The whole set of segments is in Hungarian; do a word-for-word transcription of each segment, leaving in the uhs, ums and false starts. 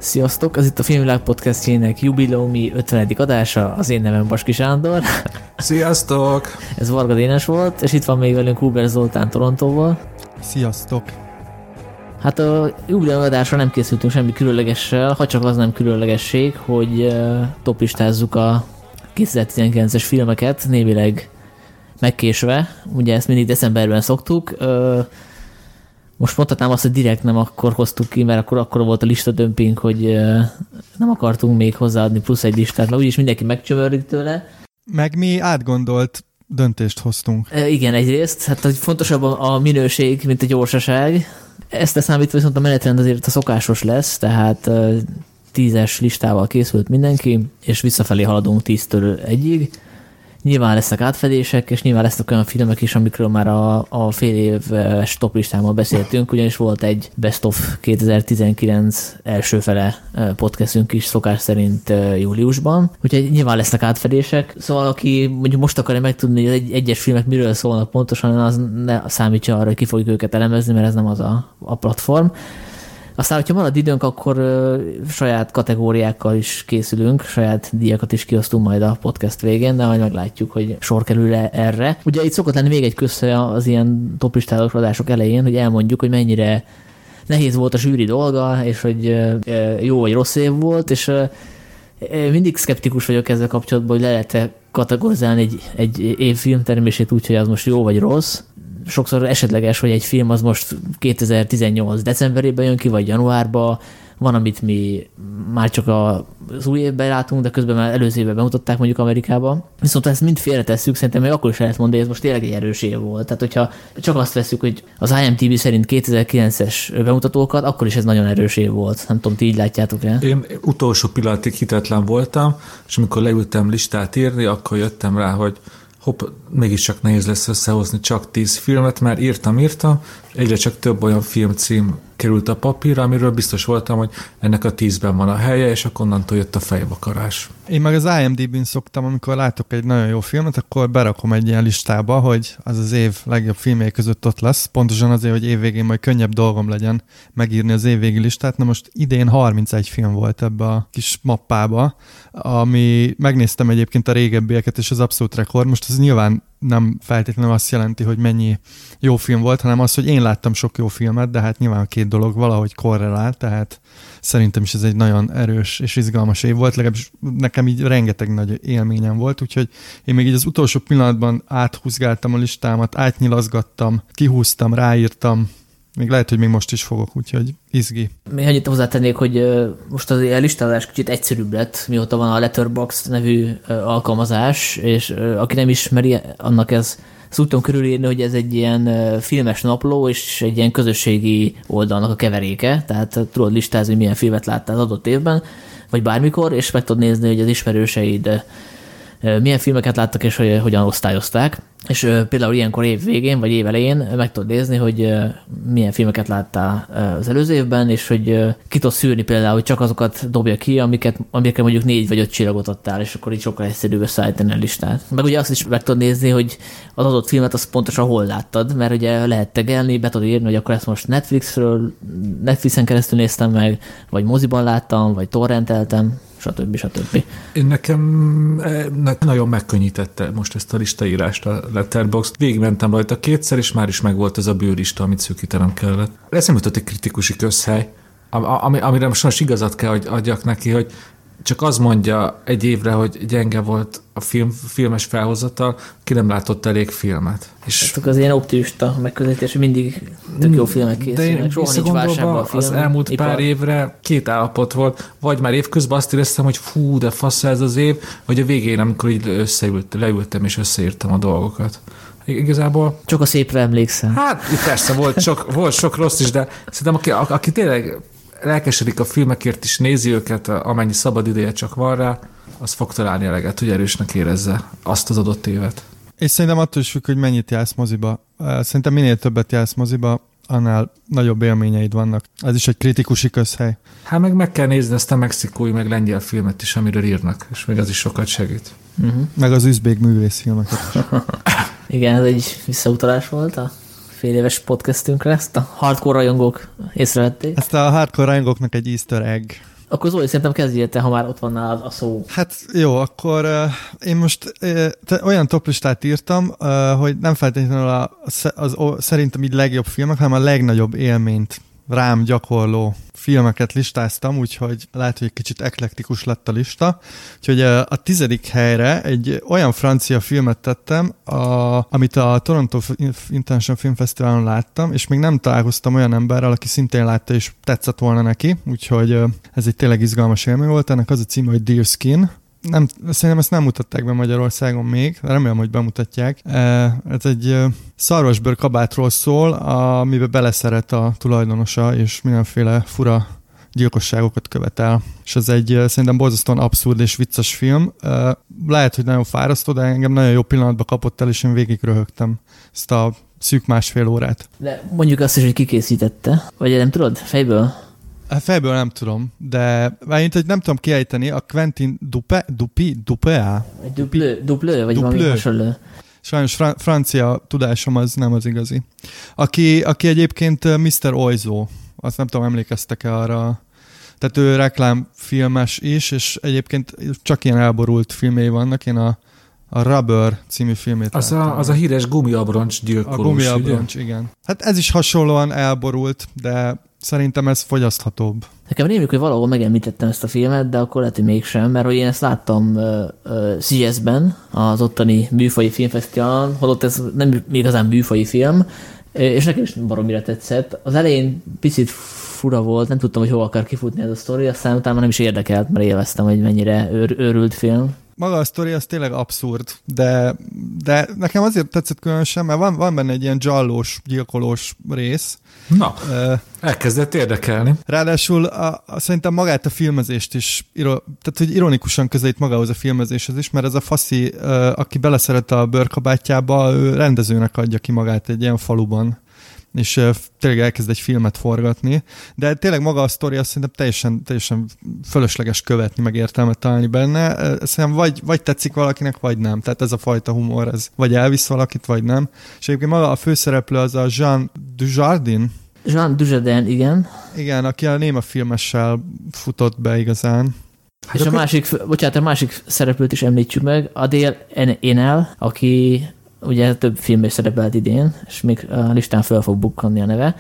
Sziasztok! Ez itt a Filmvilág podcastjének jubileumi ötvenedik adása, az én nevem Baski Sándor. Sziasztok! Ez Varga Dénes volt, és itt van még velünk Huber Zoltán Torontóból. Sziasztok! Hát a jubileumi adásra nem készültünk semmi különlegessel, ha csak az nem különlegesség, hogy uh, toplistázzuk a kétezer-tizenkilences filmeket, némileg megkésve. Ugye ezt mindig decemberben szoktuk. Uh, Most mondhatnám azt, hogy direkt nem akkor hoztuk ki, mert akkor, akkor volt a listadömping, hogy uh, nem akartunk még hozzáadni plusz egy listát, mert úgyis mindenki megcsömörlik tőle. Meg mi átgondolt döntést hoztunk. Uh, igen, egyrészt. Hát hogy fontosabb a minőség, mint a gyorsaság. Ezt leszámítva viszont a menetrend azért a szokásos lesz, tehát uh, tízes listával készült mindenki, és visszafelé haladunk tíztől egyig. Nyilván lesznek átfedések, és nyilván lesznek olyan filmek is, amikről már a, a fél éves toplistámmal beszéltünk, ugyanis volt egy Best of kétezer-tizenkilenc első fele podcastünk is szokás szerint júliusban, úgyhogy nyilván lesznek átfedések, szóval aki mondjuk most akarja megtudni, hogy egy, egyes filmek miről szólnak pontosan, az ne számítsa arra, hogy ki fogjuk őket elemezni, mert ez nem az a, a platform. Aztán, hogyha marad időnk, akkor uh, saját kategóriákkal is készülünk, saját díjakat is kiosztunk majd a podcast végén, de majd meglátjuk, hogy sor kerül erre. Ugye itt szokott lenni még egy köszön az ilyen toplistálós adások elején, hogy elmondjuk, hogy mennyire nehéz volt a zsűri dolga, és hogy uh, jó vagy rossz év volt, és uh, mindig szkeptikus vagyok ezzel kapcsolatban, hogy le lehet kategorizálni egy, egy év filmtermését úgy, hogy az most jó vagy rossz. Sokszor esetleges, hogy egy film az most kétezer-tizennyolc decemberében jön ki, vagy januárban, van, amit mi már csak az új évben látunk, de közben már előző évben bemutatták mondjuk Amerikában. Viszont ezt mind félretesszük, szerintem még akkor is lehet mondani, hogy ez most tényleg egy erős év volt. Tehát, hogyha csak azt veszük, hogy az I M D B szerint kétezer-kilences bemutatókat, akkor is ez nagyon erős év volt. Nem tudom, ti így látjátok el? Én utolsó pillanatig hitetlen voltam, és amikor leültem listát írni, akkor jöttem rá, hogy hopp, mégiscsak nehéz lesz összehozni csak tíz filmet, mert írtam, írtam, egyre csak több olyan filmcím került a papírra, amiről biztos voltam, hogy ennek a tízben van a helye, és akkor onnantól jött a fejvakarás. Én meg az I M D B-n szoktam, amikor látok egy nagyon jó filmet, akkor berakom egy ilyen listába, hogy az az év legjobb filmjei között ott lesz, pontosan azért, hogy évvégén majd könnyebb dolgom legyen megírni az évvégi listát. Na most idén harmincegy film volt ebbe a kis mappába, ami megnéztem egyébként a régebbieket, és az abszolút rekord. Most ez nyilván nem feltétlenül azt jelenti, hogy mennyi jó film volt, hanem az, hogy én láttam sok jó filmet, de hát nyilván a két dolog valahogy korrelál, tehát szerintem is ez egy nagyon erős és izgalmas év volt, legalábbis nekem így rengeteg nagy élményem volt, úgyhogy én még így az utolsó pillanatban áthúzgáltam a listámat, átnyilazgattam, kihúztam, ráírtam, még lehet, hogy még most is fogok, úgyhogy izgi. Még annyit hozzátennék, hogy most az a listázás kicsit egyszerűbb lett, mióta van a Letterboxd nevű alkalmazás, és aki nem ismeri, annak ez ezt úgy tudom körülírni, hogy ez egy ilyen filmes napló, és egy ilyen közösségi oldalnak a keveréke, tehát tudod listázni, hogy milyen filmet láttál az adott évben, vagy bármikor, és meg tudod nézni, hogy az ismerőseid milyen filmeket láttak, és hogy, hogyan osztályozták. És uh, például ilyenkor év végén, vagy év elején meg tudod nézni, hogy uh, milyen filmeket láttál uh, az előző évben, és hogy uh, ki tudsz szűrni például, hogy csak azokat dobja ki, amiket, amiket mondjuk négy vagy öt csillagot adtál, és akkor így sokkal egyszerűbb összeállítani a listát. Meg ugye azt is meg tudod nézni, hogy az adott filmet azt pontosan hol láttad, mert ugye lehet tegelni, be tudod írni, hogy akkor ezt most Netflixről, Netflixen keresztül néztem meg, vagy moziban láttam, vagy torrenteltem, stb. stb. Én nekem nagyon megkönnyítette most ezt a listaírást a Letterboxd. Végigmentem rajta kétszer, és már is megvolt ez a bőrlista, amit szűkítenem kellett. Eszembe jutott egy kritikusi közhely, ami, amire most most igazat kell, hogy adjak neki, hogy csak az mondja egy évre, hogy gyenge volt a film, filmes felhozatal, ki nem látott elég filmet. És az ilyen optimista megközelítés, hogy mindig tök jó filmek készülnek, soha nincs válságban a film. Az elmúlt ipar. Pár évre két állapot volt, vagy már évközben azt éreztem, hogy fú, de fasz ez az év, vagy a végén, amikor így összeült, leültem és összeírtam a dolgokat. Igazából... Csak a szépre emlékszem. Hát persze, volt sok, volt sok rossz is, de szerintem aki, aki tényleg lelkesedik a filmekért is, nézi őket, amennyi szabad ideje csak van rá, az fog találni eleget, hogy erősnek érezze azt az adott évet. És szerintem attól is függ, hogy mennyit jársz moziba. Szerintem minél többet jársz moziba, annál nagyobb élményeid vannak. Ez is egy kritikusi közhely. Hát meg meg kell nézni ezt a mexikói, meg lengyel filmet is, amiről írnak, és még az is sokat segít. Uh-huh. Meg az üzbék művészfilmeket is. Igen, ez egy visszautalás volt a fél éves podcastünkre, ezt a hardcore rajongók észrevették. Ezt a hardcore rajongóknak egy easter egg. Akkor Zoli, szerintem kezdjél te, ha már ott van nálad a szó. Hát jó, akkor uh, én most uh, te, olyan toplistát írtam, uh, hogy nem feltétlenül a, az, az, szerintem így legjobb filmek, hanem a legnagyobb élményt rám gyakorló filmeket listáztam, úgyhogy lehet, hogy egy kicsit eklektikus lett a lista. Úgyhogy a tizedik helyre egy olyan francia filmet tettem, a, amit a Toronto International Film Festivalon láttam, és még nem találkoztam olyan emberrel, aki szintén látta és tetszett volna neki, úgyhogy ez egy tényleg izgalmas élmény volt. Ennek az a címe, hogy Deer Skin. Nem, szerintem ezt nem mutatták be Magyarországon még, remélem, hogy bemutatják. Ez egy szarvasbőr kabátról szól, amiben beleszeret a tulajdonosa, és mindenféle fura gyilkosságokat követel. És ez egy szerintem borzasztóan abszurd és vicces film. Lehet, hogy nagyon fárasztó, de engem nagyon jó pillanatban kapott el, és én végig röhögtem ezt a szűk másfél órát. De mondjuk azt is, hogy ki készítette. Vagy nem tudod? Fejből? Fejből nem tudom, de váljint, hogy nem tudom kiejteni, a Quentin Dupe, Dupi, Dupea? Duplő, Duplő, vagy valami hasonló. Sajnos fran- francia tudásom az nem az igazi. Aki, aki egyébként miszter Oizo, azt nem tudom, emlékeztek-e arra, tehát ő reklámfilmes is, és egyébként csak ilyen elborult filmjei vannak, én a A Rubber című filmét az a, az a híres gumiabroncs gyilkolós, A gumiabroncs, igen. Hát ez is hasonlóan elborult, de szerintem ez fogyaszthatóbb. Nekem rémlik, hogy valahol megemlítettem ezt a filmet, de akkor lehet, hogy mégsem, mert hogy én ezt láttam uh, uh, Szigetben, az ottani műfaji filmfesztiválon, holott ez nem igazán műfaji film, és nekem is baromira tetszett. Az elején picit fura volt, nem tudtam, hogy hol akar kifutni ez a sztori, aztán utána nem is érdekelt, mert élveztem, hogy mennyire őr, őrült film. Maga a sztori az tényleg abszurd, de, de nekem azért tetszett különösen, mert van, van benne egy ilyen dzsallós, gyilkolós rész. Na, uh, elkezdett érdekelni. Ráadásul a, a, szerintem magát a filmezést is, iro, tehát hogy ironikusan közelít magához a filmezéshez is, mert ez a faszi, uh, aki beleszeret a bőrkabátjába, ő rendezőnek adja ki magát egy ilyen faluban, és uh, tényleg elkezd egy filmet forgatni, de tényleg maga a sztori azt szerintem teljesen, teljesen fölösleges követni, meg értelmet találni benne. Uh, szerintem vagy, vagy tetszik valakinek, vagy nem. Tehát ez a fajta humor, ez vagy elvisz valakit, vagy nem. És egyébként maga a főszereplő az a Jean Dujardin. Jean Dujardin, igen. Igen, aki a néma filmessel futott be igazán. Hát és a másik, bocsánat, a másik szereplőt is említsük meg, Adèle Haenel, aki ugye több filmben is szerepelt idén, és még a listán fel fog bukkanni a neve.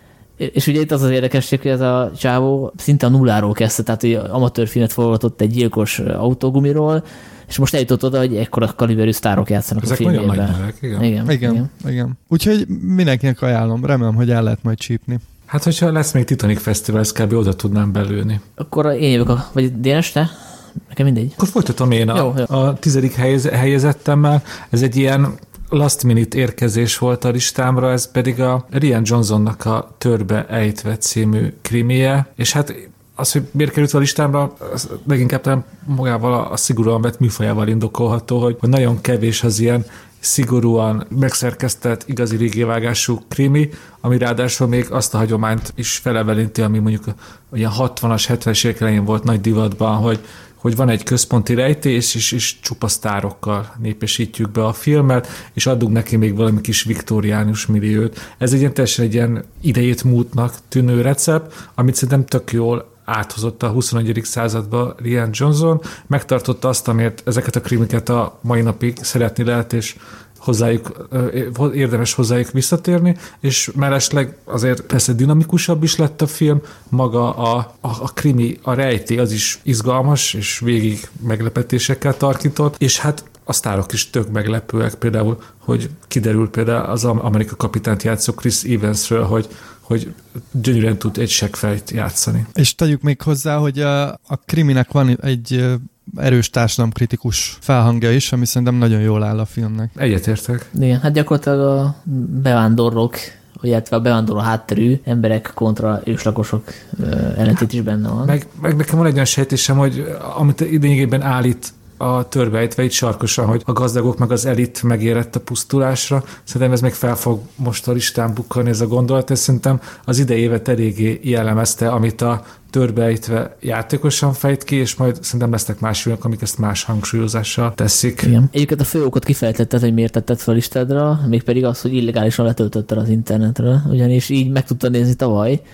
És ugye itt az az érdekesség, hogy ez a csávó szinte a nulláról kezdte, tehát hogy amatőr filmet forgatott egy gyilkos autógumiról, és most eljutott oda, hogy ekkora kaliberű sztárok játszanak ezek a filmjében. Ezek nagyon nagy nevek, igen. Igen, igen, igen. igen. Úgyhogy mindenkinek ajánlom, remélem, hogy el lehet majd csípni. Hát, hogyha lesz még Titanic Festival, ezt kb. Oda tudnám belőni. Akkor én jövök, a, vagy Dénes, te? Nekem mindegy. Akkor folytatom én a, jó, jó. a tizedik helyez, helyezettemmel. Ez egy ilyen last minute érkezés volt a listámra, ez pedig a Rian Johnsonnak a Törbe ejtve című krimije, és hát az, hogy miért került a listámra, az leginkább talán magával a, a szigorúan vett műfajával indokolható, hogy, hogy nagyon kevés az ilyen szigorúan megszerkesztett, igazi régévágású krimi, ami ráadásul még azt a hagyományt is felevelinti, ami mondjuk olyan hatvanas, hetvenes évek elején volt nagy divatban, hogy hogy van egy központi rejtés, és, és csupa sztárokkal népesítjük be a filmet, és adunk neki még valami kis viktóriánus milliót. Ez egy ilyen teljesen egy ilyen idejét múltnak tűnő recept, amit szerintem tök jól áthozott a huszonegyedik századba Rian Johnson, megtartotta azt, amiért ezeket a krimiket a mai napig szeretni lehet, és hozzájuk, érdemes hozzájuk visszatérni, és mellesleg azért persze dinamikusabb is lett a film, maga a, a, a krimi, a rejtély az is izgalmas, és végig meglepetésekkel tarkított, és hát a sztárok is tök meglepőek, például, hogy kiderül például az Amerika kapitányt játszó Chris Evansről, hogy hogy gyönyörűen tud egy seggfejt játszani. És tegyük még hozzá, hogy a, a kriminek van egy erős társadalomkritikus felhangja is, ami szerintem nagyon jól áll a filmnek. Egyetértek. Igen, hát gyakorlatilag a bevándorlók, illetve a bevándorló hátterű emberek kontra őslakosok ellentét is benne van. Meg, meg nekem van egy olyan sejtésem, hogy amit idényében állít a Törbeejtve itt sarkosan, hogy a gazdagok meg az elit megérett a pusztulásra. Szerintem ez még fel fog most a listán bukkanni ez a gondolat, és szerintem az idei évet eléggé jellemezte, amit a Törbeejtve játékosan fejt ki, és majd szerintem lesznek más filmek, amik ezt más hangsúlyozással teszik. Igen. Egyébként a fő okot kifejtetted, hogy miért tetted fel a listádra, mégpedig az, hogy illegálisan letöltötted az internetről, ugyanis így meg tudtad nézni tavaly,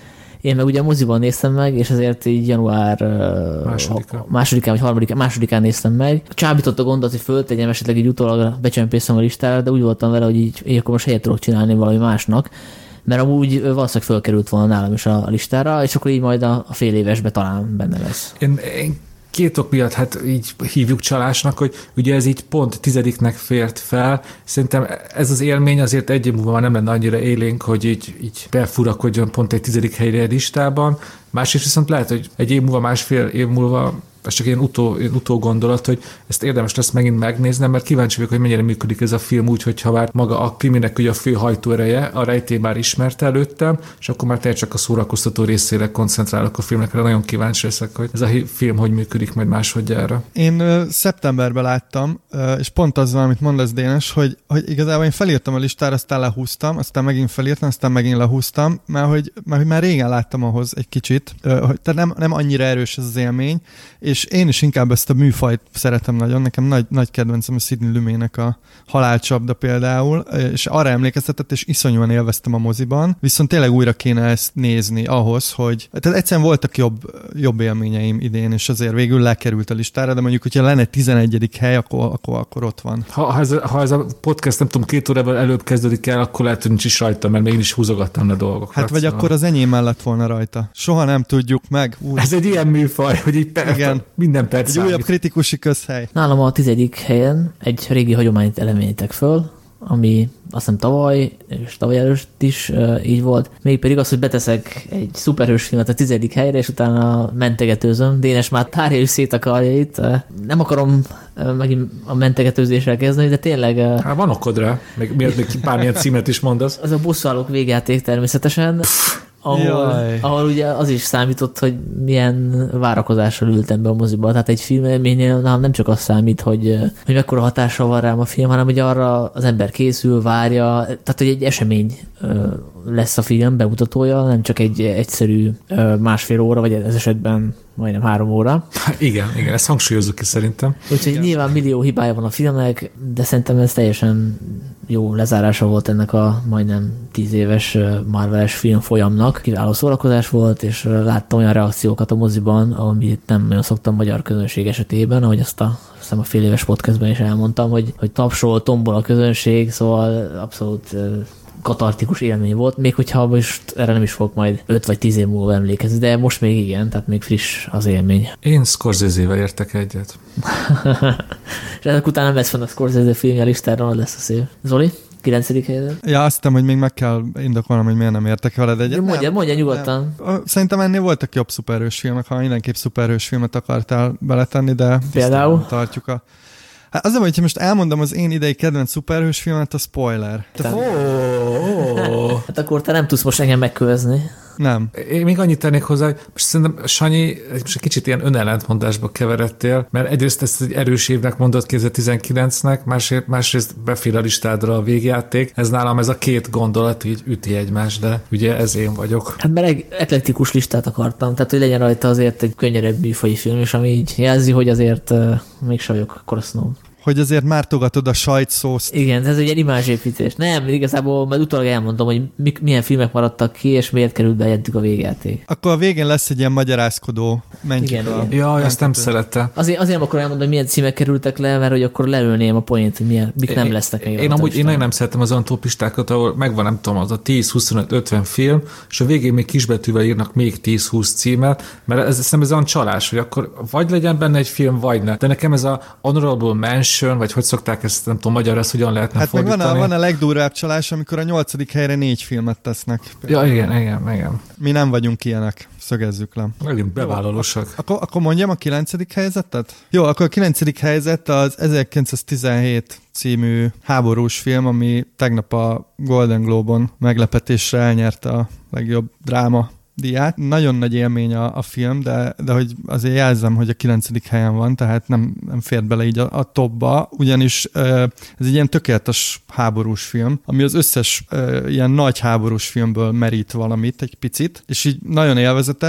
Én meg ugye a moziban néztem meg, és ezért így január Másodika. másodikán vagy harmadikán, másodikán néztem meg. Csábított a gondot, hogy föltegyem, esetleg így utólag becsempészem a listára, de úgy voltam vele, hogy így, így akkor most helyet tudok csinálni valami másnak, mert amúgy valószínűleg fölkerült volna nálam is a listára, és akkor így majd a, a fél évesbe talán benne lesz. Én, én két ok miatt hát így hívjuk csalásnak, hogy ugye ez így pont tizediknek fért fel. Szerintem ez az élmény azért egy év múlva nem lenne annyira élénk, hogy így, így befurakodjon pont egy tizedik helyre a listában. Másrészt viszont lehet, hogy egy év múlva, másfél év múlva, ez csak ilyen utó, ilyen utó gondolat, hogy ezt érdemes lesz megint megnéznem, mert kíváncsi vagyok, hogy mennyire működik ez a film úgy, hogyha már maga a kriminek ugye a fő hajtóereje, a rejtély már ismerte előttem, és akkor már tényleg csak a szórakoztató részére koncentrálok a filmekre. Nagyon kíváncsi leszek, hogy ez a film hogy működik majd másodjára. Én ö, szeptemberben láttam, ö, és pont az van, amit mondasz, Dénes, hogy, hogy igazából én felírtam a listára, aztán lehúztam, aztán megint felírtam, aztán megint lehúztam, mert hogy, mert, hogy már régen láttam ahhoz egy kicsit, ö, hogy tehát nem, nem annyira erős ez az élmény, és én is inkább ezt a műfajt szeretem nagyon. Nekem nagy, nagy kedvencem a Sidney Lumet-nek a Halálcsapda például, és arra emlékeztetett, és iszonyúan élveztem a moziban, viszont tényleg újra kéne ezt nézni ahhoz, hogy... Tehát egyszerűen voltak jobb, jobb élményeim idén, és azért végül lekerült a listára, de mondjuk, hogyha lenne tizenegyedik hely, akkor, akkor, akkor ott van. Ha, ha, ez, ha ez a podcast, nem tudom, két órával előbb kezdődik el, akkor lehet, hogy nincs is rajta, mert még én is húzogattam le dolgokat. Hát vagy szóval. Akkor az enyém mellett volna rajta. Soha nem tudjuk meg. Úr. Ez egy ilyen műfaj, hogy így per, igen. Minden perc egy számít. Újabb kritikusi közhely. Nálam a tizedik helyen egy régi hagyományt elemenítek föl, ami azt hiszem tavaly, és tavaly előtt is uh, így volt. Mégpedig az, hogy beteszek egy szuperhős filmet a tizedik helyre, és utána mentegetőzöm. Dénes már tárja is szét akarja itt. Uh, nem akarom uh, megint a mentegetőzéssel kezdeni, de tényleg... Uh, hát van okod rá, még, még bármilyen címet is mondasz. Az a bosszúállók végjáték természetesen. Ahol, ahol ugye az is számított, hogy milyen várakozással ültem be a moziba. Tehát egy filmélménynél nem csak az számít, hogy, hogy mekkora hatással van rám a film, hanem hogy arra az ember készül, várja, tehát hogy egy esemény lesz a film bemutatója, nem csak egy egyszerű másfél óra, vagy ez esetben majdnem három óra. Igen, igen, ezt hangsúlyozzuk ki szerintem. Úgyhogy nyilván millió hibája van a filmnek, de szerintem ez teljesen jó lezárása volt ennek a majdnem tíz éves Marvel-es film folyamnak. Kiváló szórakozás volt, és láttam olyan reakciókat a moziban, amit nem nagyon szoktam magyar közönség esetében, ahogy azt a, azt a fél éves podcastben is elmondtam, hogy, hogy tapsol, tombol a közönség, szóval abszolút katartikus élmény volt, még hogyha most erre nem is fogok majd öt vagy tíz év múlva emlékezni, de most még igen, tehát még friss az élmény. Én Scorsese-vel értek egyet. És ezek után nem lesz fenn a Scorsese filmje listára, az lesz a szép. Zoli? kilencedik helyre? Ja, azt hiszem, hogy még meg kell indokolnom, hogy miért nem értek veled egyet. Mondja, nem, mondja nyugodtan. Nem. Szerintem ennél voltak jobb szuperhős filmek, ha mindenképp szuperhős filmet akartál beletenni, de például tartjuk a... Hát az, hogy most elmondom az én idei kedvenc szuperhős filmet, a spoiler. Te... Oh, oh. Hát akkor te nem tudsz most engem megkövezni. Nem. Én még annyit tennék hozzá, hogy most szerintem Sanyi most egy kicsit ilyen önellentmondásba keveredtél, mert egyrészt ezt egy erős évnek mondott kétezer-tizenkilencnek, másrészt, másrészt befér a listádra a végjáték. Ez nálam ez a két gondolat így üti egymást, de ugye ez én vagyok. Hát mert egy eklektikus listát akartam, tehát hogy legyen rajta azért egy könnyedebb műfaji film, és ami így jelzi, hogy azért uh, mégsem vagyok korosznó. Hogy azért mártogatod a sajtszószt. Igen, ez egy ilyen imázsépítés. Nem, igazából majd utólag elmondom, hogy mi, milyen filmek maradtak ki, és miért került be a végjáték. Akkor a végén lesz egy ilyen magyarázkodó mentjük. Igen, igen. Jaj, ezt nem szerette. Azért, azért nem akarom elmondani, hogy milyen címek kerültek le, mert hogy akkor leülném a poént, hogy milyen, mik nem lesznek. Én, én amúgy én nagyon nem szeretem az antópistákat, ahol megvan, nem tudom, az a tíz, huszonöt, ötven film, és a végén még kisbetűvel írnak még tíz-húsz címet, mert ez, ez, ez olyan csalás, hogy akkor vagy legyen benne egy film, vagy ne. De nekem ez a honorable mention, vagy hogy szokták ezt, nem tudom, magyarul ezt hogyan lehetne hát fordítani. Hát meg van a, van a legdurvább csalás, amikor a nyolcadik helyre négy filmet tesznek. Ja, igen, igen, igen. Mi nem vagyunk ilyenek, szögezzük le. Megint bevállalósak. Akkor, akkor mondjam a kilencedik helyzetet? Jó, akkor a kilencedik helyzet az ezerkilencszáztizenhét című háborús film, ami tegnap a Golden Globe-on meglepetésre elnyerte a legjobb dráma díját. Nagyon nagy élmény a, a film, de, de hogy azért jelzem, hogy a kilencedik helyen van, tehát nem, nem fért bele így a, a topba, ugyanis ez egy ilyen tökéletes háborús film, ami az összes ilyen nagy háborús filmből merít valamit egy picit, és így nagyon élvezetes,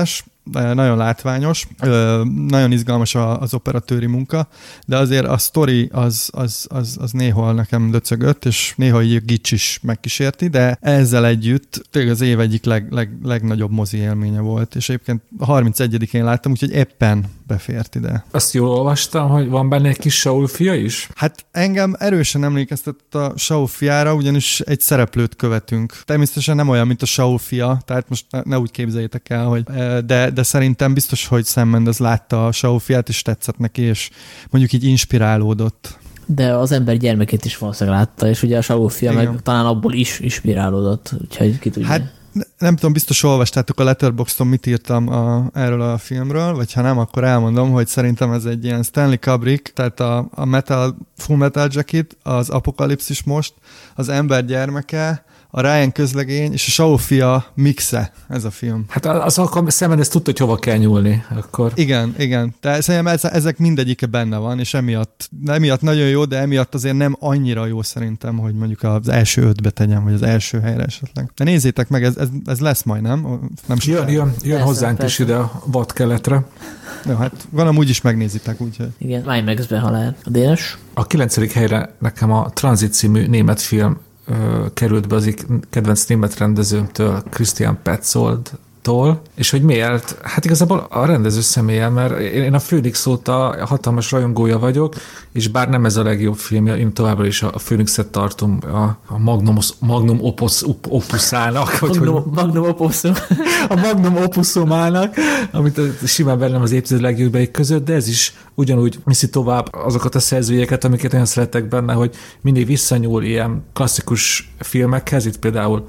nagyon látványos, nagyon izgalmas az operatőri munka, de azért a sztori az, az, az, az néhol nekem döcögött, és néha így gics is megkísérti, de ezzel együtt tényleg az év egyik leg, leg, legnagyobb mozi élménye volt, és egyébként a harmincegyedikén láttam, úgyhogy éppen befért ide. Azt jól olvastam, hogy van benne egy kis Saul fia is? Hát engem erősen emlékeztet a Saul fiára, ugyanis egy szereplőt követünk. Természetesen nem olyan, mint a Saul fia, tehát most ne, ne úgy képzeljétek el, hogy de, de szerintem biztos, hogy Sam Mendes látta a Saul fiát, és tetszett neki, és mondjuk így inspirálódott. De az ember gyermekét is valószínűleg látta, és ugye a Saul fia igen. meg talán abból is inspirálódott, úgyhogy ki tudja. Hát nem tudom, biztos olvastátok a Letterboxdon, mit írtam a, erről a filmről, vagy ha nem, akkor elmondom, hogy szerintem ez egy ilyen Stanley Kubrick, tehát a, a metal, Full Metal Jacket, az Apokalipszis most, az ember gyermeke, a Ryan közlegény és a Saul fia mixe, ez a film. Hát az akkor szemben ezt tudta, hogy hova kell nyúlni. Akkor. Igen, igen. Tehát szerintem ezek mindegyike benne van, és emiatt, emiatt nagyon jó, de emiatt azért nem annyira jó szerintem, hogy mondjuk az első ötbe tegyem, vagy az első helyre esetleg. De nézzétek meg, ez, ez, ez lesz majd, nem? nem jön jön, jön persze, hozzánk persze. is ide a vadkeletre. Jó, hát gondolom úgy is megnézitek, úgyhogy. Igen, IMAX-be, ha lehet. A Dénes? A kilencedik helyre nekem a Transit című német film ö, került be az ik kedvenc német rendezőmtől, Christian Petzoldtól, és hogy miért? Hát igazából a rendező személye, mert én a Phoenix óta hatalmas rajongója vagyok, és bár nem ez a legjobb filmje, én továbbra is a Phoenixet tartom a, a Magnum, Magnum opus, op, opuszának. Magnum, hogy, Magnum opusum. A Magnum opusumának, amit simán bennem az évtized legjobbjaik között, de ez is ugyanúgy viszi tovább azokat a szerzőjeket, amiket nagyon szeretek benne, hogy mindig visszanyúl ilyen klasszikus filmekhez, itt például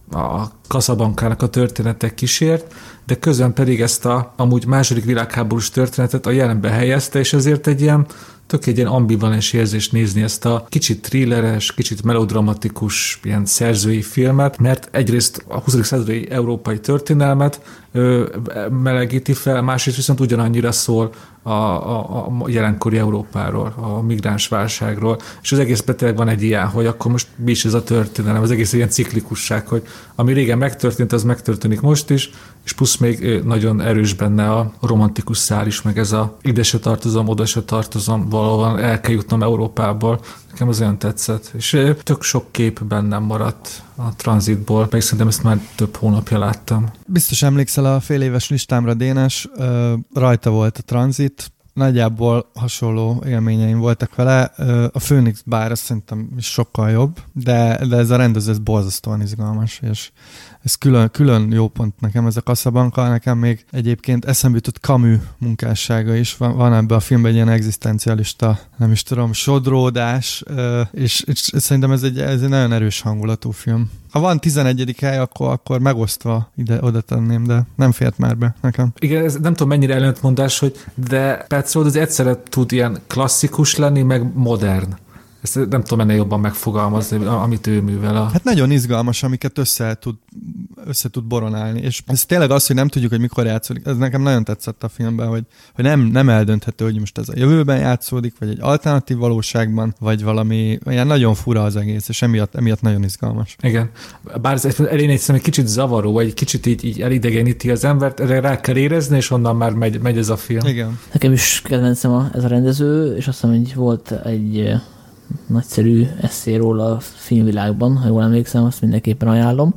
a Casablanca-nak a történetek kísért, de közben pedig ezt a amúgy második világháborús történetet a jelenbe helyezte, és ezért egy ilyen tök egy ilyen ambivalens érzés nézni ezt a kicsit thrilleres, kicsit melodramatikus ilyen szerzői filmet, mert egyrészt a huszadik századi európai történelmet ö, melegíti fel, másrészt viszont ugyanannyira szól a, a, a jelenkori Európáról, a migráns válságról, és az egészben tényleg van egy ilyen, hogy akkor most mi is ez a történelem, az egész ilyen ciklikusság, hogy ami régen megtörtént, az megtörténik most is, és plusz még nagyon erős benne a romantikus szál is, meg ez a ide se tartozom, oda se tartozom, valóban el kell jutnom Európából. Nekem az olyan tetszett. És tök sok kép bennem maradt a Transitból, meg szerintem ezt már több hónapja láttam. Biztos emlékszel a fél éves listámra, Dénes, rajta volt a Transit, nagyjából hasonló élményeim voltak vele. A Phoenix bár szerintem is sokkal jobb, de, de ez a rendező ez borzasztóan izgalmas, és ez külön, külön jó pont nekem, ez a Casablanca, nekem még egyébként eszembe jutott Camus munkássága is, van, van ebben a filmben egy ilyen egzisztencialista, nem is tudom, sodródás, és, és szerintem ez egy, ez egy nagyon erős hangulatú film. Ha van tizenegyedik hely, akkor, akkor megosztva ide oda tenném, de nem fért már be nekem. Igen, ez nem tudom mennyire ellentmondás, hogy de Petzold az egyszerre tud ilyen klasszikus lenni, meg modern. Ezt nem tudom ennél jobban megfogalmazni, amit ő művel. A... Hát nagyon izgalmas, amiket össze tud, össze tud boronálni. És ez tényleg az, hogy nem tudjuk, hogy mikor játszódik. Ez nekem nagyon tetszett a filmben, hogy, hogy nem, nem eldönthető, hogy most ez a jövőben játszódik, vagy egy alternatív valóságban, vagy valami ilyen nagyon fura az egész, és emiatt, emiatt nagyon izgalmas. Igen. Bár ez elén egyszerűen egy kicsit zavaró, vagy egy kicsit így, így elidegeníti az embert, erre rá kell érezni, és onnan már megy, megy ez a film. Igen. Nekem is kedvencem a, ez a rendező, és azt hiszem, hogy volt egy nagyszerű esszé róla a filmvilágban, ha jól emlékszem, azt mindenképpen ajánlom.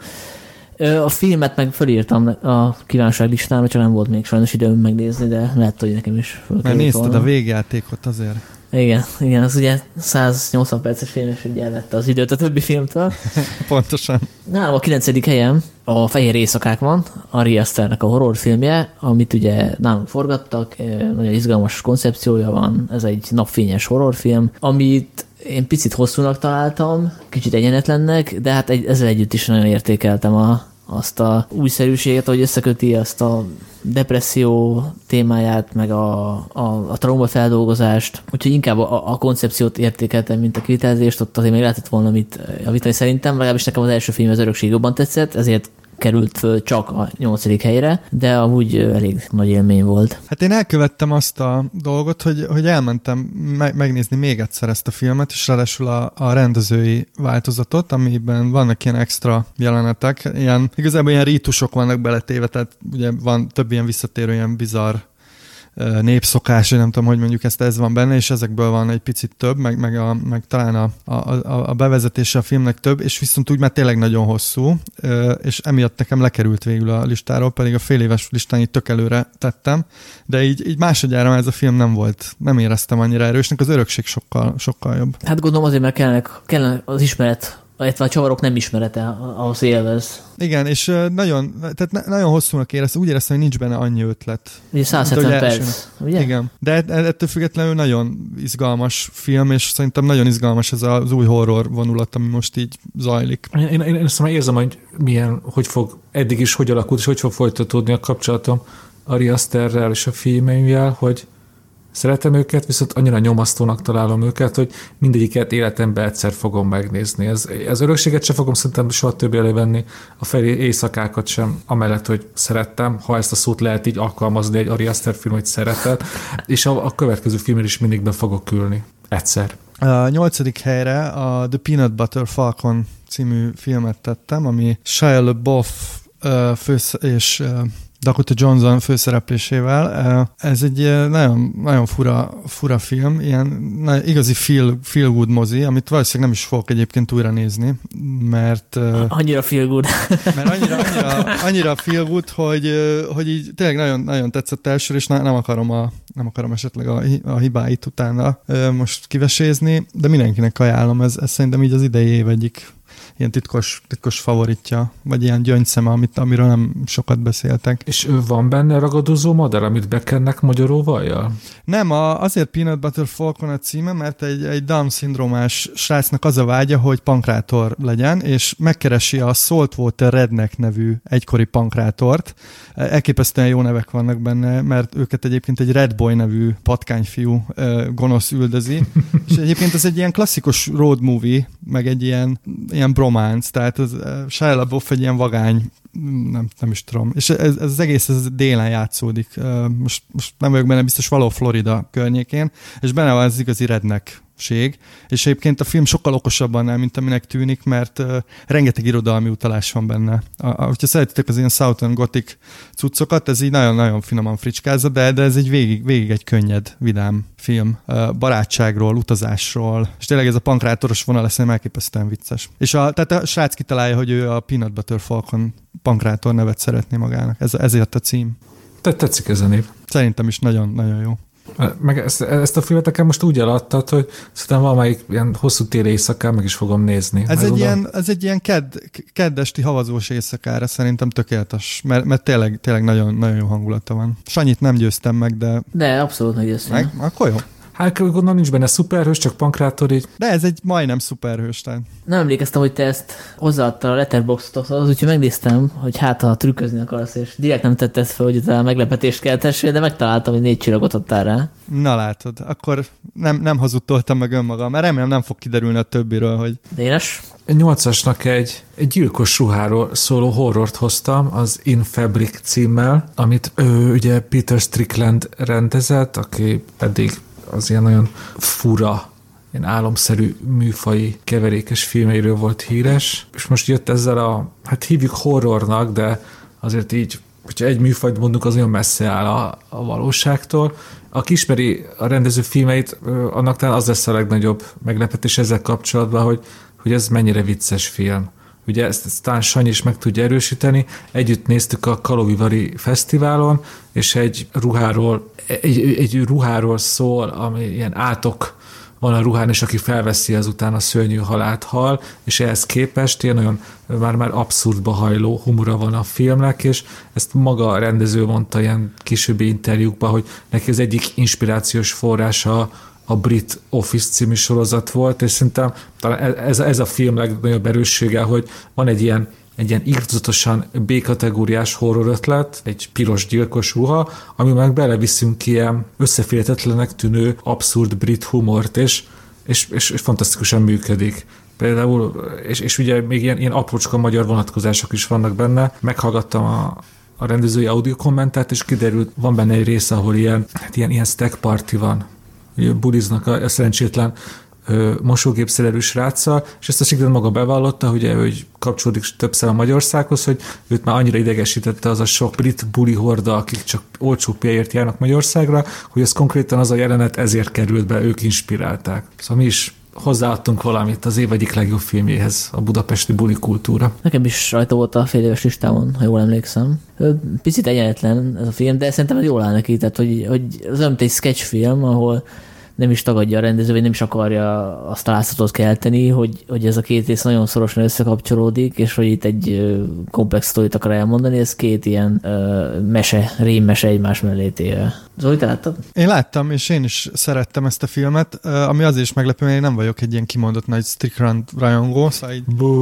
A filmet meg fölírtam a kívánságlistámra, csak nem volt még sajnos időm megnézni, de lehet, hogy nekem is föl. Mert nézted volna a végjátékot azért. Igen, igen, az ugye száznyolcvan perces film, és ugye elvette az időt a többi filmtől. Pontosan. Nálam a kilencedik helyen a Fehér éjszakák van, Ari Asternek a horrorfilmje, amit ugye nálunk forgattak, nagyon izgalmas koncepciója van, ez egy napfényes horrorfilm, amit én picit hosszúnak találtam, kicsit egyenetlennek, de hát egy, ezzel együtt is nagyon értékeltem a, azt a újszerűséget, hogy összeköti azt a depresszió témáját, meg a, a, a traumafeldolgozást. Úgyhogy inkább a, a koncepciót értékeltem, mint a kivitelezést, ott azért még lehetett volna mit javítani szerintem, legalábbis nekem az első film az Örökség jobban tetszett, ezért került föl csak a nyolcadik helyre, de amúgy elég nagy élmény volt. Hát én elkövettem azt a dolgot, hogy, hogy elmentem me- megnézni még egyszer ezt a filmet, és ráadásul a, a rendezői változatot, amiben vannak ilyen extra jelenetek, ilyen, igazából ilyen rítusok vannak beletéve, tehát ugye van több ilyen visszatérő, ilyen bizarr népszokás, nem tudom, hogy mondjuk ezt ez van benne, és ezekből van egy picit több, meg, meg, a, meg talán a, a, a bevezetése a filmnek több, és viszont úgy már tényleg nagyon hosszú, és emiatt nekem lekerült végül a listáról, pedig a fél éves listán így tök előre tettem, de így, így másodjára ez a film nem volt, nem éreztem annyira erősnek, az Örökség sokkal, sokkal jobb. Hát gondolom azért, mert kellene, kellene az ismeret, illetve a csavarok nem ismerete, ahhoz élvez. Igen, és nagyon, tehát nagyon hosszúnak éreztem, úgy éreztem, hogy nincs benne annyi ötlet. Ugye száz hetven perc, ugye? Igen, de ettől függetlenül nagyon izgalmas film, és szerintem nagyon izgalmas ez az új horror vonulat, ami most így zajlik. Én, én, én ezt már érzem, hogy milyen, hogy fog, eddig is hogy alakult, és hogy fog folytatódni a kapcsolatom Ari Asterrel és a filmeimmel, hogy szeretem őket, viszont annyira nyomasztónak találom őket, hogy mindegyiket életemben egyszer fogom megnézni. Ez, az Örökséget sem fogom szerintem soha többé elővenni, a Feri éjszakákat sem, amellett, hogy szerettem, ha ezt a szót lehet így alkalmazni egy Ari Aster film, hogy szeretett, és a, a következő filmről is mindig be fogok ülni. Egyszer. A nyolcadik helyre a The Peanut Butter Falcon című filmet tettem, ami Shia LaBeouf uh, fősz és uh, Dakota Johnson főszereplésével. Ez egy nagyon, nagyon fura, fura film, ilyen igazi feel, feel good mozi, amit valószínűleg nem is fogok egyébként újra nézni, mert... Annyira feel good. Mert annyira, annyira, annyira feel good, hogy, hogy így tényleg nagyon, nagyon tetszett elsőre, és nem akarom, a, nem akarom esetleg a, a hibáit utána most kivesézni, de mindenkinek ajánlom, ez, ez szerintem így az idei év egyik ilyen titkos, titkos favoritja, vagy ilyen gyöngyszeme, amit, amiről nem sokat beszéltek. És ő van benne ragadozó madár, amit bekennek magyaróvajjal? Nem, a, azért Peanut Butter Falcon a címe, mert egy, egy Down-szindrómás srácnak az a vágya, hogy pankkrátor legyen, és megkeresi a Saltwater Redneck nevű egykori pankrátort. Elképesztően jó nevek vannak benne, mert őket egyébként egy Red Boy nevű patkányfiú gonosz üldözi. És egyébként ez egy ilyen klasszikus road movie, meg egy ilyen, ilyen bromance, tehát az Shia LaBeouf egy ilyen vagány, nem, nem is tudom. És ez, ez az egész ez délen játszódik. Most, most nem vagyok benne, biztos való Florida környékén, és benne van az igazi redneckség. És egyébként a film sokkal okosabb annál, mint aminek tűnik, mert uh, rengeteg irodalmi utalás van benne. A, a, hogyha szeretitek az ilyen Southern Gothic cuccokat, ez így nagyon-nagyon finoman fricskázza, de, de ez egy végig, végig egy könnyed, vidám film. Uh, barátságról, utazásról, és tényleg ez a pankrátoros vonal lesz elképesztően vicces. És a, tehát a srác kitalálja, hogy ő a Peanut Butter Falcon pankrátor nevet szeretné magának. Ez, ezért a cím. Te tetszik ez a név. Szerintem is nagyon-nagyon jó. Meg ezt, ezt a filmet nekem most úgy eladtad, hogy szerintem valamelyik ilyen hosszú téli éjszakán meg is fogom nézni. Ez egy, ilyen, ez egy ilyen kedd, keddesti havazós éjszakára szerintem tökéletes, mert, mert tényleg, tényleg nagyon, nagyon jó hangulata van. Sanyit nem győztem meg, de... De abszolút meggyőztem. Meg? Akkor jó. Hát gondolom nincs benne szuperhős, csak pankrátor így. De ez egy majdnem szuperhős, tehát. Nem emlékeztem, hogy te ezt hozzáadtad a Letterboxdhoz, az úgyhogy megnéztem, hogy hát ha trükközni akarsz, és direkt nem tetted fel, hogy a meglepetést keltessél, de megtaláltam, hogy négy csillagot adtál rá. Na látod, akkor nem, nem hazudtoltam meg önmagam, mert remélem nem fog kiderülni a többiről, hogy... Dénes? Nyolcasnak egy, egy gyilkos ruháról szóló horrort hoztam, az In Fabric címmel, amit ő ugye Peter Strickland rendezett, aki eddig az ilyen nagyon fura, ilyen álomszerű műfaji keverékes filmeiről volt híres, és most jött ezzel a, hát hívjuk horrornak, de azért így, hogyha egy műfajt mondunk, az olyan messze áll a, a valóságtól. Aki ismeri a rendező filmeit, annak talán az lesz a legnagyobb meglepetés ezzel kapcsolatban, hogy, hogy ez mennyire vicces film. Ugye ezt, ezt talán Sanyi is meg tudja erősíteni. Együtt néztük a Kalovivari Fesztiválon, és egy ruháról, egy, egy ruháról szól, ami ilyen átok van a ruhán, és aki felveszi, azután a szörnyű halált hal, és ehhez képest ilyen olyan már-már abszurdba hajló humora van a filmnek, és ezt maga a rendező mondta ilyen későbbi interjúkban, hogy neki az egyik inspirációs forrása a Brit Office című sorozat volt, és szerintem talán ez, ez a film legnagyobb erőssége, hogy van egy ilyen egy ilyen irtozatosan B-kategóriás horror ötlet, egy piros gyilkos ruha, ami meg beleviszünk ilyen összeférhetetlenek tűnő abszurd brit humort, és, és, és, és fantasztikusan működik. Például, és, és ugye még ilyen, ilyen aprócska magyar vonatkozások is vannak benne. Meghallgattam a, a rendezői audio kommentát, és kiderült, van benne egy része, ahol ilyen, hát ilyen, ilyen stack party van. Buliznak a, a szerencsétlen mosógépszerelő sráccal, és ezt a Sigrid maga bevallotta, hogy, hogy kapcsolódik többször a Magyarországhoz, hogy őt már annyira idegesítette az a sok brit buli horda, akik csak olcsó pénzért járnak Magyarországra, hogy ez konkrétan az a jelenet ezért került be, ők inspirálták. Szóval mi is hozzáadtunk valamit az év egyik legjobb filmjéhez, a budapesti buli kultúra. Nekem is rajta volt a fél éves listámon, ha jól emlékszem. Picit egyenletlen ez a film, de szerintem jól áll neki, tehát hogy, hogy az olyan, egy sketchfilm, ahol nem is tagadja a rendező, vagy nem is akarja azt a látszatot kelteni, hogy, hogy ez a két rész nagyon szorosan összekapcsolódik, és hogy itt egy komplex sztorit akar elmondani, ez két ilyen uh, mese, rémmese egymás mellé téve. Zoli, te láttad? Én láttam, és én is szerettem ezt a filmet, ami azért is meglepő, mert én nem vagyok egy ilyen kimondott nagy Strickland rajongó, szóval így...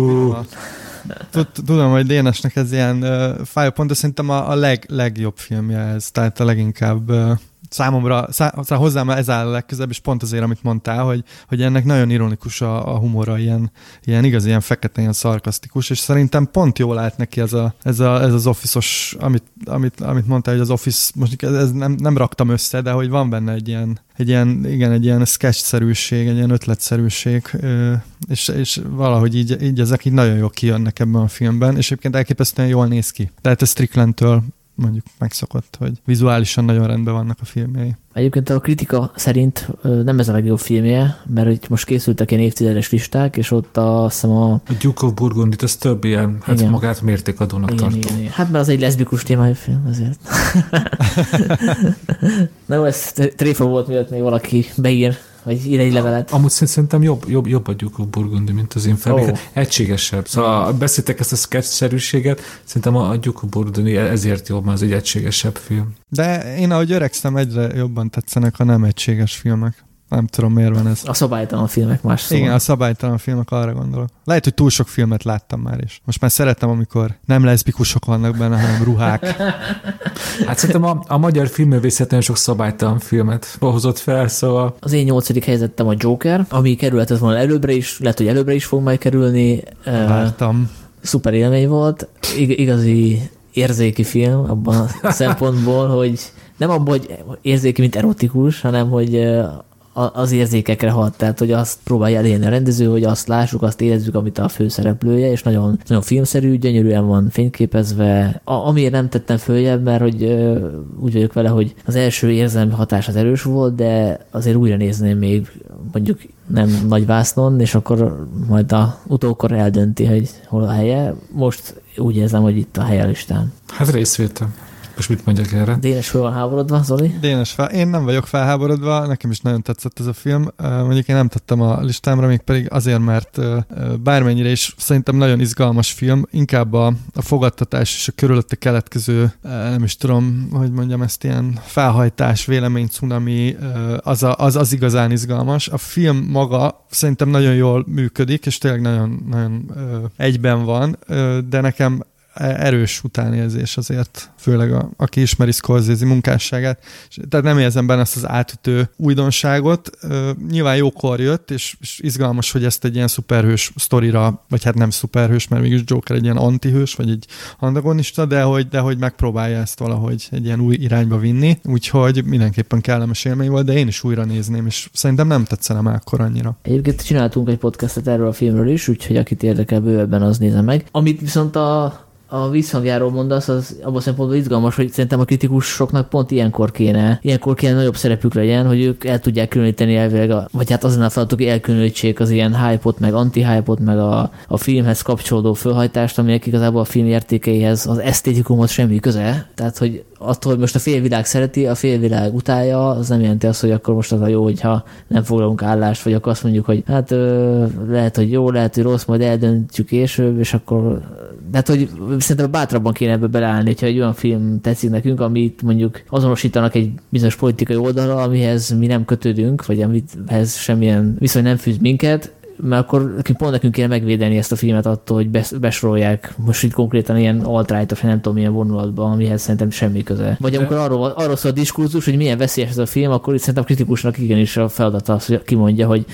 Tudom, hogy Dénesnek ez ilyen uh, fájópont, de szerintem a, a leg, legjobb filmje ez, tehát a leginkább... Uh, Számomra, szá, szá, hozzám ez áll a legközelebb, és pont azért, amit mondtál, hogy, hogy ennek nagyon ironikus a, a humora, ilyen, ilyen igaz, ilyen fekete, ilyen szarkasztikus, és szerintem pont jól állt neki ez, a, ez, a, ez az office-os, amit, amit, amit mondtál, hogy az Office, most ez nem, nem raktam össze, de hogy van benne egy ilyen, egy ilyen, igen, egy ilyen sketch-szerűség, egy ilyen ötletszerűség, és, és valahogy így, így ezek így nagyon jól kijönnek ebben a filmben, és egyébként elképesztően jól néz ki. Tehát ez Stricklandtől mondjuk megszokott, hogy vizuálisan nagyon rendben vannak a filmjei. Egyébként a kritika szerint nem ez a legjobb filmje, mert itt most készültek ilyen évtizedes listák, és ott a, azt hiszem a... A Duke of Burgundy, az több ilyen, hát igen. Magát mértékadónak igen, tartom. Igen, igen. Hát mert az egy leszbikus témájú film, azért. Na jó, ez tréfa volt, miatt még valaki beír, vagy ír egy levelet. Amúgy szerintem jobb, jobb, jobb a Duke of Burgundy, mint az Infamy. Oh. Egységesebb. Szóval beszéltek ezt a sketch-szerűséget, szerintem a Duke of Burgundy ezért jobb, mert az egy egységesebb film. De én ahogy öregszem, egyre jobban tetszenek a nem egységes filmek. Nem tudom, miért van ez. A szabálytalan filmek más szóval. Igen, a szabálytalan filmek, arra gondolok. Lehet, hogy túl sok filmet láttam már is. Most már szeretem, amikor nem leszbikusok vannak benne, hanem ruhák. Hát szerintem a, a magyar filmművészet nagyon sok szabálytalan filmet hozott fel, szóval... Az én nyolcadik helyzetem a Joker, ami kerülhetett volna előbbre is, lehet, hogy előbbre is fog majd kerülni. Vártam. Uh, szuper élmény volt. I- igazi érzéki film abban a szempontból, hogy nem abban, hogy érzéki, mint erotikus, hanem, hogy uh, az érzékekre hat, tehát hogy azt próbálja elérni a rendező, hogy azt lássuk, azt érezzük, amit a főszereplője, és nagyon, nagyon filmszerű, gyönyörűen van fényképezve. A, amiért nem tettem följebb, mert hogy ö, úgy vagyok vele, hogy az első érzelmi hatás az erős volt, de azért újra nézném még mondjuk nem nagy vásznon, és akkor majd a utókor eldönti, hogy hol a helye. Most úgy érzem, hogy itt a helye a listán. Hát részvétel. Most mit mondjak erre? Dénes fel van háborodva, Zoli? Dénes fel. Én nem vagyok felháborodva, nekem is nagyon tetszett ez a film. Mondjuk én nem tettem a listámra, még pedig azért, mert bármennyire is szerintem nagyon izgalmas film, inkább a, a fogadtatás és a körülötte keletkező, nem is tudom, hogy mondjam ezt, ilyen felhajtás, vélemény, cunami, az, a, az, az igazán izgalmas. A film maga szerintem nagyon jól működik, és tényleg nagyon, nagyon egyben van, de nekem erős utánérzés azért, főleg a, aki ismeri Scorsese munkásságát. Tehát nem érzem benne ezt az átütő újdonságot. Nyilván jókor jött, és, és izgalmas, hogy ezt egy ilyen szuperhős sztorira, vagy hát nem szuperhős, mert mégis Joker egy ilyen antihős, vagy egy antagonista, de hogy, de hogy megpróbálja ezt valahogy egy ilyen új irányba vinni. Úgyhogy mindenképpen kellemes élmény volt, de én is újra nézném, és szerintem nem tetszenem akkor annyira. Egyébként csináltunk egy podcastet erről a filmről is, úgyhogy akit érdekel bővebben, az nézze meg. Amit viszont a a vízhangjáról mondasz, az abban a szempontból izgalmas, hogy szerintem a kritikusoknak pont ilyenkor kéne, ilyenkor kéne nagyobb szerepük legyen, hogy ők el tudják különíteni elvileg, a, vagy hát azon a feladatok, hogy elkülönítsék az ilyen hype-ot, meg anti-hype-ot, meg a, a filmhez kapcsolódó fölhajtást, aminek igazából a film értékeihez az esztétikumhoz semmi köze. Tehát, hogy attól, hogy most a félvilág szereti, a félvilág utálja, az nem jelenti azt, hogy akkor most az a jó, hogyha nem foglalunk állást, vagy akkor azt mondjuk, hogy hát ö, lehet, hogy jó, lehet, hogy rossz, majd eldöntjük később, és akkor de hát, hogy szerintem bátrabban kéne ebbe beleállni, hogyha egy olyan film tetszik nekünk, amit mondjuk azonosítanak egy bizonyos politikai oldalra, amihez mi nem kötődünk, vagy amihez semmilyen viszony nem fűz minket, mert akkor pont nekünk kéne megvédeni ezt a filmet attól, hogy besorolják most itt konkrétan ilyen alt-right-os, nem tudom milyen vonulatban, amihez szerintem semmi köze. Vagy amikor arról, arról szól a diskurzus, hogy milyen veszélyes ez a film, akkor itt szerintem a kritikusnak igenis a feladata az, hogy kimondja, hogy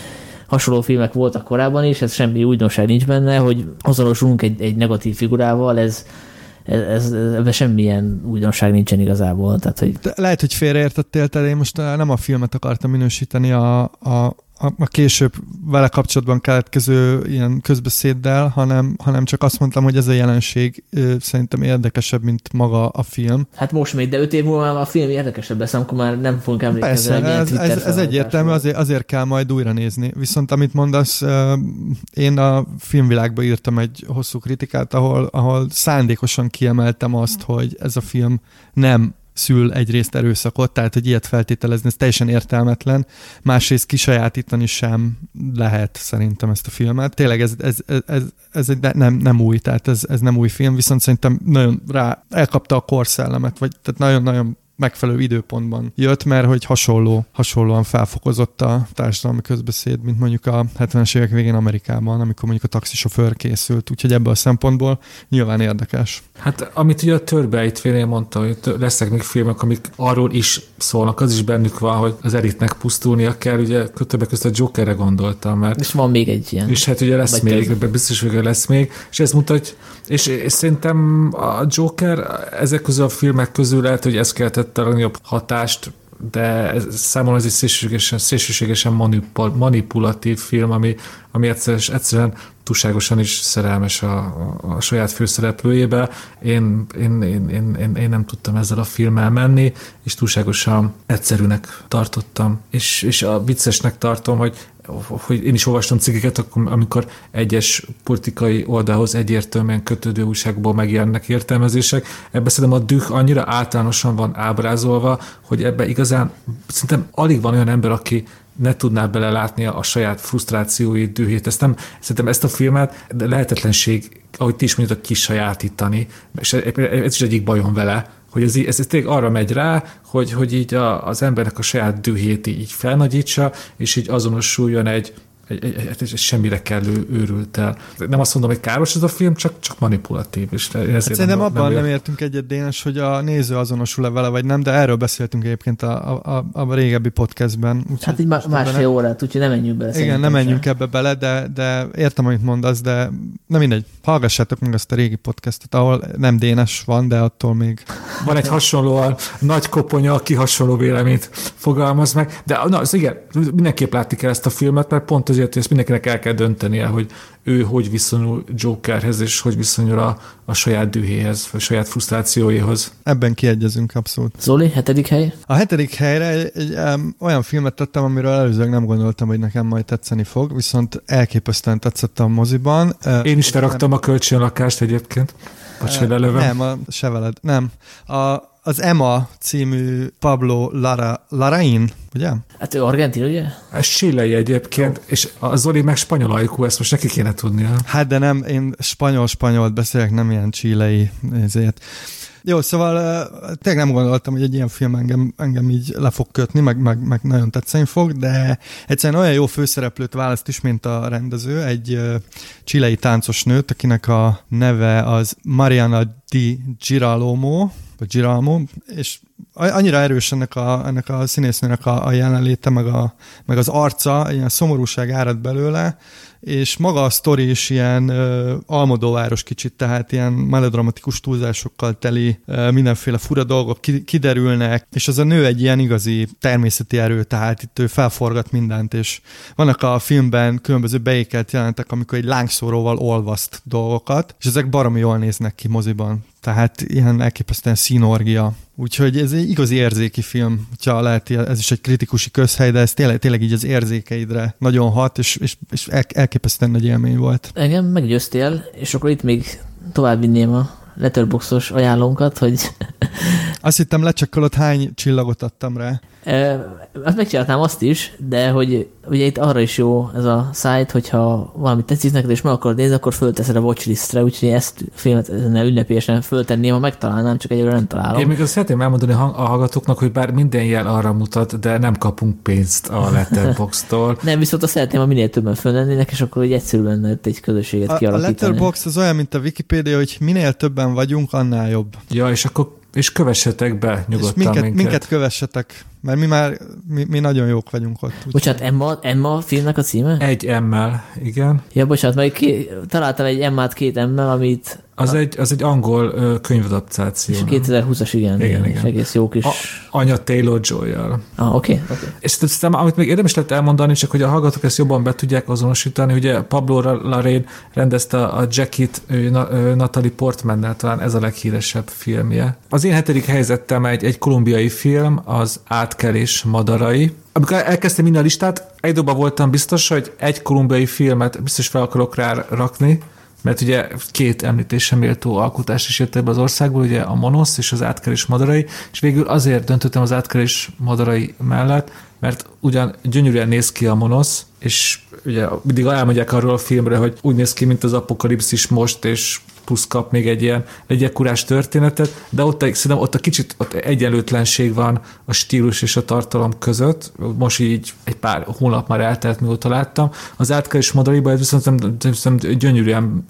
hasonló filmek voltak korábban is, ez semmi újdonság nincs benne, hogy azonosulunk egy, egy negatív figurával, ez Ez, ez, ebben semmilyen újdonság nincsen igazából. Tehát, hogy... Lehet, hogy félreértettél, te, én most nem a filmet akartam minősíteni, a, a, a később vele kapcsolatban keletkező ilyen közbeszéddel, hanem, hanem csak azt mondtam, hogy ez a jelenség szerintem érdekesebb, mint maga a film. Hát most még, de öt év múlva a film érdekesebb lesz, amikor már nem fogunk emlékezni. Persze, ez, ez, ez egyértelmű, azért, azért kell majd újra nézni. Viszont amit mondasz, én a filmvilágba írtam egy hosszú kritikát, ahol, ahol szándékosan kiemeltem azt, hogy ez a film nem szül egyrészt erőszakot, tehát hogy ilyet feltételezni, ez teljesen értelmetlen, másrészt kisajátítani sem lehet szerintem ezt a filmet. Tényleg ez, ez, ez, ez, ez egy nem, nem új, tehát ez, ez nem új film, viszont szerintem nagyon rá elkapta a korszellemet, vagy tehát nagyon-nagyon megfelelő időpontban jött, mert hogy hasonló, hasonlóan felfokozott a társadalmi közbeszéd, mint mondjuk a hetvenes évek végén Amerikában, amikor mondjuk a taxisofőr készült, úgyhogy ebből a szempontból nyilván érdekes. Hát amit ugye a Törbejtvénél mondta, hogy lesznek még filmek, amik arról is szólnak, az is bennük van, hogy az elitnek pusztulnia kell, ugye többek között a Jokerre gondoltam, mert... És van még egy ilyen. És hát ugye lesz még, több. biztos, hogy lesz még, és ez mutatja, hogy és, és szerintem a Joker ezek közül a filmek közül lehet, hogy ez keltett a legnagyobb hatást, de ez, számomra ez egy szélsőségesen, szélsőségesen manipul, manipulatív film, ami, ami egyszerűen, egyszerűen túlságosan is szerelmes a, a, a saját főszereplőjébe. Én, én, én, én, én, én nem tudtam ezzel a filmmel menni, és túlságosan egyszerűnek tartottam. És, és a viccesnek tartom, hogy hogy én is olvastam cikkeket, amikor egyes politikai oldalhoz egyértelműen kötődő újságból megjelennek értelmezések. Ebben szerintem a düh annyira általánosan van ábrázolva, hogy ebben igazán szerintem alig van olyan ember, aki ne tudná belelátni a saját frusztrációit, dühét. Ezt nem, szerintem ezt a filmet lehetetlenség, ahogy ti is mondjátok, kisajátítani, és ez is egyik bajom vele, hogy ez, ez, ez tényleg arra megy rá, hogy, hogy így a, az embernek a saját dühét így felnagyítsa, és így azonosuljon egy, egy, egy, egy, egy semmire kellő őrülttel. Nem azt mondom, hogy káros ez a film, csak, csak manipulatív. És hát szerintem nem, abban nem, nem értünk egyet, Dénes, hogy a néző azonosul-e vele, vagy nem, de erről beszéltünk egyébként a, a, a régebbi podcastben. Úgy, hát így másfél órát, úgyhogy nem menjünk bele. Igen, nem menjünk ebbe bele, de, de értem, amit mondasz, de nem mindegy. Hallgassátok meg azt a régi podcastot, ahol nem Dénes van, de attól még... Van egy hasonlóan nagy koponya, aki hasonló véleményt fogalmaz meg, de na, az igen, mindenképp látni kell ezt a filmet, mert pont azért, hogy ezt mindenkinek el kell döntenie, hogy ő hogy viszonyul Jokerhez, és hogy viszonyul a, a saját dühéhez, a saját frusztrációihoz. Ebben kiegyezünk abszolút. Zoli, hetedik hely? A hetedik helyre egy, egy um, olyan filmet tettem, amiről előzőleg nem gondoltam, hogy nekem majd tetszeni fog, viszont elképesztően tetszett a moziban. Én is felraktam a kölcsönlakást egyébként. Bocs, hogy lelövöm. Nem, a, se veled, nem. A, az Emma című Pablo Lara, Larraín, ugye? Hát ő argentin, ugye? Ez chilei egyébként, oh. És a Zoli meg spanyol ajkú, ezt most neki kéne tudnia. Hát de nem, én spanyol-spanyolt beszélek, nem ilyen chilei ezért. Jó, szóval tényleg nem gondoltam, hogy egy ilyen film engem, engem így le fog kötni, meg, meg, meg nagyon tetszeni fog, de egyszerűen olyan jó főszereplőt választ is, mint a rendező, egy uh, chilei táncos nőt, akinek a neve az Mariana Di Girolamo, vagy Girolamo, és annyira erős ennek a, ennek a színésznőnek a, a jelenléte, meg, a, meg az arca, ilyen szomorúság árad belőle, és maga a sztori is ilyen uh, almodóváros kicsit, tehát ilyen melodramatikus túlzásokkal teli, uh, mindenféle fura dolgok ki, kiderülnek, és az a nő egy ilyen igazi természeti erő, tehát itt ő felforgat mindent, és vannak a filmben különböző beékelt jelentek, amikor egy lángszóróval olvaszt dolgokat, és ezek baromi jól néznek ki moziban. Tehát ilyen elképesztően színorgia. Úgyhogy ez egy igazi érzéki film, hogyha lehet, ez is egy kritikusi közhely, de ez tényleg, tényleg így az érzékeidre nagyon hat, és, és, és el, elképesztően nagy élmény volt. Engem meggyőztél, és akkor itt még tovább vinném a Letterboxdos ajánlónkat, hogy... Azt hittem, lecsekkolod, hány csillagot adtam rá. E, azt megcsináltam azt is, de hogy ugye itt arra is jó ez a site, hogyha valami tetszik neked, és meg akarod nézni, akkor fölteszed a watchlistre, úgyhogy ezt a filmet ünnepélyesen föltenném, ha megtalálnám, csak egyébként nem találom. Én még azt szeretném elmondani a hallgatóknak, hogy bár minden jel arra mutat, de nem kapunk pénzt a Letterboxdtól. Nem, viszont azt szeretném, ha minél többen föllennének, és akkor így egyszerű lenne egy közösséget a, kialakítani. A Letterboxd az olyan, mint a Wikipédia, hogy minél többen vagyunk, annál jobb. Ja, és akkor és kövessetek be nyugodtan minket, minket. minket kövessetek. Mert mi már, mi, mi nagyon jók vagyunk ott. Úgy. Bocsánat, Emma, Emma a filmnek a címe? Egy emmel, igen. Ja, bocsánat, majd ké, találtam egy Emmát két emmel, amit... Az, a, egy, az egy angol ö, könyvadaptáció. És kétezer-húszas, igen. Igen, igen. Egész jó kis... A, anya Taylor-Joy-jal. Ah, oké. Okay, okay. És szerintem, amit még érdemes lett elmondani, csak hogy a hallgatók ezt jobban be tudják azonosítani, ugye Pablo Larraín rendezte a Jackie-t Natalie Portmannel, talán ez a leghíresebb filmje. Az én hetedik helyzettem egy, egy kolumbiai film, az Átkelés madarai. Amikor elkezdtem minden a listát, egy dobban voltam biztos, hogy egy kolumbiai filmet biztos fel akarok rá rakni, mert ugye két említésre méltó alkotás is jött ebbe az országból, ugye a Monosz és az Átkelés madarai, és végül azért döntöttem az Átkelés madarai mellett, mert ugyan gyönyörűen néz ki a Monosz, és ugye mindig elmondják arról a filmre, hogy úgy néz ki, mint az apokalipszis most, és plusz kap még egy ilyen legyekurás történetet, de ott, szerintem ott a kicsit ott egyenlőtlenség van a stílus és a tartalom között. Most így egy pár hónap már eltelt, mióta láttam. Az Átkelés madariba ez viszont szerintem gyönyörűen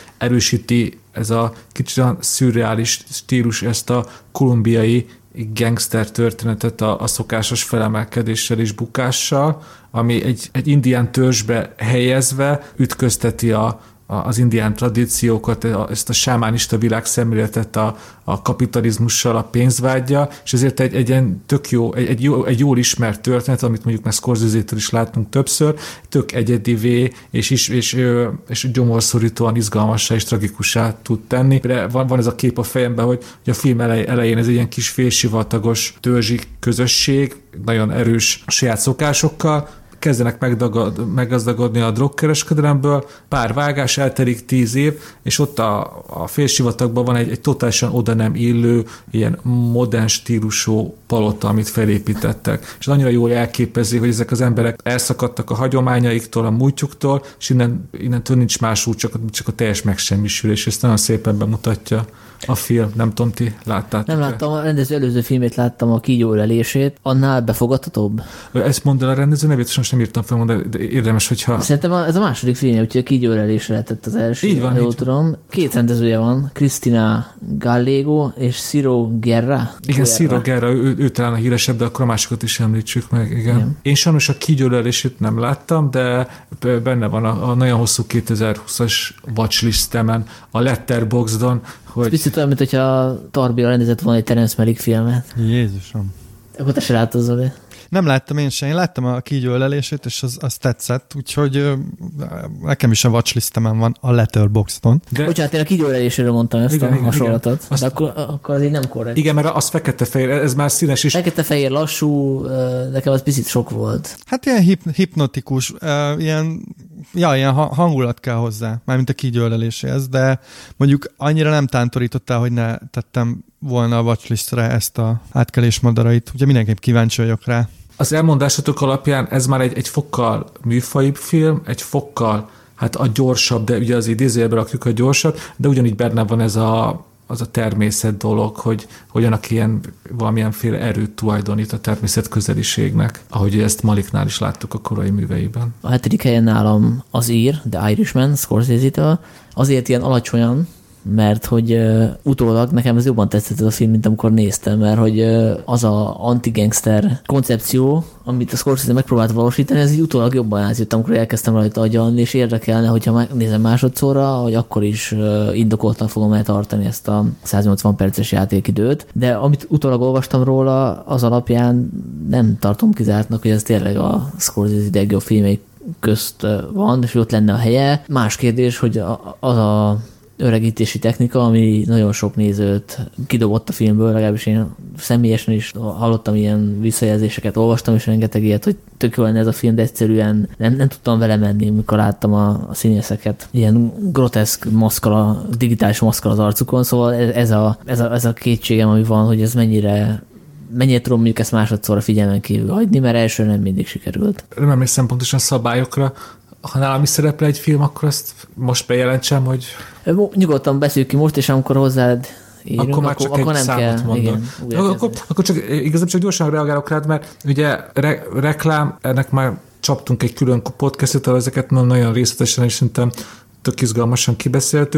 erősíti ez a kicsit olyan szürreális stílus, ezt a kolumbiai gangster történetet a, a szokásos felemelkedéssel és bukással, ami egy, egy indián törzsbe helyezve ütközteti a az indián tradíciókat, ezt a sámánista világszemléletet a, a kapitalizmussal, a pénzvágya, és ezért egy, egy ilyen tök jó, egy, egy, jó, egy jól ismert történet, amit mondjuk már Scorsese-től is láttunk többször, tök egyedivé, és, és, és, és gyomorszorítóan izgalmassá és tragikussá tud tenni. De van, van ez a kép a fejemben, hogy, hogy a film elej, elején ez egy ilyen kis félsivatagos törzsi közösség, nagyon erős saját szokásokkal, kezdenek megdagad, meggazdagodni a drogkereskedelemből, pár vágás, eltelik tíz év, és ott a, a félsivatagban van egy, egy totálisan oda nem illő, ilyen modern stílusú palota, amit felépítettek. És annyira jól elképezi, hogy ezek az emberek elszakadtak a hagyományaiktól, a múltjuktól, és innen, innentől nincs más út, csak, csak a teljes megsemmisülés. Ezt nagyon szépen bemutatja a film. Nem tudom, ti láttátok? Nem láttam, a rendező előző filmét láttam, a Kígyó ölelését. Annál befogadhatóbb? Ezt mondd el a rendező nevét, és most nem írtam fel, de érdemes, hogyha... Szerintem ez a második film, úgyhogy a Kígyó ölelésre lehetett az első. Így van, jól így tudom. Két rendezője van, Cristina Gallego és Ciro Guerra. Igen, Ciro Guerra, ő, ő talán a híresebb, de akkor a másikat is említsük meg. Igen. Igen. Én sajnos a Kígyó ölelését nem láttam, de benne van a, a nagyon hosszú kétezer-húszas watchlistemen, a Letterboxdon, hogy... Picit olyan, mint hogyha Tarbéla rendezett volna egy Terence Malick filmet. Jézusom. Akkor te se láttad, Zoli. Nem láttam én sem. Én láttam a Kígyó ölelését, és az, az tetszett, úgyhogy ö, nekem is a watchlistemen van a Letterboxdon. De... Bocsánat, én a Kígyó öleléséről mondtam ezt igen, a igen, hasonlatot. Igen. Azt... De akkor, akkor az így nem korrekt. Igen, mert az fekete-fehér, ez már színes is. Fekete-fehér, lassú, nekem az picit sok volt. Hát ilyen hip- hipnotikus, ilyen, ja, ilyen hangulat kell hozzá, mármint a Kígyó öleléséhez, de mondjuk annyira nem tántorítottál, hogy ne tettem volna a watchlistre ezt a Átkelés madarait. Ugye mindenképp kíváncsi vagyok rá. Az elmondásatok alapján ez már egy, egy fokkal műfajibb film, egy fokkal, hát a gyorsabb, de ugye az idézőjelben rakjuk a gyorsat, de ugyanígy benne van ez a, az a természet dolog, hogy hogyan aki ilyen valamilyenféle erőt tulajdonít a természet közeliségnek, ahogy ezt Malicknál is láttuk a korai műveiben. A hetedik helyen nálam az ír, The Irishman, Scorsese-től, azért ilyen alacsonyan, mert hogy uh, utólag nekem ez jobban tetszett ez a film, mint amikor néztem, mert hogy uh, az a anti-gangster koncepció, amit a Scorsese megpróbált valósítani, ez így utólag jobban átjött, amikor elkezdtem rajta agyalni, és érdekelne, hogyha nézem másodszorra, hogy akkor is uh, indokoltan fogom eltartani ezt a száznyolcvan perces játékidőt, de amit utólag olvastam róla, az alapján nem tartom kizártnak, hogy ez tényleg a Scorsese legjobb filmei közt van, és ott lenne a helye. Más kérdés, hogy az a öregítési technika, ami nagyon sok nézőt kidobott a filmből, legalábbis én személyesen is hallottam ilyen visszajelzéseket, olvastam is rengeteg ilyet, hogy tök jó lenne ez a film, de egyszerűen nem, nem tudtam vele menni, amikor láttam a, a színészeket. Ilyen groteszk maszkala, digitális maszkala az arcukon, szóval ez a, ez a, ez a kétségem, ami van, hogy ez mennyire mennyire tudom mondjuk ezt másodszorra figyelmen kívül hagyni, mert első nem mindig sikerült. Nem emlékszem pontosan szabályokra. Ha nálam is szerepel egy film, akkor azt most bejelentsem, hogy... Nyugodtan beszéljük ki most, és amikor hozzád írunk, akkor már csak akkor, akkor egy nem számot mondom. Igen, akkor, akkor csak igazából csak gyorsan reagálok rád, mert ugye re, reklám, ennek már csaptunk egy külön podcastot, ezeket nagyon részletesen és szerintem tök izgalmasan kibeszéltük.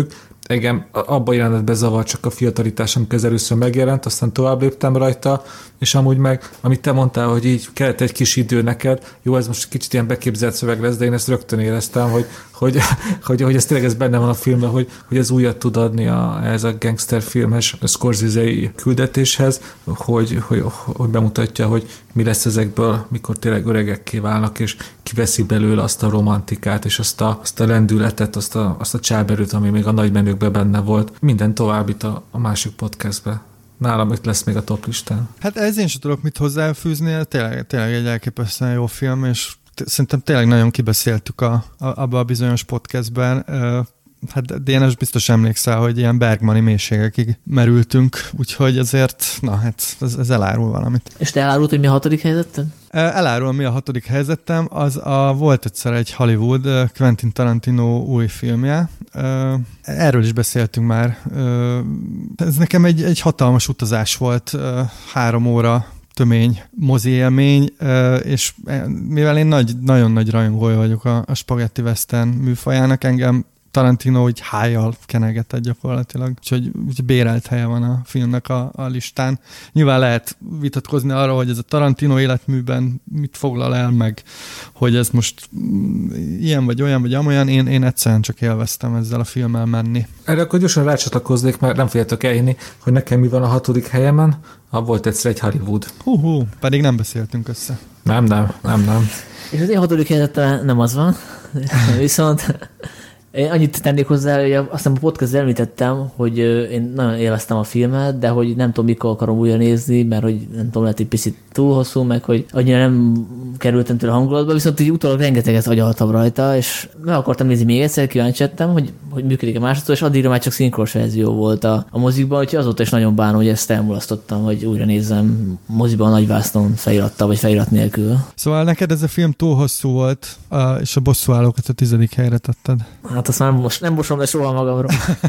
engem abban a jelenetben zavart csak a fiatalitás, amikor ez először megjelent, aztán tovább léptem rajta, és amúgy meg, amit te mondtál, hogy így kellett egy kis idő neked, jó, ez most kicsit ilyen beképzelt szöveg lesz, de én ezt rögtön éreztem, hogy, hogy, hogy, hogy ez tényleg ez benne van a filmben, hogy, hogy ez újat tud adni a, ez a gangsterfilmes, a Scorsese-i küldetéshez, hogy, hogy, hogy bemutatja, hogy mi lesz ezekből, mikor tényleg öregekké válnak, és kiveszi belőle azt a romantikát, és azt a, azt a lendületet, azt a, azt a csáberőt, ami még a nagy menőkben benne volt. Minden továbbit a, a másik podcastbe. Nálam itt lesz még a top listán. Hát ez én sem tudok mit hozzáfűzni, tényleg, tényleg egy elképesztően jó film, és t- szerintem tényleg nagyon kibeszéltük a, a, abba a bizonyos podcastben. Hát dé en es biztos emlékszel, hogy ilyen Bergmani mélységekig merültünk, úgyhogy ezért, na hát ez, ez elárul valamit. És te elárult, hogy mi a hatodik helyzeted? Elárul, mi a hatodik helyzetem, az a, volt egyszer egy Hollywood, Quentin Tarantino új filmje. Erről is beszéltünk már. Ez nekem egy, egy hatalmas utazás volt, három óra tömény mozi élmény, és mivel én nagy, nagyon nagy rajongója vagyok a, a spaghetti western műfajának, engem Tarantino úgy hájjal kenegetett gyakorlatilag, úgyhogy, úgyhogy bérelt helye van a filmnek a, a listán. Nyilván lehet vitatkozni arra, hogy ez a Tarantino életműben mit foglal el, meg hogy ez most ilyen vagy olyan vagy amolyan, én, én egyszerűen csak élveztem ezzel a filmmel menni. Erre akkor gyorsan rácsatlakoznék, mert nem fogjátok elhinni, hogy nekem mi van a hatodik helyemen. Ha volt egyszer egy Hollywood. Hú, hú, pedig nem beszéltünk össze. Nem, nem, nem, nem. És az én hatodik helyzetem nem az van, viszont én annyit tennék hozzá, hogy aztán a podcast említettem, hogy én nagyon élveztem a filmet, de hogy nem tudom, mikor akarom újra nézni, mert hogy nem tudom, lehet egy picit túl hosszú, meg hogy annyira nem kerültem tőle a hangulatba, viszont így utólag rengeteget agyaltam rajta, és meg akartam nézni még egyszer, kíváncsi lettem, hogy, hogy működik a másodszor, és addigra már csak szinkronos verzió volt a, a mozikban, úgyhogy azóta is nagyon bánom, hogy ezt elmulasztottam, hogy újra nézzem moziban nagy vásznon felirattal, vagy felirat nélkül. Szóval neked ez a film túl hosszú volt, és a bosszúállókat a tizedik helyre tetted. Hát azt már most nem mosom le soha magamról.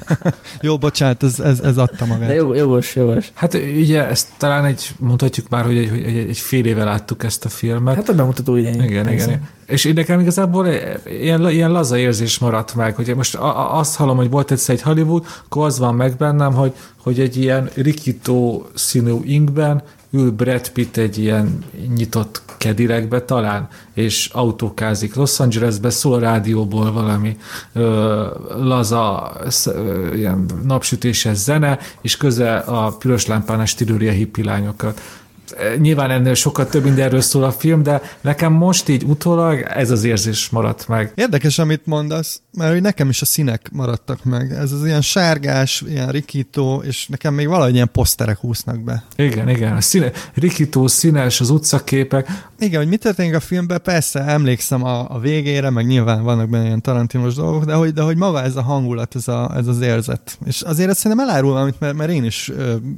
Jó, bocsánat, ez, ez, ez adta magát. De jogos, jogos. Hát ugye ezt talán egy, mondhatjuk már, hogy egy, egy, egy fél éve láttuk ezt a filmet. Hát a bemutató idején. Igen, igen, igen. És én nekem igazából ilyen, ilyen laza érzés maradt meg, hogy most azt hallom, hogy volt egyszer egy Hollywood, akkor az van meg bennem, hogy, hogy egy ilyen rikító színű inkben ül Brad Pitt egy ilyen nyitott Cadillacbe talán, és autókázik Los Angelesbe, szól a rádióból valami ö, laza ö, ilyen napsütéses zene, és közel a piros lámpánál stílőri a hippi lányokat. Nyilván ennél sokkal több mindenről szól a film, de nekem most így utólag ez az érzés maradt meg. Érdekes, amit mondasz, mert hogy nekem is a színek maradtak meg. Ez az ilyen sárgás, ilyen rikító, és nekem még valahogy ilyen poszterek húznak be. Igen, igen. A színe, rikító, színes, az utcaképek. Igen, hogy mi történik a filmben, persze emlékszem a, a végére, meg nyilván vannak benne ilyen tarantinos dolgok, de hogy, de hogy maga ez a hangulat, ez, a, ez az érzet. És azért ezt szerintem elárul valamit, mert, mert én is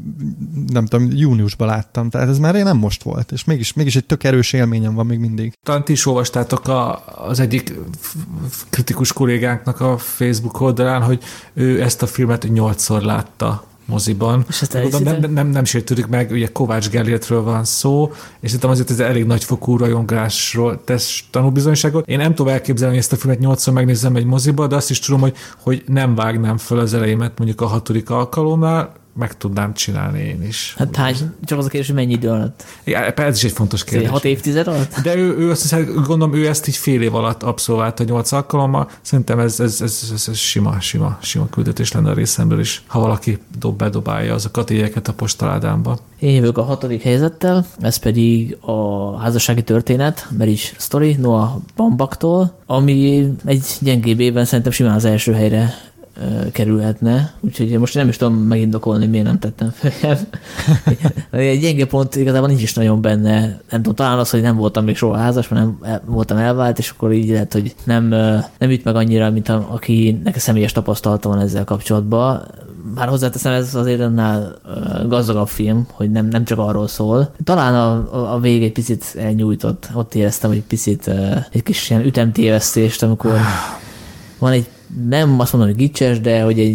nem tudom, júniusban láttam, tehát ez már én nem most volt, és mégis, mégis egy tök erős élményem van még mindig. Talán ti is olvastátok a, az egyik kritikus kollégánknak a Facebook oldalán, hogy ő ezt a filmet nyolcszor látta moziban. Tudom, nem, nem, nem sértődik meg, ugye Kovács Gellértről van szó, és szerintem azért ez elég nagyfokú rajongásról tesz tanúbizonyságot. Én nem tudom elképzelni, hogy ezt a filmet nyolcszor megnézem egy moziba, de azt is tudom, hogy, hogy nem vágnám föl az elejémet mondjuk a hatodik alkalomnál, meg tudnám csinálni én is. Hát hány, csak az a kérdés, hogy mennyi idő alatt? Igen, ez is egy fontos kérdés. Hat évtized alatt? De ő, ő azt hiszem, gondolom, ő ezt így fél év alatt abszolválta nyolc alkalommal. Szerintem ez, ez, ez, ez, ez sima, sima, sima küldetés lenne a részemről is, ha valaki dob, bedobálja azokat éjeket a postaládámba. Én jövök a hatodik helyzettel, ez pedig a házassági történet, Marriage Story, Noah Baumbach-tól, ami egy gyengébb évben szerintem simán az első helyre kerülhetne, úgyhogy most nem is tudom megindokolni, miért nem tettem fel. Egy gyenge pont igazából nincs is nagyon benne. Nem tudom, talán az, hogy nem voltam még soha házas, mert nem el, voltam elvált, és akkor így lehet, hogy nem, nem üt meg annyira, mint a, akinek a személyes tapasztalata van ezzel kapcsolatban. Bár hozzáteszem, ez azért annál gazdagabb film, hogy nem, nem csak arról szól. Talán a, a, a vég egy picit elnyújtott. Ott éreztem, hogy picit egy kis ilyen ütemtévesztést, amikor van egy nem azt mondom, hogy gicses, de hogy egy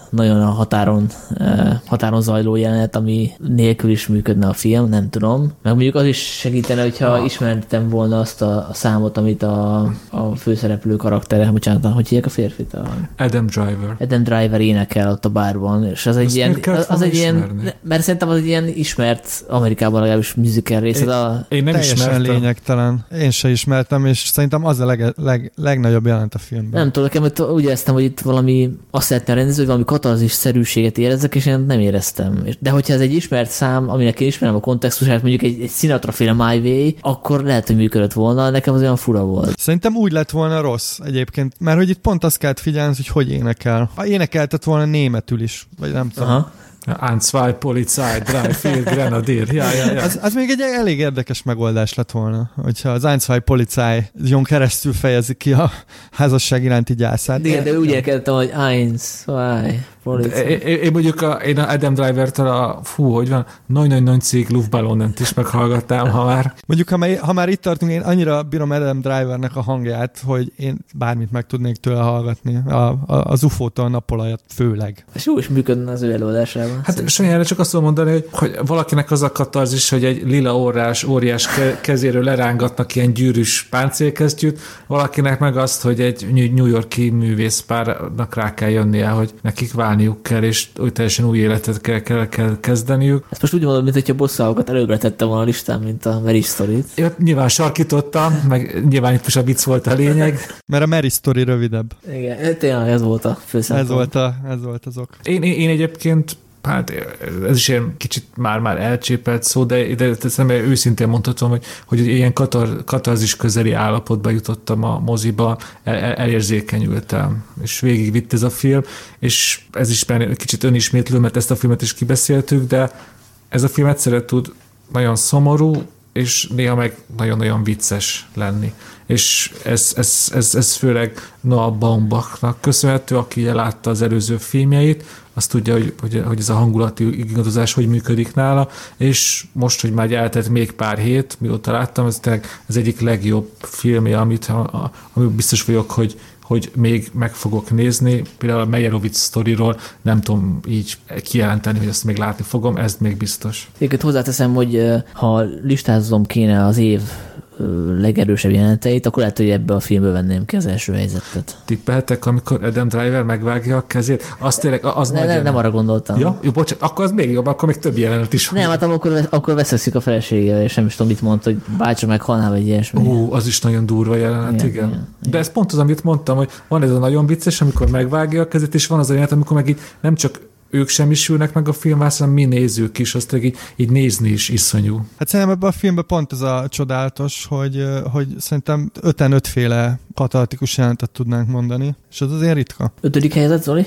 nagyon a határon, határon zajló jelenet, ami nélkül is működne a film, nem tudom. Meg mondjuk az is segítene, hogyha ah. ismertem volna azt a, a számot, amit a, a főszereplő karaktere, bocsánat, hogy hívják a férfit? A Adam Driver. Adam Driver énekel ott a bárban, és az egy azt ilyen, az, az egy ilyen, mert szerintem az egy ilyen ismert Amerikában legalábbis musical rész. Én, a, én nem teljesen ismertem. lényegtelen. Én se ismertem, és szerintem az a leg, leg, legnagyobb jelent a filmben. Nem tudom, nekem úgy éreztem, hogy itt valami azt szeretném rendezni, hogy valami katarzis-szerűséget érezzek, és én nem éreztem. De hogyha ez egy ismert szám, aminek én ismerem a kontextusát, mondjuk egy, egy Sinatra-féle My Way, akkor lehet, hogy működött volna, nekem az olyan fura volt. Szerintem úgy lett volna rossz egyébként, mert hogy itt pont azt kellett figyelni, hogy hogy énekel. Ha énekeltet volna németül is, vagy nem tudom. Aha. Ein, zwei, Polizei, drei, vier, Grenadier. Ja, ja, ja. Az, az még egy elég érdekes megoldás lett volna, hogyha az Ein, zwei, Polizei jon keresztül fejezi ki a házasság iránti gyászát. Igen, de úgy érkeztem, hogy Ein, zwei, Polizei. Én, én mondjuk a, én a Adam Driver-től a, fú, hogy van, nagy-nagy-nagy cég Luftballonent is meghallgattam, ha már. Mondjuk, ha már, ha már itt tartunk, én annyira bírom Adam Drivernek a hangját, hogy én bármit meg tudnék tőle hallgatni. A, a, az u f o-tól a nappalajat főleg. És jó is működne az ő előadásában. Hát sajnálra csak azt tudom mondani, hogy, hogy valakinek az a katarzis, hogy egy lila órás, óriás ke- kezéről lerángatnak ilyen gyűrűs páncélkesztyűt, valakinek meg azt, hogy egy New York-i művészpárnak rá kell jönnie, hogy nekik válniuk kell, és úgy teljesen új életet kell, kell, kell kezdeniük. Ezt most úgy mondod, mint hogyha bosszálókat előbbre tettem volna a listán, mint a Mary Story-t. Én nyilván sarkítottam, meg nyilván itt most a vicc volt a lényeg. Mert a Mary Story rövidebb. Igen, tényleg ez volt a főszempont. Ez volt, a, ez volt az ok. Én, én, én egyébként hát ez is ilyen kicsit már-már elcsépelt szó, de, de, de őszintén mondhatom, hogy, hogy ilyen katar, katarzis közeli állapotba jutottam a moziba, el, el, elérzékenyültem, és végigvitt ez a film, és ez is már kicsit önismétlő, mert ezt a filmet is kibeszéltük, de ez a film egyszerre tud nagyon szomorú, és néha meg nagyon-nagyon vicces lenni. És ez, ez, ez, ez főleg Noah Baumbachnak köszönhető, aki látta az előző filmjeit, azt tudja, hogy, hogy, hogy ez a hangulati igazodás hogy működik nála, és most, hogy már eltelt még pár hét, mióta láttam, ez tényleg az egyik legjobb filmje, amit amit biztos vagyok, hogy, hogy még meg fogok nézni. Például a Meyerowitz sztoriról nem tudom így kijelenteni, hogy ezt még látni fogom, ez még biztos. Egyébként hozzáteszem, hogy ha listázom kéne az év legerősebb jeleneteit, akkor lehet, hogy ebbe a filmbe venném ki az első helyzetet. Tippeltek, amikor Adam Driver megvágja a kezét? Azt tényleg, az ne, nagy nem, nem arra gondoltam. Ja? Jó, bocsánat, akkor az még jobb, akkor még több jelenet is van. Nem, hát akkor, akkor veszekszik a feleségével, és nem is tudom, mit mondta, hogy bácsa meg halná, vagy ilyesmi. Ó, az is nagyon durva jelenet, igen. igen. igen. De ez pont az, amit mondtam, hogy van ez a nagyon vicces, amikor megvágja a kezét, és van az a jelenet, amikor meg így nem csak ők sem isülnek meg a filmvászon, hanem mi nézők is, azt így, így nézni is iszonyú. Hát szerintem ebben a filmben pont ez a csodálatos, hogy, hogy szerintem öten ötféle katartikus jelentet tudnánk mondani, és az azért ritka. Ötödik helyzet, Zoli?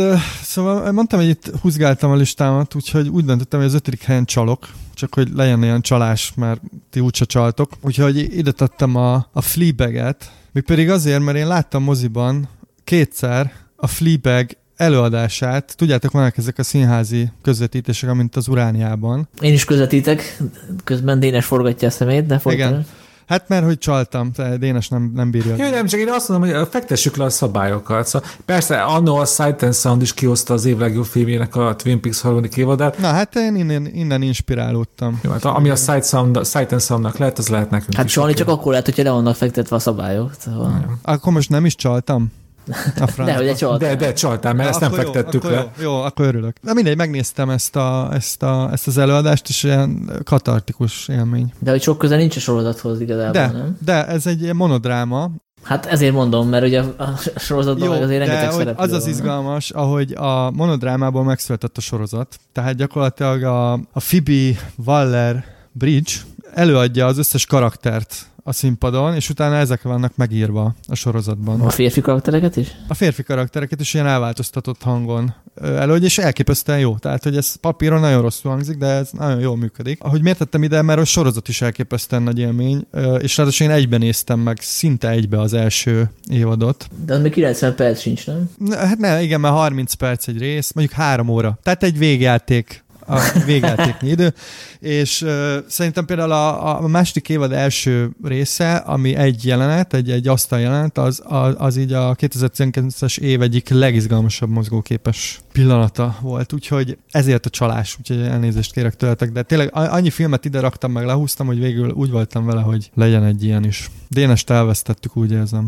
Szóval mondtam, hogy itt húzgáltam a listámat, úgyhogy úgy döntöttem, hogy az ötödik helyen csalok, csak hogy legyen ilyen csalás, mert ti úgyse csaltok. Úgyhogy ide tettem a, a Fleabag-et, még pedig azért, mert én láttam moziban kétszer a Fleabag előadását. Tudjátok, vannak ezek a színházi közvetítések, mint az Urániában. Én is közvetítek, közben Dénes forgatja a szemét, de folytatni. Igen. Hát mert hogy csaltam, Dénes nem, nem bírja. Jó, nem, csak én azt mondom, hogy fektessük le a szabályokat. Szóval persze, annó a Sight and Sound is kihozta az év legjobb filmjének a Twin Peaks harmadik évadát. Na hát én innen, innen inspirálódtam. Jó, hát ami a Sight, Sound, Sight and Soundnak lehet, az lehet nekünk Hát is. csalni csak akkor lehet, hogyha le vannak fektetve a szabályok. Szóval... Akkor most nem is csaltam? De, hogy csaltál. De, de csaltál, mert Na, ezt nem jó, fektettük akkor le. Jó, jó, akkor örülök. De mindegy, megnéztem ezt, a, ezt, a, ezt az előadást, és ilyen katartikus élmény. De hogy sok köze nincs a sorozathoz igazából, de, nem? De ez egy monodráma. Hát ezért mondom, mert ugye a sorozatban jó, meg azért rengeteg szereplő az az van, izgalmas, ahogy a monodrámából megszületett a sorozat. Tehát gyakorlatilag a, a Phoebe Waller-Bridge előadja az összes karaktert a színpadon, és utána ezek vannak megírva a sorozatban. A férfi karaktereket is? A férfi karaktereket is ilyen elváltoztatott hangon előadja, és elképesztően jó. Tehát, hogy ez papíron nagyon rosszul hangzik, de ez nagyon jól működik. Ahogy miért tettem ide, mert a sorozat is elképesztően nagy élmény, és ráadásul én egyben néztem meg, szinte egybe az első évadot. De az még kilencven perc sincs, nem? Hát ne, igen, mert harminc perc egy rész, mondjuk három óra. Tehát egy végjáték. a végjátéknyi idő, és uh, szerintem például a, a második évad első része, ami egy jelenet, egy, egy asztal jelenet, az, az, az így a kétezer-tizenkilences év egyik legizgalmasabb mozgóképes pillanata volt, úgyhogy ezért a csalás, úgyhogy elnézést kérek tőletek, de tényleg annyi filmet ide raktam, meg lehúztam, hogy végül úgy voltam vele, hogy legyen egy ilyen is. Dénest elvesztettük, úgy érzem.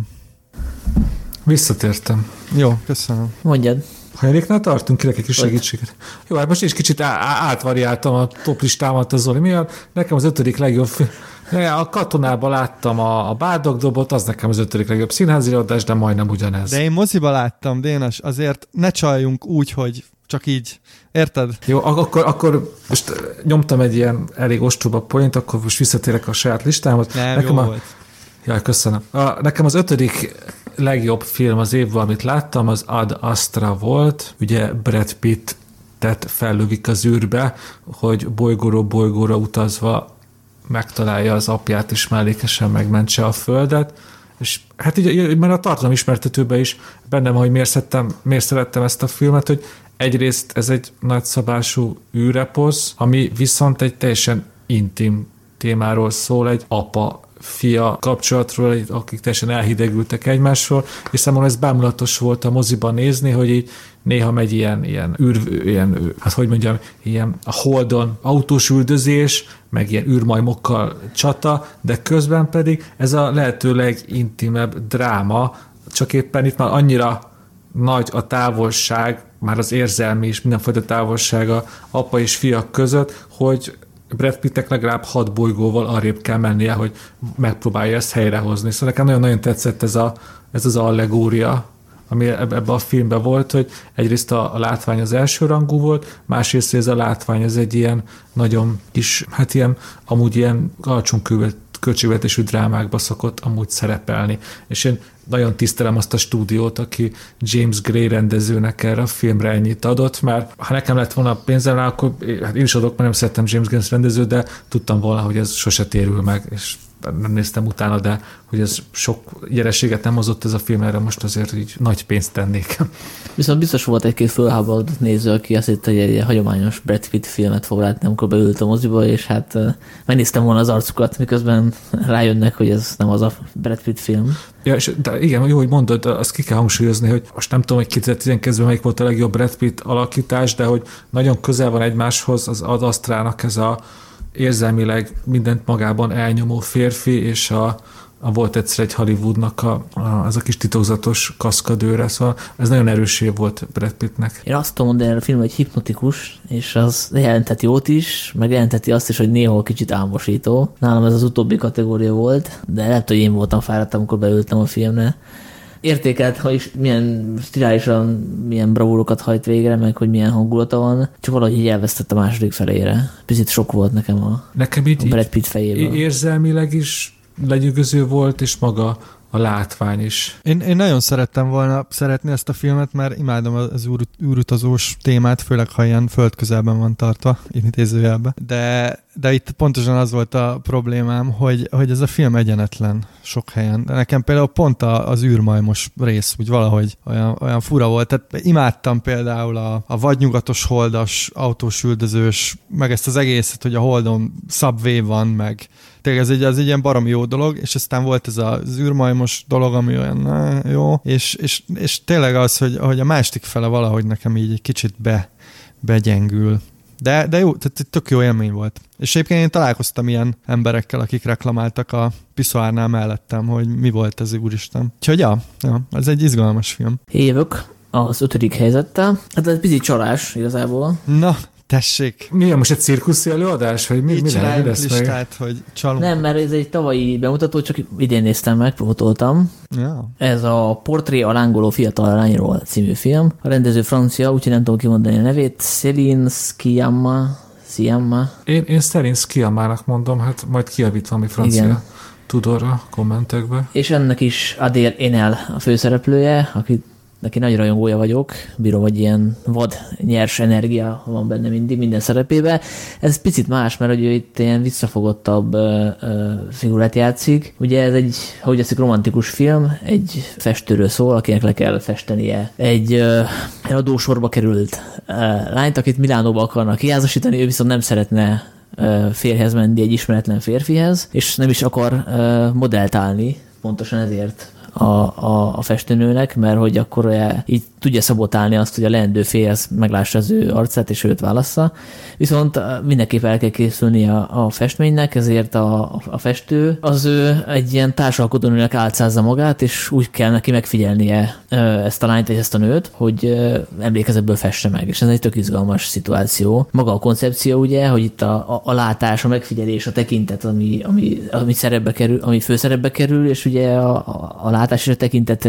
Visszatértem. Jó, köszönöm. Mondjad. Hanyadiknál tartunk, kérek egy kis segítséget. Jó, hát most is kicsit á- átvariáltam a top listámat a Zoli miatt. Nekem az ötödik legjobb film. A Katonában láttam a, a Bárdogdobot, az nekem az ötödik legjobb színházi adás, de majdnem ugyanez. De én moziba láttam, Dénes, azért ne csaljunk úgy, hogy csak így. Érted? Jó, akkor, akkor most nyomtam egy ilyen elég ostoba point, akkor most visszatérek a saját listámhoz. Nem, nekem jó a... volt. Jaj, köszönöm. A, nekem az ötödik legjobb film az évben, amit láttam, az Ad Astra volt. Ugye Brad Pitt tett fellövik az űrbe, hogy bolygóról bolygóra utazva megtalálja az apját, és mellékesen megmentse a Földet. És hát így, mert a tartalom ismertetőben is bennem, hogy miért szerettem, miért szerettem ezt a filmet, hogy egyrészt ez egy nagyszabású űreposz, ami viszont egy teljesen intim témáról szól, egy apa fia kapcsolatról, akik teljesen elhidegültek egymásról, és számomra ez bámulatos volt a moziban nézni, hogy így néha megy ilyen, ilyen űr, ilyen, hát hogy mondjam, ilyen a Holdon autós üldözés, meg ilyen űrmajmokkal csata, de közben pedig ez a lehető legintimebb dráma, csak éppen itt már annyira nagy a távolság, már az érzelmi és mindenfajta távolság a apa és fiak között, hogy Brad Pittnek legalább hat bolygóval arrébb kell mennie, hogy megpróbálja ezt helyrehozni. Szóval nekem nagyon-nagyon tetszett ez, a, ez az allegória, ami ebben a filmben volt, hogy egyrészt a, a látvány az elsőrangú volt, másrészt ez a látvány ez egy ilyen nagyon kis, hát ilyen, amúgy ilyen alacsony költségvetésű drámákba szokott amúgy szerepelni. És én nagyon tisztelem azt a stúdiót, aki James Gray rendezőnek erre a filmre ennyit adott, mert ha nekem lett volna pénzem rá, akkor hát én is adok, mert nem szerettem James Gray rendezőt, de tudtam volna, hogy ez sose térül meg, és nem néztem utána, de hogy ez sok gyereséget nem hozott ez a film, erre most azért így nagy pénzt tennék. Viszont biztos volt egy-két fölháborodott néző, aki azt hitt, hogy egy hagyományos Brad Pitt filmet fog látni, amikor beült a moziba, és hát megnéztem volna az arcukat, miközben rájönnek, hogy ez nem az a Brad Pitt film. Ja, és de igen, jó, hogy mondod, azt ki kell hangsúlyozni, hogy most nem tudom, hogy kétezer-tizenkettőben melyik volt a legjobb Brad Pitt alakítás, de hogy nagyon közel van egymáshoz az Ad Astrának ez a érzelmileg mindent magában elnyomó férfi, és a, a volt egyszer egy Hollywoodnak a, a, az a kis titokzatos kaszkadőre, szóval ez nagyon erős év volt Brad Pittnek. Én azt tudom mondani, hogy a film egy hipnotikus, és az jelenteti jót is, meg jelenteti azt is, hogy néha kicsit álmosító. Nálam ez az utóbbi kategória volt, de lehet, hogy én voltam fáradt, amikor beültem a filmre. Értékelt, hogy is milyen stilálisan, milyen bravúrokat hajt végre, meg hogy milyen hangulata van, csak valahogy így elvesztett a második felére. Picit sok volt nekem a, nekem így, a Brad Pitt fejében. Érzelmileg is lenyűgöző volt, és maga a látvány is. Én, én nagyon szerettem volna szeretni ezt a filmet, mert imádom az űr, űrutazós témát, főleg ha ilyen földközelben van tartva, intézőjelben. De, de itt pontosan az volt a problémám, hogy, hogy ez a film egyenetlen sok helyen. De nekem például pont a, az űrmajmos rész, úgy valahogy olyan, olyan fura volt. Tehát imádtam például a, a vadnyugatos holdas, autós üldözős, meg ezt az egészet, hogy a Holdon Subway van, meg tényleg ez egy, ez egy ilyen baromi jó dolog, és aztán volt ez az űrmajmos dolog, ami olyan na, jó, és, és, és tényleg az, hogy, hogy a másik fele valahogy nekem így egy kicsit be, begyengül. De, de jó, tehát tök jó élmény volt. És egyébként én találkoztam ilyen emberekkel, akik reklamáltak a piszoárnál mellettem, hogy mi volt ez, úristen. Úgyhogy ja, ja, ez egy izgalmas film. Jövök az ötödik helyzettel. Hát ez egy picit csalás igazából. Na, tessék. Mi, most egy cirkuszi előadás? Vagy mi, Így mi csináljuk lesz listát, meg? Hogy csalunk. Nem, mert ez egy tavalyi bemutató, csak idén néztem meg, fotoltam. Ja. Ez a Portré a lángoló fiatal lányról című film. A rendező francia, úgyhogy nem tudom kimondani a nevét. Céline Sciamma. Sciamma. Én, én Céline Sciammának mondom, hát majd kijavít valami francia. Igen. Tudorra, kommentekbe. És ennek is Adèle Haenel a főszereplője, akit neki nagy rajongója vagyok, bírom, hogy ilyen vad, nyers energia van benne mindig, minden szerepébe. Ez picit más, mert ugye itt ilyen visszafogottabb ö, ö, figurát játszik. Ugye ez egy, hogy eszik, romantikus film, egy festőről szól, akinek le kell festenie egy ö, eladósorba került ö, lányt, akit Milánóba akarnak kiházasítani, ő viszont nem szeretne ö, férjhez menni egy ismeretlen férfihez, és nem is akar ö, modellt állni, pontosan ezért a, a, a festőnőnek, mert hogy akkor olyan, így tudja szabotálni azt, hogy a leendő férjhez meglássa az ő arcát, és őt válassza. Viszont mindenképp el kell készülni a, a festménynek, ezért a, a festő az ő egy ilyen társalkodónőnek álcázza magát, és úgy kell neki megfigyelnie ezt a lányt, vagy ezt a nőt, hogy emlékezetből fesse meg. És ez egy tök izgalmas szituáció. Maga a koncepció ugye, hogy itt a, a, a látás, a megfigyelés, a tekintet, ami, ami, ami, szerepbe kerül, ami főszerepbe kerül, és ugye a, a, a látás és a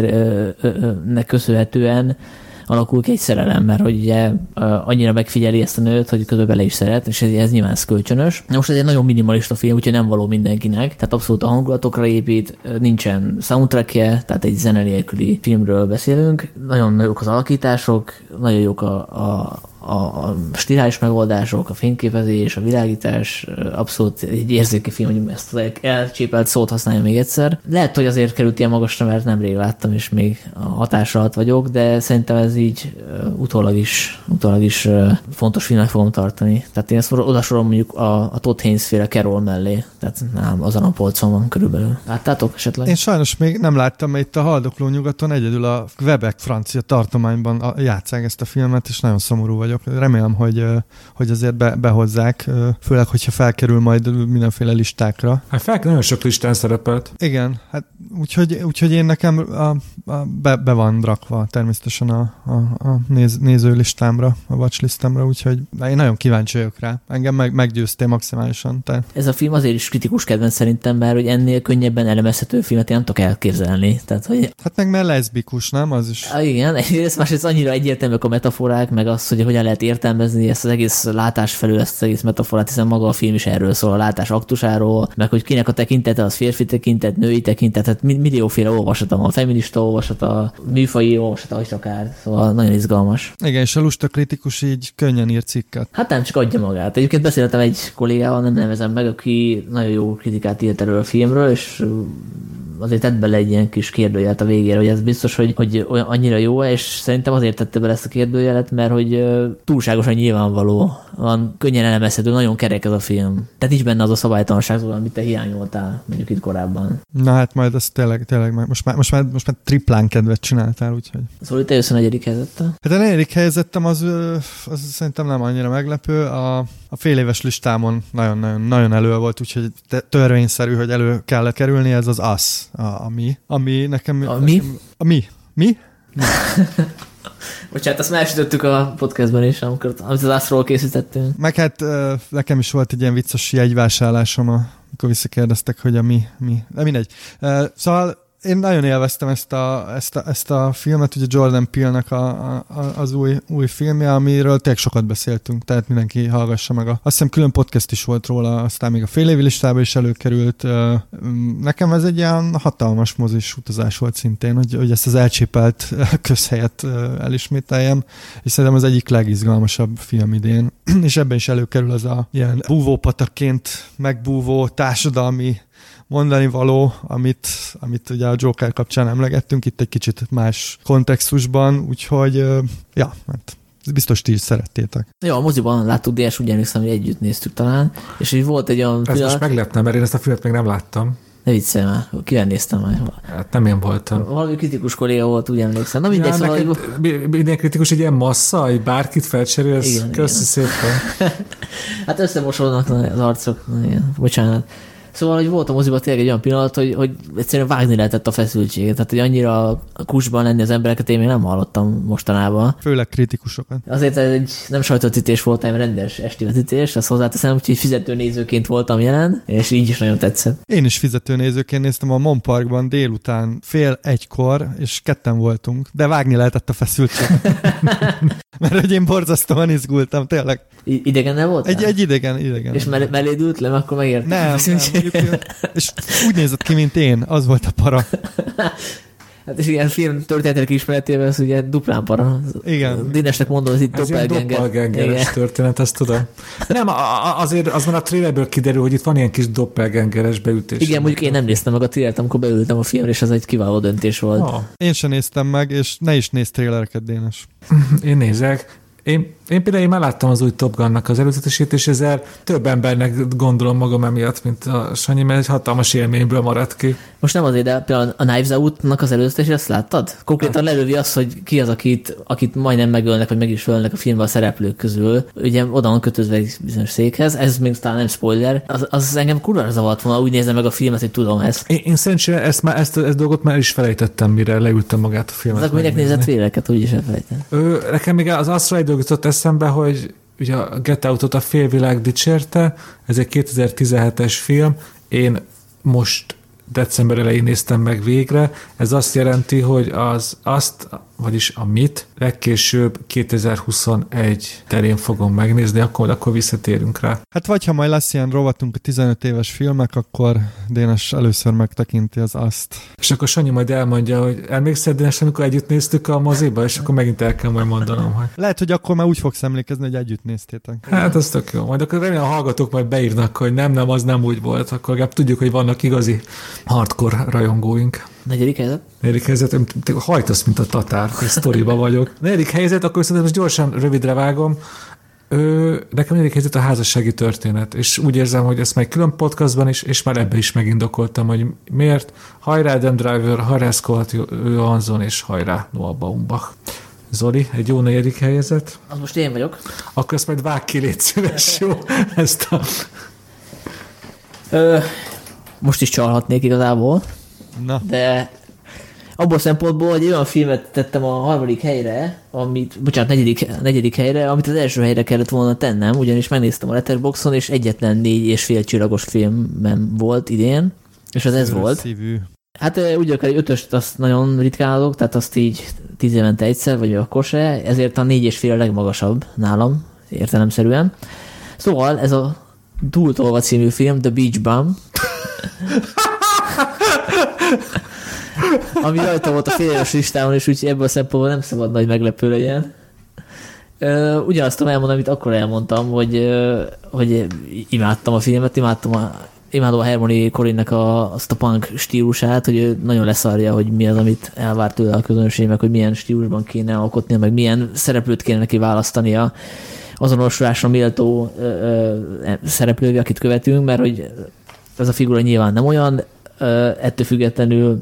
tekintetnek köszönhetően alakul ki egy szerelem, mert hogy ugye annyira megfigyeli ezt a nőt, hogy közben bele is szeret, és ez, ez nyilván ez kölcsönös. Most ez egy nagyon minimalista film, úgyhogy nem való mindenkinek, tehát abszolút a hangulatokra épít, nincsen soundtrackje, tehát egy zene nélküli filmről beszélünk. Nagyon jók az alakítások, nagyon jók a, a a stilális megoldások, a fényképezés, a világítás, abszolút egy érzéki film, hogy ezt az elcsépelt szót használja még egyszer. Lehet, hogy azért került ilyen magasra, mert nemrég láttam, és még a hatásra alatt vagyok, de szerintem ez így utólag is, utólag is fontos filmnek fogom tartani. Tehát én ezt odasorolom mondjuk a, a Todd Haynes féle Carol mellé, tehát nem, azon a polcon van körülbelül. Láttátok esetleg? Én sajnos még nem láttam, mert itt a Haldokló nyugaton egyedül a Quebec francia tartományban játsszák ezt a filmet, és nagyon szomorú vagyok. Remélem, hogy, hogy azért be, behozzák, főleg, hogyha felkerül majd mindenféle listákra. Hát fel, nagyon sok listán szerepelt. Igen, hát úgyhogy, úgyhogy én nekem a, a, be, be van rakva természetesen a, a, a néz, nézőlistámra, a watchlistámra, úgyhogy én nagyon kíváncsi vagyok rá. Engem meg, meggyőztél maximálisan. Tehát. Ez a film azért is kritikus kedvenc szerintem, mert hogy ennél könnyebben elemezhető filmet én nem tudok elképzelni. Tehát, hogy... Hát meg mert leszbikus, nem? Az is. Ah, igen, egyrészt másrészt annyira egyértelműek a metaforák, meg az, hogy hogyan lehet értelmezni ezt az egész látás felül, ezt az egész metaforát, hiszen maga a film is erről szól, a látás aktusáról, meg hogy kinek a tekintete, az férfi tekintet, női tekintet, tehát millióféle olvasata van, feminista olvasata, műfaji olvasata, hogy akár, szóval nagyon izgalmas. Igen, és a lusta kritikus így könnyen ír cikket. Hát nem, csak adja magát. Egyébként beszéltem egy kollégával, nem nevezem meg, aki nagyon jó kritikát írt erről a filmről, és azért tett bele egy ilyen kis kérdőjelet a végére, hogy ez biztos, hogy, hogy olyan annyira jó, és szerintem azért tette bele ezt a kérdőjelet, mert hogy túlságosan nyilvánvaló, van könnyen elemezhető, nagyon kerek ez a film. Tehát nincs benne az a szabálytalanság, amit te hiányoltál mondjuk itt korábban. Na hát majd ez tényleg, tényleg most már, most már, most már triplán kedvet csináltál, úgyhogy. Szóval te jössz a negyedik helyzettel? Hát a negyedik helyzetem az, az szerintem nem annyira meglepő. A, a fél éves listámon nagyon-nagyon nagyon elő volt, úgyhogy törvényszerű, hogy elő kell kerülni, ez az Us, a, a mi. Ami nekem... A mi? Nekem, a mi? Mi? Bocsánat, azt már elsütöttük a podcastban is, amikor amit az Us-ról készítettünk. Meg hát nekem is volt egy ilyen vicces jegyvásárlásom, amikor visszakérdeztek, hogy a mi, mi. De mindegy. Szóval én nagyon élveztem ezt a, ezt a, ezt a filmet, ugye Jordan Peele-nek a, a, az új, új filmje, amiről tényleg sokat beszéltünk, tehát mindenki hallgassa meg. A, azt hiszem külön podcast is volt róla, aztán még a fél évi listába is előkerült. Nekem ez egy ilyen hatalmas mozis utazás volt szintén, hogy, hogy ezt az elcsépelt közhelyet elismételjem, és szerintem az egyik legizgalmasabb film idén. És ebben is előkerül az a ilyen búvópatakként megbúvó társadalmi mondani való, amit, amit ugye a Joker kapcsán emlegettünk, itt egy kicsit más kontextusban, úgyhogy ja, hát biztos ti is szerettétek. Ja, a moziban láttuk, de és úgy emlékszem, hogy együtt néztük talán, és így volt egy olyan Ez pillanat... most meglepne, mert én ezt a filmet még nem láttam. Ne viccelj már, kivel néztem már? Hát nem én voltam. Valami kritikus kolléga volt, úgy emlékszem. Na mindegy, ja, szóval... Neked, minden kritikus egy ilyen massza, hogy bárkit felcserélsz, köszi szépen. Hát összemosodnak az arcok. Na, igen. Bocsánat. Szóval, hogy volt a moziban tényleg egy olyan pillanat, hogy, hogy egyszerűen vágni lehetett a feszültséget. Tehát, hogy annyira kusban lenni az embereket, én még nem hallottam mostanában. Főleg kritikusokat. Azért ez egy nem sajtóvetítés volt, hanem rendes esti vetítés, ezt hozzáteszem, úgyhogy fizetőnézőként voltam jelen, és így is nagyon tetszett. Én is fizetőnézőként néztem a Mon Parkban délután fél egykor, és ketten voltunk, de vágni lehetett a feszültséget. Mert hogy én borzasztóan izgultam, tényleg. I- idegennel voltál? Egy, egy idegen, idegen. És mell- melléd ült le, akkor megértem. Nem, nem, mondjuk, és úgy nézett ki, mint én, az volt a para. Hát és ilyen film történetek ismeretében ez ugye duplán para. Igen. Dénesnek mondom, ez itt doppelganger. Doppelgangeres történet, ezt tudom. Nem, azért az már a trailerből kiderül, hogy itt van ilyen kis doppelgangeres beütés. Igen, mondjuk én nem néztem meg a trailert, amikor beültem a filmre, és ez egy kiváló döntés volt. Oh. Én sem néztem meg, és ne is nézz trailereket, Dénes. Én nézek. Én, én például én már láttam az új Top Gun-nak az előzetesét, és ezzel több embernek gondolom magam emiatt, mint a Sanyi, mert egy hatalmas élményből maradt ki. Most nem azért, de például a Knives Out-nak az előzetesét, azt láttad? Konkrétan lelövi azt, hogy ki az, akit, akit majdnem megölnek, vagy meg is ölnek a filmben a szereplők közül. Ugye oda van kötözve egy bizonyos székhez, ez még talán nem spoiler. Az, az engem kurva zavart volna, úgy nézem meg a filmet, hogy tudom ezt. Én, én szerencsére ezt, már, ezt, ezt a dolgot már is felejtettem, mire leültem magát a filmet. Az akkor minek nézett véleket, úgyis elfelejtem. Ő, nekem még az azt jutott eszembe, hogy ugye a Get Out-ot a félvilág dicsérte, ez egy kétezer-tizenhetes film, én most december elején néztem meg végre, ez azt jelenti, hogy az azt, vagyis a mit legkésőbb kétezer-huszonegy terén fogom megnézni, akkor, akkor visszatérünk rá. Hát vagy ha majd lesz ilyen rovatunk a tizenöt éves filmek, akkor Dénes először megtekinti az azt. És akkor Sanyi majd elmondja, hogy emlékszel, Dénes, amikor együtt néztük a moziba, és akkor megint el kell majd mondanom, hogy... Lehet, hogy akkor már úgy fogsz emlékezni, hogy együtt néztétek. Hát az tök jó. Majd akkor remélem a hallgatók majd beírnak, hogy nem, nem, az nem úgy volt. Akkor legalább tudjuk, hogy vannak igazi hardcore rajongóink. Negyedik helyzet? Negyedik helyzet, hajtasz, mint a tatár, egy sztoriba vagyok. Negyedik helyzet, akkor szerintem most gyorsan rövidre vágom. Ö, nekem negyedik helyzet a házassági történet, és úgy érzem, hogy ezt meg külön podcastban is, és már ebbe is megindokoltam, hogy miért. Hajrá Adam Driver, hajrá Scarlett Johansson, és hajrá Noah Baumbach. Zoli, egy jó negyedik helyzet. Az most én vagyok. Akkor ezt majd vág ki, légy szíves, jó? Ezt a... Ö, most is csalhatnék igazából. Na. De abból a szempontból, hogy olyan filmet tettem a harmadik helyre, amit, bocsánat, negyedik, negyedik helyre, amit az első helyre kellett volna tennem, ugyanis megnéztem a Letterboxdon, és egyetlen négy és fél csillagos filmem volt idén, és az ez volt. Szívű. Hát úgy akár egy ötöst azt nagyon ritkán adok, tehát azt így tíz évente egyszer, vagy akkor se, ezért a négy és fél a legmagasabb nálam, értelemszerűen. Szóval ez a Túltolva című film, The Beach Bum, ami rajta volt a féléves listámon, és úgyhogy ebből a szempontból nem szabad nagy meglepő legyen. Ugyanazt tudom elmondani, amit akkor elmondtam, hogy, hogy imádtam a filmet, imádtam a, imádom a Harmony Corinne-nek a, azt a punk stílusát, hogy ő nagyon leszarja, hogy mi az, amit elvárt tőle a közönség, meg hogy milyen stílusban kéne alkotnia, meg milyen szereplőt kéne neki választania, azonosulásra méltó ö, ö, szereplővé, akit követünk, mert hogy ez a figura nyilván nem olyan, ö, ettől függetlenül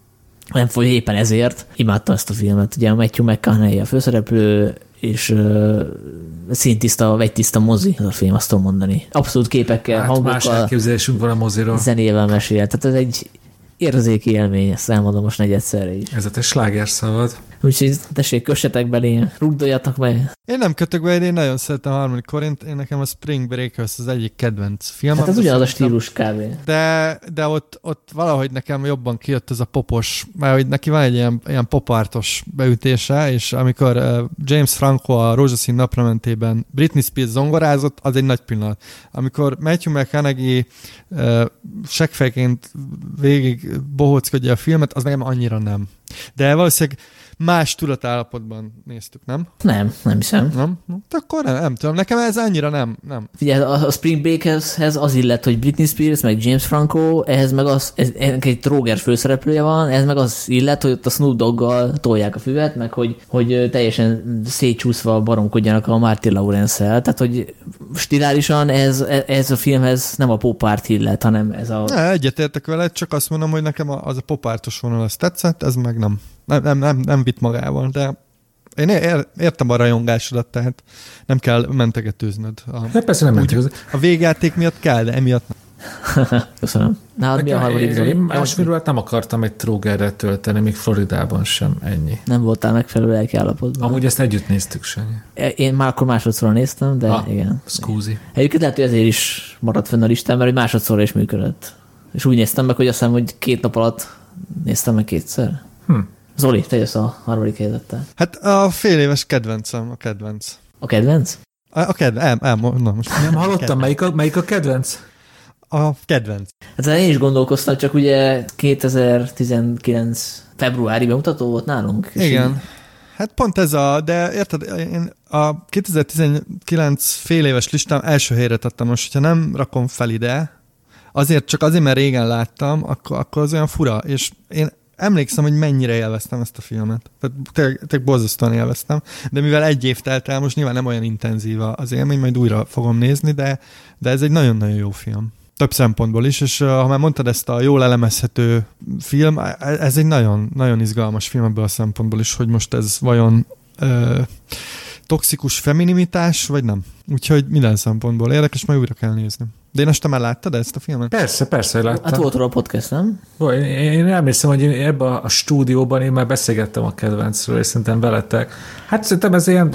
nem fogy éppen ezért. Imádtam ezt a filmet. Ugye a Matthew McConaughey a főszereplő, és uh, színtiszta, vegytiszta mozi ez a film, azt tudom mondani. Abszolút képekkel, hát hangokkal, más elképzelésünk van a moziról. Zenével mesél. Tehát ez egy érzéki élmény, ezt elmondom most negyedszerre is. Ez a te slágerszavad. Úgyhogy tessék, kössetek belé, rugdoljatok meg. Én nem kötök be, én nagyon szeretem a harmadik Corint, én nekem a Spring Breakers az egyik kedvenc filmem. Hát ez ugyanaz a stílus kávé. De, de ott, ott valahogy nekem jobban kijött ez a popos, mert hogy neki van egy ilyen, ilyen popártos beütése, és amikor uh, James Franco a Rózsaszín napramentében Britney Spears zongorázott, az egy nagy pillanat. Amikor Matthew McConaughey uh, seggfejként végig bohóckodja a filmet, az nekem annyira nem. De valószínűleg más tudatállapotban néztük, nem? Nem, nem hiszem. Nem? De akkor nem, nem tudom. Nekem ez annyira nem. nem. Figyelj, a Spring Breakershez az illet, hogy Britney Spears, meg James Franco, ehhez meg az, ez, egy tróger főszereplője van, ehhez meg az illet, hogy ott a Snoop Doggal tolják a füvet, meg hogy, hogy teljesen szétcsúszva baromkodjanak a Martin Lawrence-el. Tehát, hogy stilálisan ez, ez a filmhez nem a popárt illet, hanem ez a... Ne, egyetértek vele, csak azt mondom, hogy nekem az a popártos vonal az tetszett, ez meg nem. Nem, nem, nem, nem vitt magával, de én ér, értem a rajongásodat, tehát nem kell mentegetőznöd. A, hát persze nem mentegetőznöd. A végjáték miatt kell, de emiatt nem. Köszönöm. Nálad mi a harmadik, Zoli? Én másfélről nem akartam egy trógerre tölteni, még Floridában sem, ennyi. Nem voltál megfelelő lelki állapotban. Amúgy ezt együtt néztük, Sanyi. Én már akkor másodszorra néztem, de ah, igen. Szkúzi. Egyébként lehet, hogy ezért is maradt fenn a listán, mert hogy másodszorra is működött. És úgy néztem meg, hogy azt hiszem, hogy két nap alatt néztem meg kétszer. Hm. Zoli, te jössz a harmadik helyzettel. Hát a fél éves kedvencem, a kedvenc. A kedvenc? A, a kedvenc, el, el, na most. Nem hallottam, melyik a, melyik a kedvenc? a kedvenc. Hát én is gondolkoztam, csak ugye kétezer-tizenkilenc februári bemutató volt nálunk. Igen. Hát pont ez a, de érted, én a kétezer-tizenkilenc fél éves listám első helyre tettem, most, hogyha nem rakom fel ide, azért csak azért, mert régen láttam, akkor, akkor az olyan fura, és én emlékszem, hogy mennyire élveztem ezt a filmet. Tehát tényleg, tényleg borzasztóan élveztem, de mivel egy év telt el, most nyilván nem olyan intenzív az élmény, majd újra fogom nézni, de, de ez egy nagyon-nagyon jó film. Több szempontból is, és uh, ha már mondtad ezt a jól elemezhető film, ez egy nagyon, nagyon izgalmas film ebből a szempontból is, hogy most ez vajon uh, toxikus feminimitás, vagy nem. Úgyhogy minden szempontból érdekes, majd újra kell nézni. De én este már láttad ezt a filmet? Persze, persze, láttam. Hát volt róla a podcast, nem? Én, én emlékszem, hogy én ebben a stúdióban én már beszélgettem a kedvencről, és szerintem veletek. Hát szerintem ez ilyen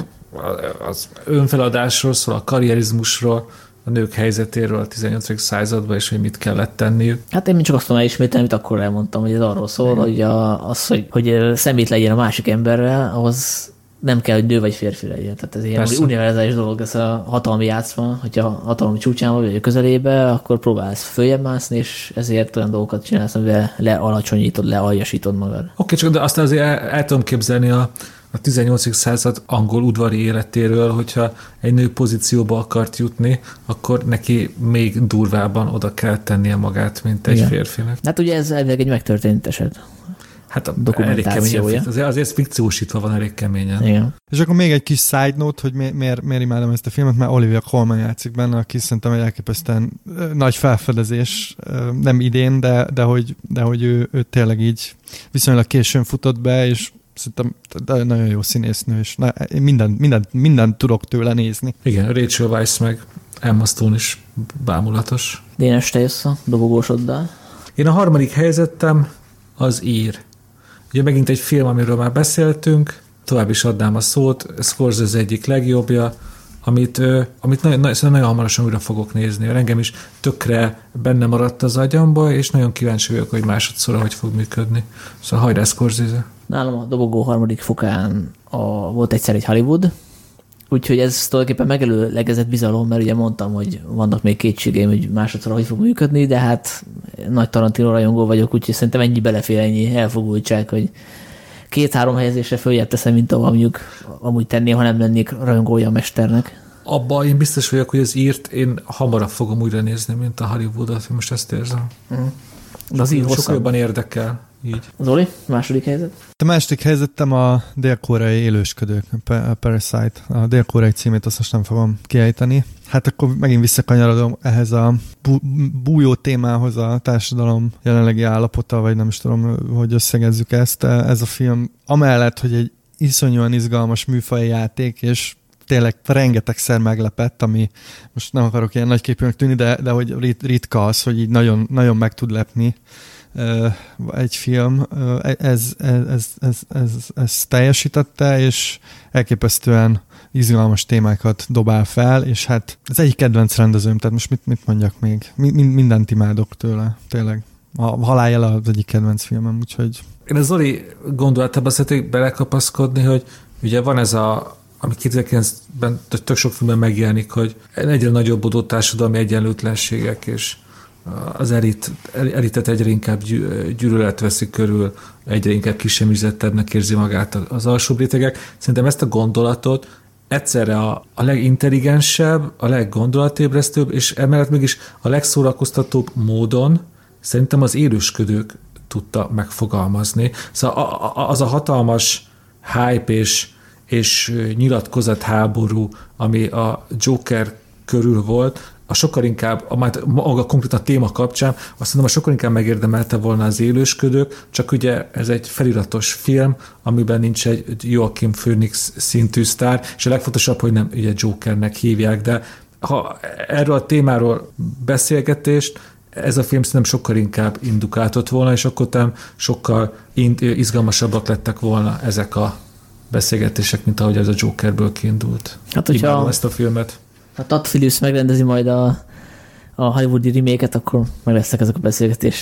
az önfeladásról szól, a karrierizmusról, a nők helyzetéről a tizennyolcadik században, és hogy mit kellett tenniük. Hát én csak azt tudom elismételni, amit akkor elmondtam, hogy ez arról szól, Igen. hogy a, az, hogy, hogy szemét legyen a másik emberrel, ahhoz nem kell, hogy nő vagy férfi legyen. Tehát ez ilyen univerzális dolog, ez a hatalmi játszma, hogyha a hatalmi csúcsán vagy a közelébe, akkor próbálsz följebb mászni, és ezért olyan dolgokat csinálsz, amivel lealacsonyítod, lealjasítod magad. Oké, okay, csak de aztán azért el, el tudom képzelni a, a tizennyolcadik század angol udvari életéről, hogyha egy nő pozícióba akart jutni, akkor neki még durvábban oda kell tennie magát, mint egy Igen. férfinek. Hát ugye ez elvileg egy megtörtént eset. Hát elég keményen, azért, azért fikciósítva van elég keményen. Igen. És akkor még egy kis side note, hogy mi, miért, miért imádom ezt a filmet, mert Olivia Colman játszik benne, aki szerintem egy elképesztően nagy felfedezés, nem idén, de, de hogy, de hogy ő, ő tényleg így viszonylag későn futott be, és szerintem nagyon jó színésznő, és na, mindent, mindent, mindent tudok tőle nézni. Igen, Rachel Weisz meg Emma Stone is bámulatos. Dénes, te jössz a dobogósoddal. Én a harmadik helyzetem az Ír. Ugye megint egy film, amiről már beszéltünk, tovább is adnám a szót, Scorsese egyik legjobbja, amit, amit nagyon, nagyon, nagyon hamarosan újra fogok nézni. Engem is tökre benne maradt az agyamba, és nagyon kíváncsi vagyok, hogy másodszorra hogy fog működni. Szóval hajrá, Scorsese! Nálam a dobogó harmadik fokán a, volt egyszer egy Hollywood, úgyhogy ez tulajdonképpen megelőlegezett bizalom, mert ugye mondtam, hogy vannak még kétségeim, hogy másodszor hogy fog működni, de hát nagy Tarantino rajongó vagyok, úgyhogy szerintem ennyi belefér, ennyi elfogultság, hogy két-három helyezésre följebb teszem, mint ahol mondjuk amúgy tenné, ha nem lennék rajongója a mesternek. Abba én biztos vagyok, hogy az Írt én hamarabb fogom újra nézni, mint a Hollywoodot, most ezt érzem. Mm. De az Ír sokkal jobban érdekel. Így. Zoli, második helyzet? A második helyzetem a dél-koreai élősködők, a Parasite. A dél-koreai címét azt most nem fogom kiejteni. Hát akkor megint visszakanyarodom ehhez a bújó témához, a társadalom jelenlegi állapota, vagy nem is tudom, hogy összegezzük ezt. Ez a film amellett, hogy egy iszonyúan izgalmas műfaj játék, és tényleg rengetegszer meglepett, ami most nem akarok ilyen nagyképűnek tűnni, de, de hogy rit, ritka az, hogy így nagyon, nagyon meg tud lepni egy film. Ez, ez, ez, ez, ez, ez teljesítette, és elképesztően izgalmas témákat dobál fel, és hát ez egyik kedvenc rendezőm, tehát most mit, mit mondjak még? Mindent imádok tőle, tényleg. A Haláljel az egyik kedvenc filmem, úgyhogy... Én a Zoli gondolatában szeretnék belekapaszkodni, hogy ugye van ez a ami kétezer-kilencben tök sok filmben megjelenik, hogy egyre nagyobbodó társadalmi egyenlőtlenségek, és az elit, elitet egyre inkább gyűlölet veszi körül, egyre inkább kisemmizettebbnek érzi magát az alsóbb rétegek. Szerintem ezt a gondolatot egyszerre a, a legintelligensebb, a leggondolatébresztőbb, és emellett mégis a legszórakoztatóbb módon szerintem az élősködők tudta megfogalmazni. Szóval a, a, az a hatalmas hype és és nyilatkozatháború, ami a Joker körül volt, a sokkal inkább, a, maga konkrét a téma kapcsán, azt mondom, a sokkal inkább megérdemelte volna az élősködők, csak ugye ez egy feliratos film, amiben nincs egy Joaquin Phoenix szintű sztár, és a legfontosabb, hogy nem ugye Jokernek hívják, de ha erről a témáról beszélgetést, ez a film szerintem sokkal inkább indukáltott volna, és akkor nem sokkal izgalmasabbak lettek volna ezek a beszélgetések, mint ahogy ez a Jokerből kiindult. Hát, hogyha ezt a filmet. Ha Todd Phillips megrendezi majd a, a hollywoodi remake-et, akkor meg lesznek ezek a beszélgetések.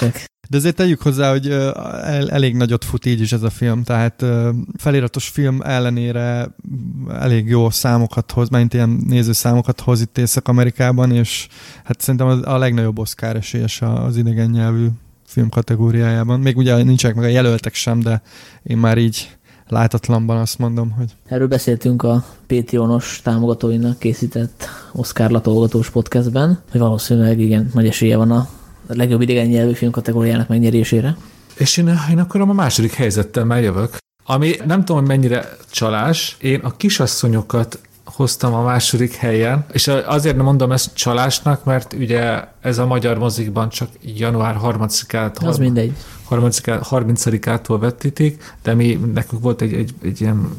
De azért tegyük hozzá, hogy el, elég nagyot fut így is ez a film, tehát feliratos film ellenére elég jó számokat hoz, mint ilyen nézőszámokat hoz itt Észak-Amerikában, és hát szerintem a legnagyobb Oscar esélyes az idegen nyelvű film kategóriájában. Még ugye nincsenek meg a jelöltek sem, de én már így látatlanban azt mondom, hogy... Erről beszéltünk a Patreonos támogatóinak készített Oscar latolgatós podcastben, hogy valószínűleg igen, nagy esélye van a legjobb idegen nyelvű film kategóriának megnyerésére. És én, én akkor a második helyzettel már jövök, ami nem tudom, hogy mennyire csalás. Én a Kisasszonyokat hoztam a második helyen, és azért nem mondom ezt csalásnak, mert ugye ez a magyar mozikban csak január harmadikától, az mindegy. harmincadikától vetítik, de mi nekünk volt egy, egy, egy ilyen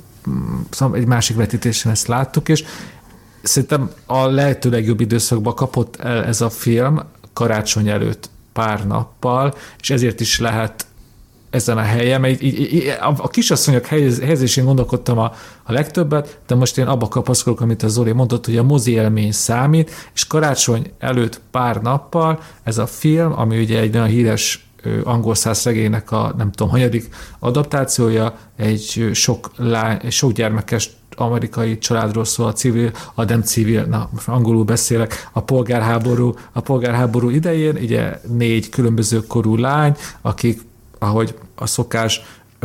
egy másik vetítésen ezt láttuk, és szerintem a lehető legjobb időszakban kapott el ez a film karácsony előtt pár nappal, és ezért is lehet ezen a helyen, mert így, így, a Kisasszonyok helyezésén gondolkodtam a, a legtöbbet, de most én abba kapaszkodok, amit a Zoli mondott, hogy a mozi élmény számít, és karácsony előtt pár nappal ez a film, ami ugye egy nagyon híres angol száz regénynek a nem tudom, hanyadik adaptációja, egy sok, lány, egy sok gyermekes amerikai családról szól, a civil, a nem civil, na, most angolul beszélek, a polgárháború, a polgárháború idején, ugye négy különböző korú lány, akik, ahogy a szokás,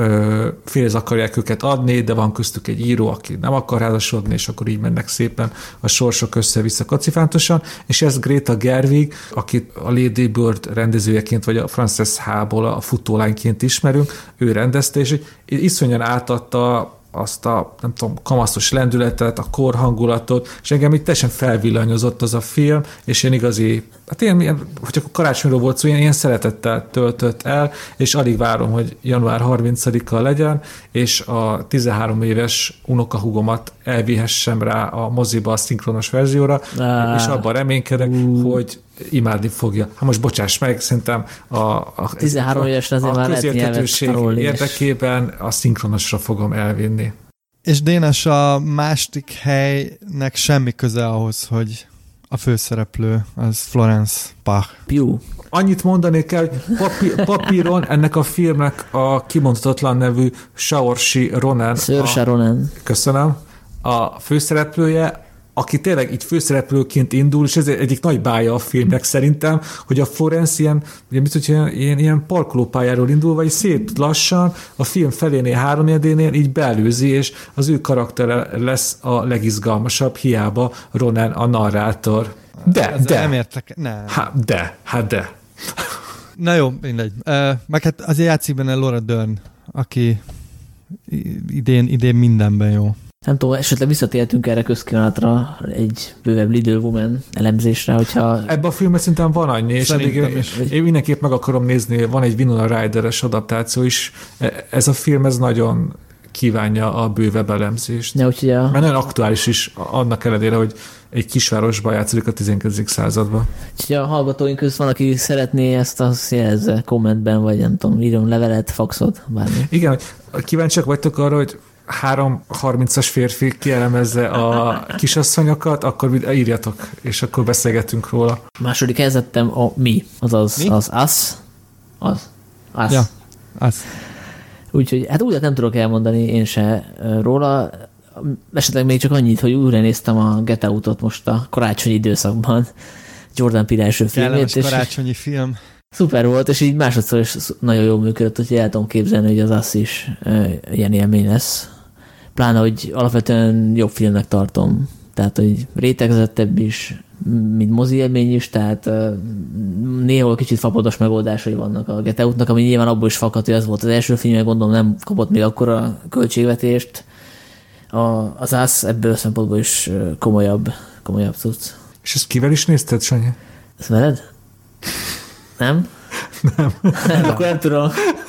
félhez akarják őket adni, de van köztük egy író, aki nem akar házasodni, és akkor így mennek szépen a sorsok össze-vissza kacifántosan, és ez Greta Gerwig, akit a Lady Bird rendezőjeként, vagy a Frances H-ból a futólányként ismerünk, ő rendezte, és iszonyan átadta azt a, nem tudom, kamaszos lendületet, a korhangulatot, és engem így teljesen felvillanyozott az a film, és én igazi, hát ilyen, ilyen hogy akkor karácsonyról volt szó, ilyen, ilyen szeretettel töltött el, és alig várom, hogy január harmincadika legyen, és a tizenhárom éves unokahúgomat elvihessem rá a moziba a szinkronos verzióra, ah. és abban reménykedek, uh. hogy imádni fogja. Hát most bocsáss meg, szerintem a, a, tizenhárom évesen azért a már közérthetőség érdekében a szinkronosra fogom elvinni. És Dénes, a második helynek semmi köze ahhoz, hogy a főszereplő az Florence Pugh. Piu. Annyit mondani kell, hogy papí- papíron ennek a filmnek a kimondhatatlan nevű Saoirse Ronan. Saoirse Ronan. Köszönöm. A főszereplője, aki tényleg így főszereplőként indul, és ez egyik nagy bája a filmnek szerintem, hogy a Florence ilyen, ugye mit tudja, ilyen, ilyen parkolópályáról indulva, így szép lassan a film felénél, háromnegyedénél így beelőzi, és az ő karaktere lesz a legizgalmasabb, hiába Ronan a narrátor. De, Ezzel de. Nem értek, ne. Hát de, hát de. Na jó, mindegy. Uh, meg hát azért játszik benne Laura Dern, aki idén, idén mindenben jó. Nem tudom, esetleg visszatértünk erre közkívánatra egy bővebb Little Woman elemzésre, hogyha... Ebben a filmben szerintem van annyi, és eddig én, én mindenképp meg akarom nézni, van egy Winona Ryder-es adaptáció is. Ez a film, ez nagyon kívánja a bővebb elemzést. Ja, úgyhogy a... Mert nagyon aktuális is, annak ellenére, hogy egy kisvárosban játszódik a tizenközödik században. Úgyhogy a hallgatóink között van, aki szeretné ezt, azt jelezze kommentben, vagy nem tudom, írjon levelet, faxot, bármi. Igen, kíváncsiak vagytok arra, hogy három harmincas férfi kielemezze a Kisasszonyokat, akkor írjatok, és akkor beszélgetünk róla. Második helyzetem a mi, azaz mi? az us. Az. Us. Ja, az. Úgyhogy hát úgy nem tudok elmondani én se róla. Esetleg még csak annyit, hogy újra néztem a Get Out-ot most a karácsonyi időszakban. Jordan Peele első filmét. Kellemes karácsonyi film. Szuper volt, és így másodszor is nagyon jól működött, hogy el tudom képzelni, hogy az Us is e, ilyen élmény lesz. Pláne, hogy alapvetően jobb filmnek tartom. Tehát, hogy rétegzettebb is, mint mozi élmény is, tehát e, néhol kicsit fapados megoldásai vannak a Get Out-nak, ami nyilván abból is fakad, hogy ez volt az első film, gondolom nem kapott még akkora költségvetést. A, az Us ebből szempontból is komolyabb, komolyabb tudsz. És ezt kivel is nézted, Sanyi? Ezt veled? Nem? Nem. Akkor nem tudom.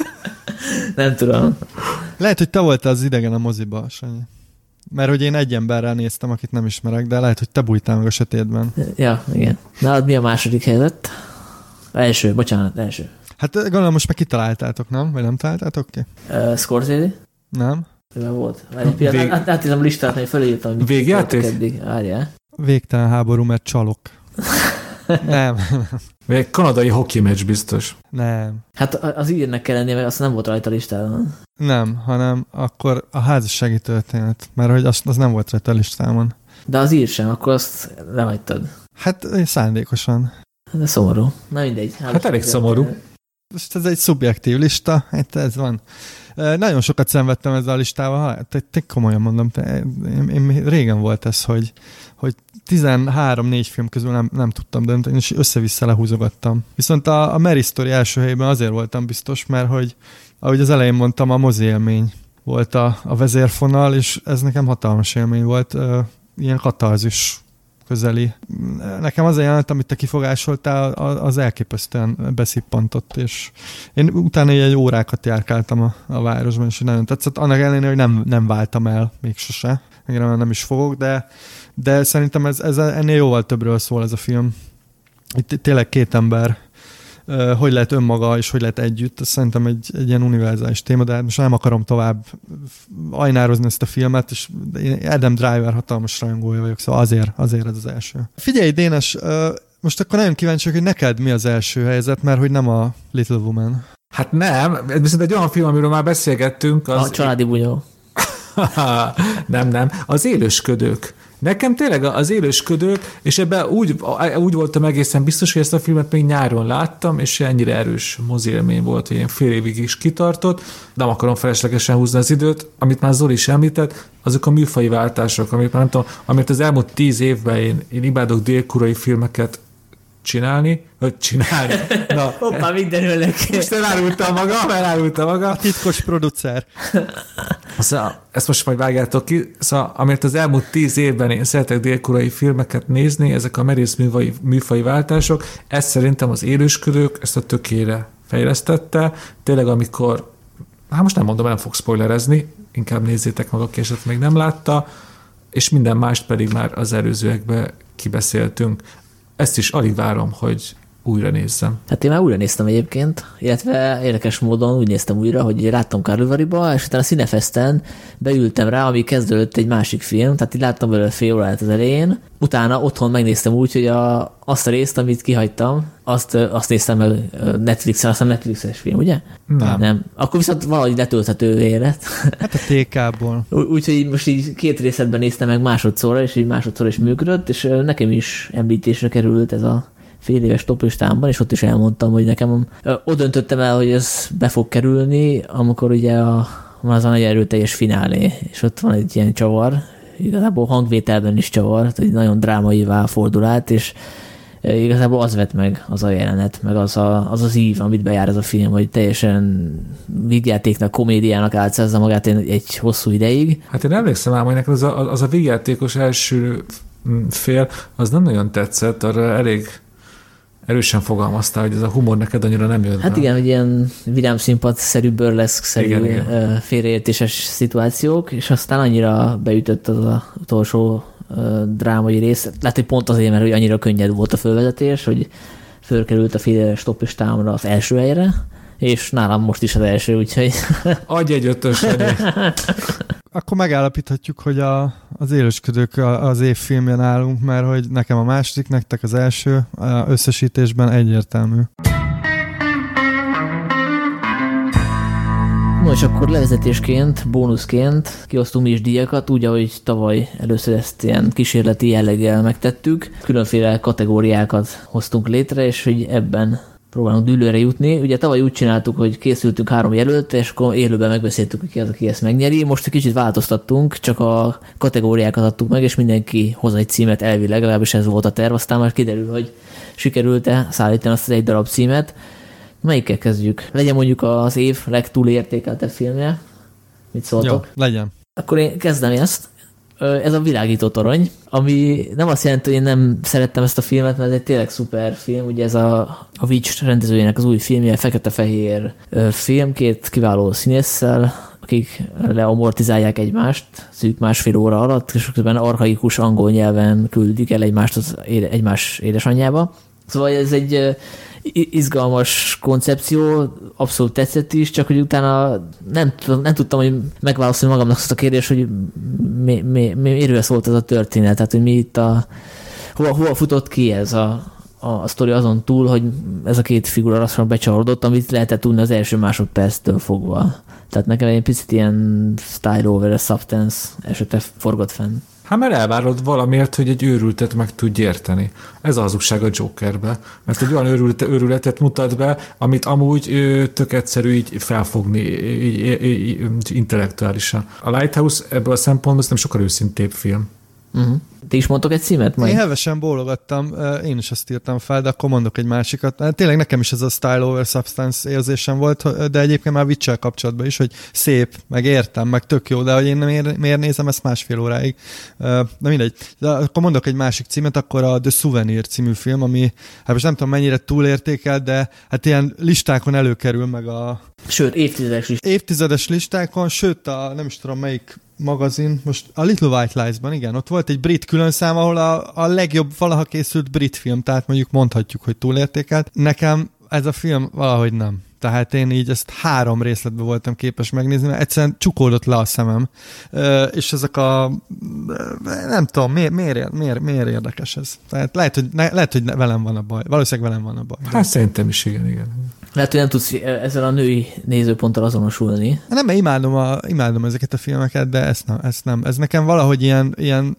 Nem tudom. Lehet, hogy te voltál az idegen a moziba, Sanyi. Mert hogy én egy emberrel néztem, akit nem ismerek, de lehet, hogy te bújtál meg a sötétben. Ja, igen. Na, mi a második helyzet? Első, bocsánat, első. Hát gondolom most már kitaláltátok, nem? Vagy nem találtátok ki? Uh, Scorsese? Nem. Mivel volt? Várj egy pillanat, Vég... át, átírtam a listát, hogy fölírtam, hogy végjáték? eddig. Várjál. Végtelen háború, mert csalok. Nem. Vagy egy kanadai hockey meccs biztos. Nem. Hát az írnek kell lennie, mert azt nem volt rajta a listában. Nem, hanem akkor a házassági történet, mert hogy az, az nem volt rajta a listámon. De az ír sem, akkor azt lehagytad. Hát szándékosan. De szomorú. Na mindegy. Hát elég szomorú. Most ez egy szubjektív lista, hát ez van. Nagyon sokat szenvedtem ezzel a listával, hát te komolyan mondom, te, én, én régen volt ez, hogy, hogy tizenhárom-négy film közül nem, nem tudtam dönteni, és össze-vissza lehúzogattam. Viszont a, a Mary Story első helyben azért voltam biztos, mert hogy, ahogy az elején mondtam, a mozi élmény volt a, a vezérfonal, és ez nekem hatalmas élmény volt, ilyen katarzis közeli. Nekem az a jelenet, amit te kifogásoltál, az elképesztően beszippantott, és én utána egy órákat járkáltam a, a városban, és nagyon tetszett. Annak ellenére, hogy nem, nem váltam el még sose. Engem nem is fogok, de, de szerintem ez, ez ennél jóval többről szól ez a film. Itt tényleg két ember hogy lehet önmaga, és hogy lehet együtt, ez szerintem egy, egy ilyen univerzális téma, de most nem akarom tovább ajnározni ezt a filmet, és én Adam Driver hatalmas rajongója vagyok, szóval azért, azért ez az első. Figyelj, Dénes, most akkor nagyon kíváncsi, hogy neked mi az első helyzet, mert hogy nem a Little Woman. Hát nem, ez viszont egy olyan film, amiről már beszélgettünk. Az... A családi bunyó. nem, nem, az Élősködők. Nekem tényleg az Élősködők, és ebben úgy, úgy voltam egészen biztos, hogy ezt a filmet még nyáron láttam, és ennyire erős mozélmény volt, hogy ilyen fél évig is kitartott, de nem akarom feleslegesen húzni az időt, amit már Zoli is említett, azok a műfaji váltások, amit már nem tudom, amit az elmúlt tíz évben én, én imádok délkorai filmeket csinálni, hogy csinálni. Na, hoppá, mindenről neki. Most elárulta maga, elárulta maga. A titkos producer. Szóval, ezt most majd vágjátok ki. Szóval, amit az elmúlt tíz évben én szeretek délkorai filmeket nézni, ezek a merész műfai, műfai váltások, ez szerintem az Élősködők ezt a tökére fejlesztette. Tényleg, amikor, hát most nem mondom, nem fog spoilerezni, inkább nézzétek meg, aki esetleg még nem látta, és minden mást pedig már az előzőekben kibeszéltünk. Ezt is alig várom, hogy újra nézzem. Hát én már újra néztem egyébként, illetve érdekes módon úgy néztem újra, hogy láttam Karlóvariba, és utána a Cinefesten beültem rá, ami kezdődött egy másik film, tehát így láttam belőle fél órát az elején, utána otthon megnéztem úgy, hogy a, azt a részt, amit kihagytam, azt, azt néztem meg Netflixen, azt a Netflixes film, ugye? Nem. Nem. Akkor viszont valahogy letölthető élet. Hát a té ká-ból. Úgyhogy most így két részletben néztem meg másodszorra, és így másodszor is működött, és nekem is említésre került ez a fél éves toplistámban, és ott is elmondtam, hogy nekem ott döntöttem el, hogy ez be fog kerülni, amikor ugye a, van az a nagy erőteljes finálé, és ott van egy ilyen csavar, igazából hangvételben is csavar, egy nagyon drámaivá fordul át, és igazából az vett meg az a jelenet, meg az a, az, az ív, amit bejár ez a film, hogy teljesen vígjátéknak, komédiának álcázza magát egy hosszú ideig. Hát én emlékszem ám, hogy neked az a, az a vígjátékos első fél, az nem nagyon tetszett, arra elég erősen fogalmaztál, hogy ez a humor neked annyira nem jött. Hát igen, hogy ilyen vidám színpad-szerű, burleszk-szerű félreértéses szituációk, és aztán annyira beütött az a utolsó drámai rész. Lehet, hogy pont azért, mert hogy annyira könnyed volt a fölvezetés, hogy fölkerült a fél éves toplistámra az első helyre, és nálam most is az első, úgyhogy... Adj egy ötös, Akkor megállapíthatjuk, hogy a, az Élősködők az év filmje nálunk, mert hogy nekem a második, nektek az első, összesítésben egyértelmű. No, és akkor levezetésként, bónuszként kiosztunk mi is díjakat, úgy, ahogy tavaly először ezt ilyen kísérleti jelleggel megtettük. Különféle kategóriákat hoztunk létre, és hogy ebben próbálunk dűlőre jutni. Ugye tavaly úgy csináltuk, hogy készültünk három jelölt, és akkor élőben megbeszéltük, hogy ki az, aki ezt megnyeri. Most egy kicsit változtattunk, csak a kategóriákat adtuk meg, és mindenki hoz egy címet elvileg, legalábbis ez volt a terv, aztán már kiderül, hogy sikerült-e szállítani azt az egy darab címet. Melyikkel kezdjük? Legyen mondjuk az év legtúlértékeltebb filmje. Mit szóltok? Jó, legyen. Akkor én kezdem ezt. Ez a Világító torony, ami nem azt jelenti, hogy én nem szerettem ezt a filmet, mert ez egy tényleg szuper film. Ugye ez a, a Witch rendezőjének az új filmje, fekete-fehér film, két kiváló színésszel, akik leamortizálják egymást szűk másfél óra alatt, és közben archaikus angol nyelven küldik el egymást az éde, egymás édesanyjába. Szóval ez egy izgalmas koncepció, abszolút tetszett is, csak hogy utána nem, nem tudtam, hogy megválaszolni magamnak azt a kérdést, hogy mi, mi, mi, miről szólt ez a történet, tehát hogy mi itt a, hova, hova futott ki ez a, a, a sztori azon túl, hogy ez a két figura lassan becsarodott, amit lehetett tudni az első másodperctől fogva. Tehát nekem egy picit ilyen style over a substance esete forgott fenn. Hát mert elvárod valamiért, hogy egy őrültet meg tudj érteni. Ez a hazugság a Jokerbe. Mert egy olyan őrület, őrületet mutat be, amit amúgy ő, tök egyszerű így felfogni így, így, így, intellektuálisan. A Lighthouse ebből a szempontból nem sokkal őszintébb film. Uh-huh. Ti is mondtok egy címet majd? Én hevesen bólogattam, én is ezt írtam fel, de akkor mondok egy másikat. Tényleg nekem is ez a style over substance érzésem volt, de egyébként már Witch-el kapcsolatban is, hogy szép, meg értem, meg tök jó, de hogy én miért, miért nézem ezt másfél óráig. De mindegy. De akkor mondok egy másik címet, akkor a The Souvenir című film, ami, hát most nem tudom mennyire túlértékelt, de hát ilyen listákon előkerül meg a... Sőt, évtizedes listákon. Évtizedes listákon, sőt, a, nem is tudom melyik magazin, most a Little White Lies-ban, igen, ott volt egy brit különszám, ahol a, a legjobb valaha készült brit film, tehát mondjuk mondhatjuk, hogy túlértékelt. Nekem ez a film valahogy nem. Tehát én így ezt három részletben voltam képes megnézni, mert egyszerűen csukódott le a szemem. És ezek a... nem tudom, miért, miért, miért, miért érdekes ez? Tehát lehet, hogy, lehet, hogy velem van a baj. Valószínűleg velem van a baj. Hát szerintem is igen, igen. Lehet, hogy nem tudsz ezzel a női nézőponttal azonosulni. Nem, mert imádom, a, imádom ezeket a filmeket, de ezt nem. Ezt nem. Ez nekem valahogy ilyen, ilyen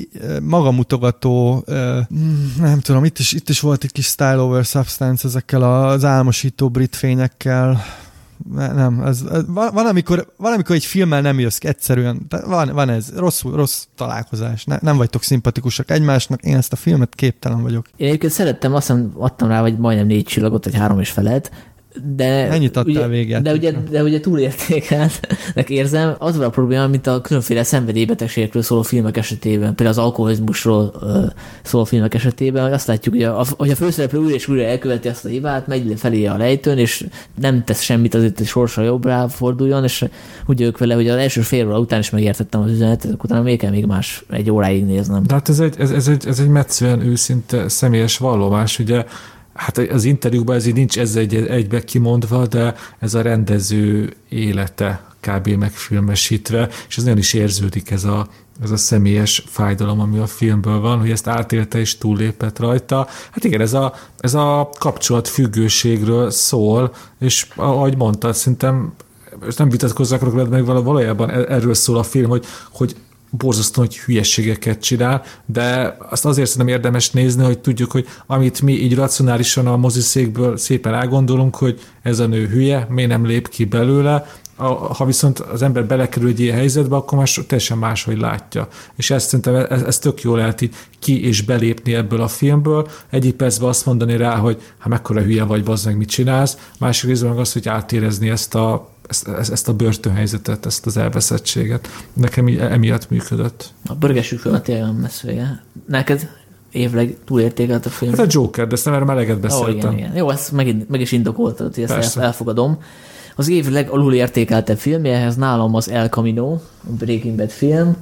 magamutogató, nem tudom, itt is, itt is volt egy kis style over substance ezekkel az álmosító brit fényekkel. Nem, ez, ez, van, amikor, van, amikor egy filmmel nem jössz ki, egyszerűen, van, van ez, rossz, rossz találkozás, ne, nem vagytok szimpatikusak egymásnak, én ezt a filmet képtelen vagyok. Én egyébként szerettem, azt hiszem adtam rá, vagy majdnem négy csillagot, vagy három és felet, de ennyit adtál ugye, véget. De ugye, de ugye túlértékeltnek érzem, az van a probléma, mint a különféle szenvedélybetegségekről szóló filmek esetében, például az alkoholizmusról uh, szóló filmek esetében, hogy azt látjuk, hogy a, hogy a főszereplő újra és újra elköveti azt a hibát, megy felé a lejtőn, és nem tesz semmit azért, hogy sorsa jobbra forduljon, és úgy ők vele, hogy az első fél óra után is megértettem az üzenetet, akkor utána még kell még más egy óráig néznem. De hát ez egy, ez, ez egy, ez egy metszően őszinte személyes vallomás, ugye. Hát az interjúkban ez így nincs ez egy, egybe kimondva, de ez a rendező élete kb. Megfilmesítve, és ez nagyon is érződik ez a, ez a személyes fájdalom, ami a filmből van, hogy ezt átélte és túllépett rajta. Hát igen, ez a, ez a kapcsolat függőségről szól, és ahogy mondtad, szerintem, és nem vitatkozzak veled, meg valójában erről szól a film, hogy, hogy borzasztó, hogy hülyeségeket csinál, de azt azért szerintem érdemes nézni, hogy tudjuk, hogy amit mi így racionálisan a moziszékből szépen elgondolunk, hogy ez a nő hülye, miért nem lép ki belőle, a, ha viszont az ember belekerül egy ilyen helyzetbe, akkor már teljesen máshogy látja. És ezt szerintem ez, ez tök jól lehet így ki és belépni ebből a filmből. Egyik percben azt mondani rá, hogy hát mekkora hülye vagy, bazd meg, mit csinálsz. Másik részben meg azt, hogy átérezni ezt a Ezt, ezt a börtönhelyzetet, ezt az elveszettséget. Nekem emiatt működött. A Börgessük fel a tényleg messzője. Neked évleg túlértékelt a film? Hát a Joker, de ezt nem erre meleget beszéltem. Oh, igen, igen. Jó, ezt meg, meg is indokoltad, hogy ezt Persze. elfogadom. Az év legalul értékeltebb filmjehez nálam az El Camino, a Breaking Bad film,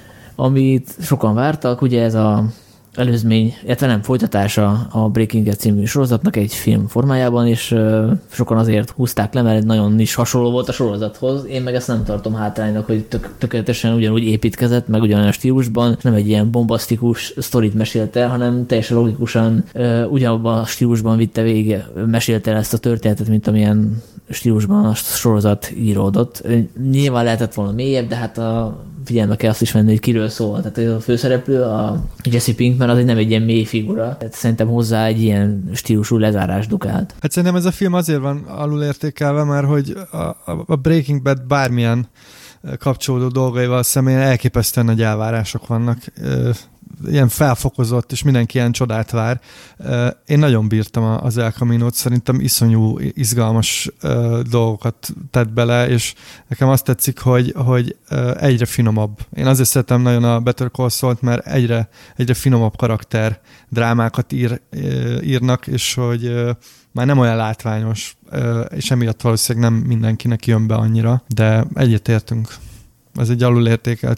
amit sokan vártak, ugye ez a előzmény, illetve nem folytatása a Breaking Bad című sorozatnak egy film formájában, és uh, sokan azért húzták le, mert nagyon is hasonló volt a sorozathoz. Én meg ezt nem tartom hátránynak, hogy tök, tökéletesen ugyanúgy építkezett, meg ugyanolyan stílusban, nem egy ilyen bombasztikus sztorit mesélte, hanem teljesen logikusan uh, ugyanabban a stílusban vitte végig, mesélte el ezt a történetet, mint amilyen stílusban a sorozat íródott. Nyilván lehetett volna mélyebb, de hát a figyelme kell azt is venni, hogy kiről szól. Tehát a főszereplő, a Jesse Pinkman, az egy nem egy ilyen mély figura. Tehát szerintem hozzá egy ilyen stílusú lezárás dukált. Hát szerintem ez a film azért van alulértékelve, mert hogy a, a Breaking Bad bármilyen kapcsolódó dolgaival személyen elképesztően nagy elvárások vannak. Ilyen felfokozott, és mindenki ilyen csodát vár. Én nagyon bírtam az El Caminót, szerintem iszonyú izgalmas dolgokat tett bele, és nekem azt tetszik, hogy, hogy egyre finomabb. Én azért szeretem nagyon a Better Call Sault, mert egyre, egyre finomabb karakter drámákat ír, írnak, és hogy már nem olyan látványos, és emiatt valószínűleg nem mindenkinek jön be annyira, de egyetértünk. Ez egy alulértékelt film.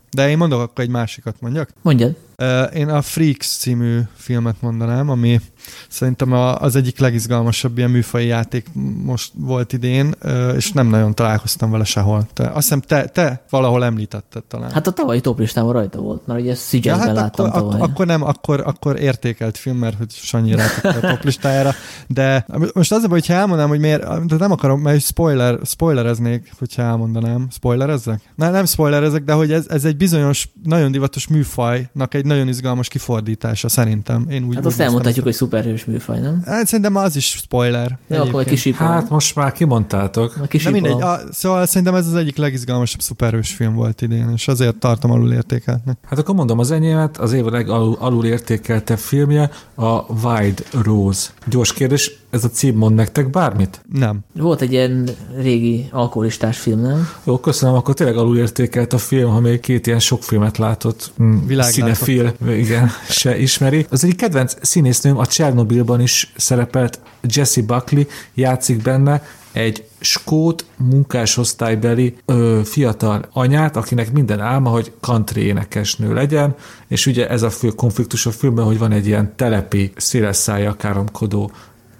De én mondok akkor egy másikat mondjak. Mondjad. Én a Freaks című filmet mondanám, ami szerintem az egyik legizgalmasabb ilyen műfaji játék most volt idén, és nem nagyon találkoztam vele sehol. Te, azt hiszem te, te valahol említetted talán. Hát a tavalyi toplistában rajta volt, mert ugye Szigyetzben ja, hát láttam akkor, tavaly. Ak- akkor nem, akkor, akkor értékelt film, mert hogy Sanyi rátott a toplistájára, de most az a baj, hogyha elmondanám, hogy miért, de nem akarom, mert spoiler, spoilereznék, hogyha elmondanám. Spoilerezzek? Ne, nem spoilerezek, de hogy ez, ez egy bizonyos, nagyon divatos műfajnak egy nagyon izgalmas kifordítása szerintem. Én úgy, hát úgy azt elmondhatjuk, hogy szuperhős műfaj, nem? Hát szerintem az is spoiler. Jó, akkor egy kis Hát most már kimondtátok. De mindegy, a, szóval szerintem ez az egyik legizgalmasabb szuperhős film volt idén, és azért tartom alul értékeltnek. Hát akkor mondom az enyémet, az év legalul alul értékeltebb filmje a Wide Rose. Gyors kérdés, ez a cím mond nektek bármit? Nem. Volt egy ilyen régi alkoholistás film, nem? Jó, köszönöm, akkor tényleg alulértékelt a film, ha még két ilyen sok filmet látott színefil, igen, se ismeri. Az egyik kedvenc színésznőm a Csernobilban is szerepelt, Jessie Buckley játszik benne egy skót munkásosztálybeli ö, fiatal anyát, akinek minden álma, hogy country énekesnő legyen, és ugye ez a fő konfliktus a filmben, hogy van egy ilyen telepi, széles szájjal káromkodó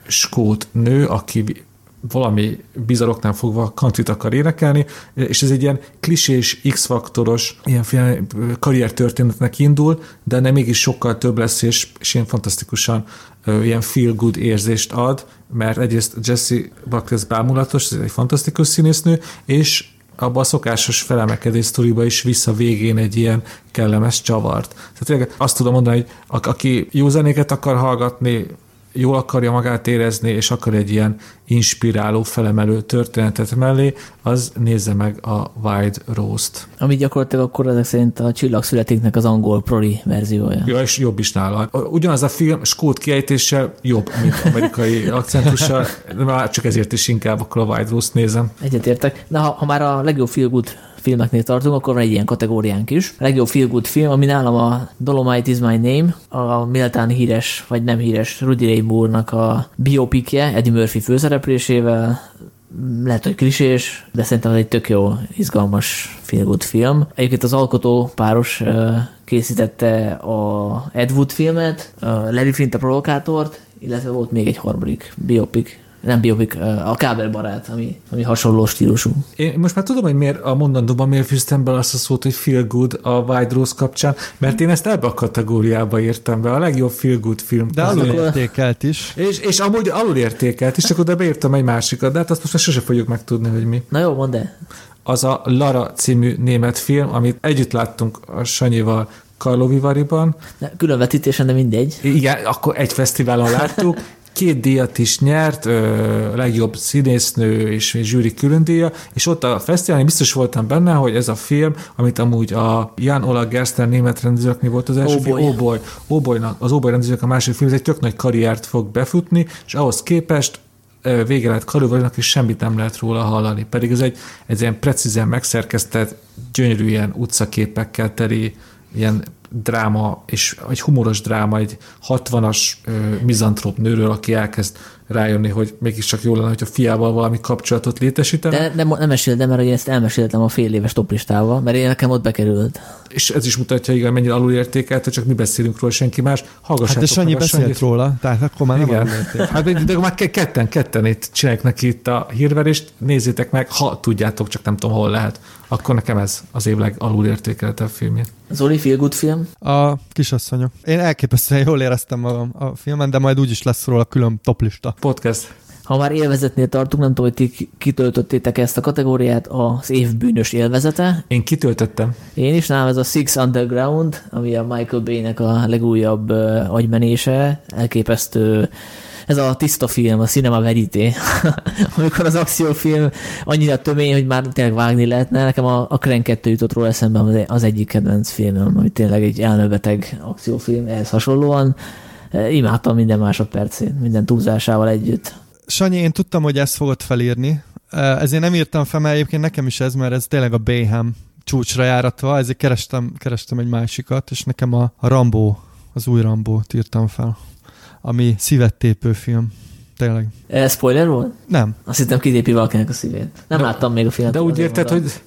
skót nő, aki valami bizaroknál fogva countryt akar énekelni, és ez egy ilyen klisés, X-faktoros ilyen karriertörténetnek indul, de nem mégis sokkal több lesz, és, és ilyen fantasztikusan uh, ilyen feel-good érzést ad, mert egyrészt Jessie Buckley bámulatos, ez egy fantasztikus színésznő, és abban a szokásos felemelkedés sztoriba is vissza végén egy ilyen kellemes csavart. Tehát tényleg azt tudom mondani, hogy a, aki jó zenéket akar hallgatni, jól akarja magát érezni, és akar egy ilyen inspiráló, felemelő történetet mellé, az nézze meg a Wide Rose-t. Ami gyakorlatilag akkor ezek szerint a Csillag születéknek az angol proli verziója. Ja, és jobb is nála. Ugyanaz a film skót kiejtéssel jobb, mint amerikai akcentussal, de csak ezért is inkább akkor a Wide Rose-t nézem. Egyetértek. Na, ha, ha már a legjobb feel good filmeknél tartunk, akkor van egy ilyen kategóriánk is. A legjobb feel good film, ami nálam a Dolomite is my name, a méltán híres, vagy nem híres Rudy Ray Moore-nak a biopikje, Eddie Murphy főszereplésével. Lehet, hogy klisés, de szerintem ez egy tök jó, izgalmas feel good film. Egyébként az alkotó páros készítette a Ed Wood filmet, a Larry Flint a provokátort, illetve volt még egy harmadik biopik, nem biopik, a Kábelbarát, ami, ami hasonló stílusú. Én most már tudom, hogy miért a mondandóban miért fűztem bele azt a szót, hogy feel good a Wide Rose kapcsán, mert én ezt ebbe a kategóriába írtam be, a legjobb feel good film. De alulértékelt is. És, és amúgy alulértékelt is, csak oda beírtam egy másikat, de hát azt most már sose fogjuk megtudni, hogy mi. Na jó, mondd el. Az a Lara című német film, amit együtt láttunk a Sanyival Karlovy-Varyban. Különvetítésen, de mindegy. Igen, akkor egy fesztiválon láttuk. Két díjat is nyert, ö, legjobb színésznő és zsűri külön díja, és ott a fesztiválon biztos voltam benne, hogy ez a film, amit amúgy a Jan Ola Gerster német rendezőknél volt az első Oh film, boy. Oh Boy, Oh Boy-nak, az Oh Boy rendezők a második film, ez egy tök nagy karriert fog befutni, és ahhoz képest ö, vége lett Karlovy-Varynak, és semmit nem lehet róla hallani. Pedig ez egy, egy ilyen precízen megszerkesztett, gyönyörű ilyen utcaképekkel teli, ilyen dráma, és egy humoros dráma, egy hatvanas ö, mizantróp nőről, aki elkezd rájönni, hogy mégiscsak jó lenne, hogy a fiával valami kapcsolatot létesítene. De nem, nem meséltem, mert én ezt elmeséltem a fél éves toplistával, mert én nekem ott bekerült. És ez is mutatja, igen, mennyire alulértékelt, csak mi beszélünk róla, senki más. Hallgassátok. Hát de Sanyi beszélt Sanyit róla, tehát akkor már nem alulértékelt. Hát de, de már ketten, ketten itt csinálják neki itt a hírverést, nézzétek meg, ha tudjátok, csak nem tudom, hol lehet. Akkor nekem ez az év legalulértékeltebb filmje. Zoli, feel good film? A Kisasszonyok. Én elképesztően jól éreztem magam a filmen, de majd úgyis lesz róla külön toplista. Podcast. Ha már élvezetnél tartunk, nem tudom, hogy ti kitöltöttétek ezt a kategóriát, az év bűnös élvezete. Én kitöltöttem. Én is, nálam ez a Six Underground, ami a Michael Bay-nek a legújabb uh, agymenése, elképesztő. Ez a tiszta film, a Cinema Verité, amikor az akciófilm annyira tömény, hogy már tényleg vágni lehetne. Nekem a, a Crank kettő jutott róla eszembe, az egyik kedvenc filmem, ami tényleg egy elmebeteg akciófilm, ehhez hasonlóan. Imádtam minden másodpercét, minden túlzásával együtt. Sanyi, én tudtam, hogy ezt fogod felírni, ezért nem írtam fel, mert egyébként nekem is ez, mert ez tényleg a Bayham csúcsra járatva, ezért kerestem, kerestem egy másikat, és nekem a, a Rambo, az új Rambót írtam fel, ami szívettépő film. Tényleg. E, spoiler volt? Nem. Azt hittem kitépi valakinek a szívét. Nem de, láttam még a filmet. De úgy érted, hogy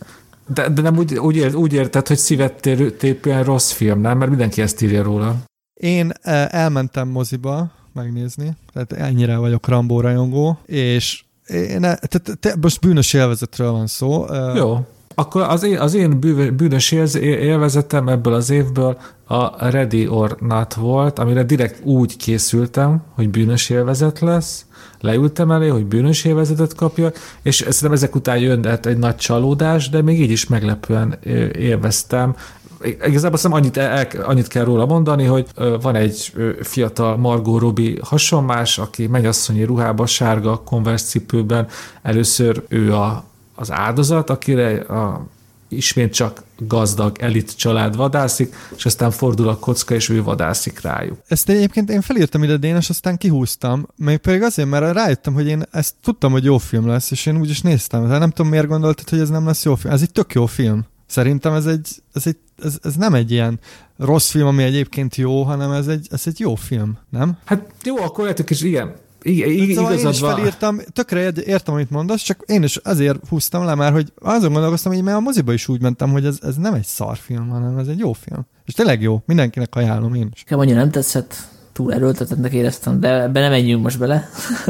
De, de nem úgy, úgy, ért, úgy érted, hogy szívet tépően rossz film, nem? Mert mindenki ezt írja róla. Én elmentem moziba megnézni, tehát ennyire vagyok Rambo rajongó, és én, tehát te, most bűnös élvezetről van szó. Jó. Akkor az én, az én bűnös élvezetem ebből az évből a Ready or Not volt, amire direkt úgy készültem, hogy bűnös élvezet lesz, leültem elé, hogy bűnös élvezetet kapja, és szerintem ezek után jön egy nagy csalódás, de még így is meglepően élveztem. Igazából azt annyit, el, annyit kell róla mondani, hogy van egy fiatal Margot Robbie hasonmás, aki mennyasszonyi ruhába, sárga Converse cipőben. Először ő a, az áldozat, akire a, ismét csak gazdag elit család vadászik, és aztán fordul a kocka, és ő vadászik rájuk. Ezt egyébként én felírtam ide, Dénes, aztán kihúztam, még pedig azért, mert rájöttem, hogy én ezt tudtam, hogy jó film lesz, és én úgy is néztem. Tehát nem tudom, miért gondoltad, hogy ez nem lesz jó film. Ez egy tök jó film. Szerintem ez, egy, ez, egy, ez, ez nem egy ilyen rossz film, ami egyébként jó, hanem ez egy, ez egy jó film, nem? Hát jó, akkor lehetünk is ilyen. I- szóval én is felírtam, tökre értem, amit mondasz, csak én is azért húztam le már, hogy azon gondolkoztam, hogy már a moziba is úgy mentem, hogy ez, ez nem egy szarfilm, hanem ez egy jó film. És tényleg jó, mindenkinek ajánlom én is. Nekem annyira nem tetszett, túl erőltetettnek éreztem, de ebbe nem menjünk most bele.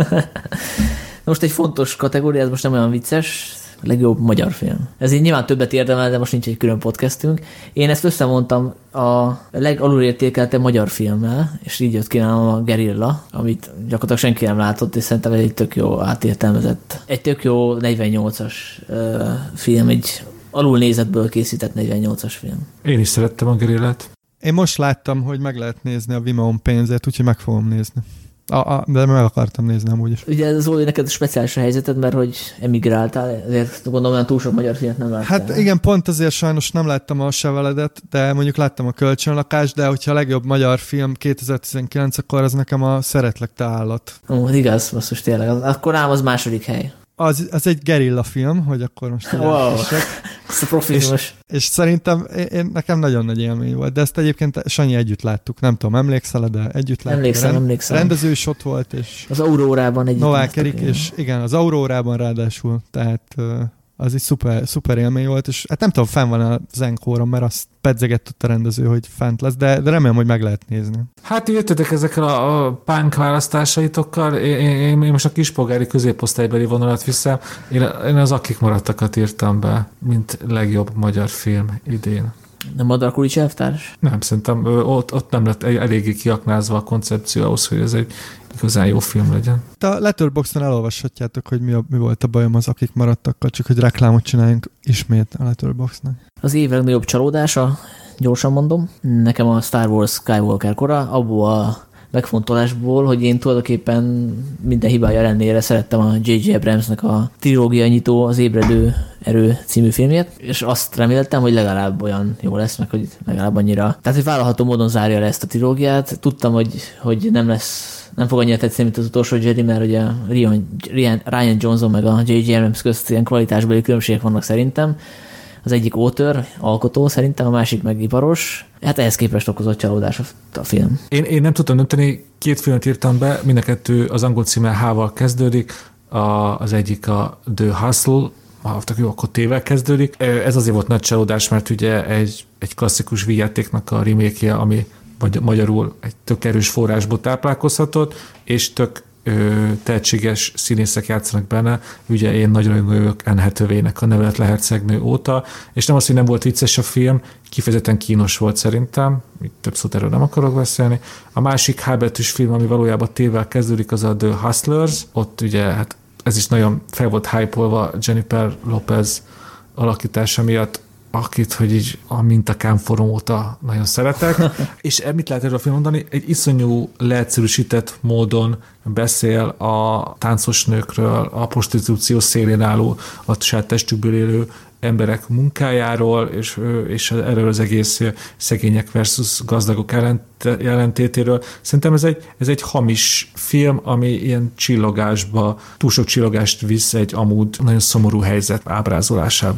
Most egy fontos kategória, ez most nem olyan vicces, legjobb magyar film. Ez így nyilván többet érdemel, de most nincs egy külön podcastünk. Én ezt összemondtam a legalulértékeltebb magyar filmmel, és így jött ki nálam a Gerilla, amit gyakorlatilag senki nem látott, és szerintem ez egy tök jó átértelmezett, egy tök jó negyvennyolcas uh, film, egy alulnézetből készített negyvennyolcas film. Én is szerettem a Gerillát. Én most láttam, hogy meg lehet nézni a Vimeon pénzért, úgyhogy meg fogom nézni. A, a, de meg akartam nézni amúgy is. Ugye ez Zoli, neked speciális a helyzeted, mert hogy emigráltál, ezért gondolom, hogy túl sok magyar filmet nem láttál. Hát igen, pont azért sajnos nem láttam a Se veledet, de mondjuk láttam a Kölcsönlakást, de hogyha a legjobb magyar film kétezer-tizenkilenc, akkor az nekem a Szeretlek, te állat. Ó, igaz, basszus, tényleg. Akkor ám az második hely. Az, az egy gerilla film, hogy akkor most... Wow, ez a profizmus. És, és szerintem én, én, nekem nagyon nagy élmény volt, de ezt egyébként Sanyi együtt láttuk, nem tudom, emlékszel, de együtt láttuk. Emlékszem, Rend, emlékszem. Rendező is ott volt, és... Az Aurórában együtt. Novák Erik, és igen, az Aurórában ráadásul, tehát az egy szuper, szuper élmény volt, és hát nem tudom, fenn van a zenkóron, mert azt pedzegett ott a rendező, hogy fent lesz, de, de remélem, hogy meg lehet nézni. Hát jöttetek ezekkel a, a punk választásaitokkal, én, én, én most a kispolgári középosztálybeli vonalat viszem, én, én az Akik maradtakat írtam be, mint legjobb magyar film idén. Nem Madar Kulics elvtárs? Nem, szerintem ott, ott nem lett eléggé kiaknázva a koncepció ahhoz, hogy ez egy igazán jó film legyen. A Letterboxdon elolvashatjátok, hogy mi, a, mi volt a bajom az Akik maradtakkal, csak hogy reklámot csináljunk ismét a Letterboxdnak. Az év legnagyobb csalódása, gyorsan mondom, nekem a Star Wars Skywalker kora, abból a megfontolásból, hogy én tulajdonképpen minden hibája ellenére szerettem a J J Abramsnek a trilógia nyitó, az Ébredő erő című filmjét, és azt reméltem, hogy legalább olyan jó lesz, meg hogy legalább annyira. Tehát, hogy vállalható módon zárja le ezt a trilógiát. Tudtam, hogy, hogy nem lesz, nem fog annyira tetszeni, mint az utolsó Jedi, mert ugye Ryan, Ryan Johnson meg a J J Abrams közt ilyen kvalitásbeli különbségek vannak szerintem. Az egyik author, alkotó szerintem, a másik meg iparos. Hát ehhez képest okozott csalódás a film. Én, én nem tudtam dönteni, két filmet írtam be, mind a kettő az angol címe H-val kezdődik, a, az egyik a The Hustle, mondtak, jó, akkor T-vel kezdődik. Ez azért volt nagy csalódás, mert ugye egy, egy klasszikus vígjátéknak a remake-je, ami magyarul egy tök erős forrásból táplálkozhatott, és tök ö, tehetséges színészek játszanak benne. Ugye én nagyon örülök Anne Hathaway-nek a Neveletlen hercegnő óta, és nem az, hogy nem volt vicces a film, kifejezetten kínos volt szerintem, itt több szót erről nem akarok beszélni. A másik H betűs film, ami valójában T-vel kezdődik, az a The Hustlers. Ott ugye, hát ez is nagyon fel volt hype-olva Jennifer Lopez alakítása miatt, akit, hogy így a mintakánforom óta nagyon szeretek. És mit lehet erről a film mondani? Egy iszonyú leegyszerűsített módon beszél a táncos nőkről, a prostitúció szélén álló, a saját testükből élő emberek munkájáról, és, és erről az egész szegények versus gazdagok jelentétéről. Szerintem ez egy, ez egy hamis film, ami ilyen csillogásba, túl sok csillogást visz egy amúgy nagyon szomorú helyzet ábrázolásába.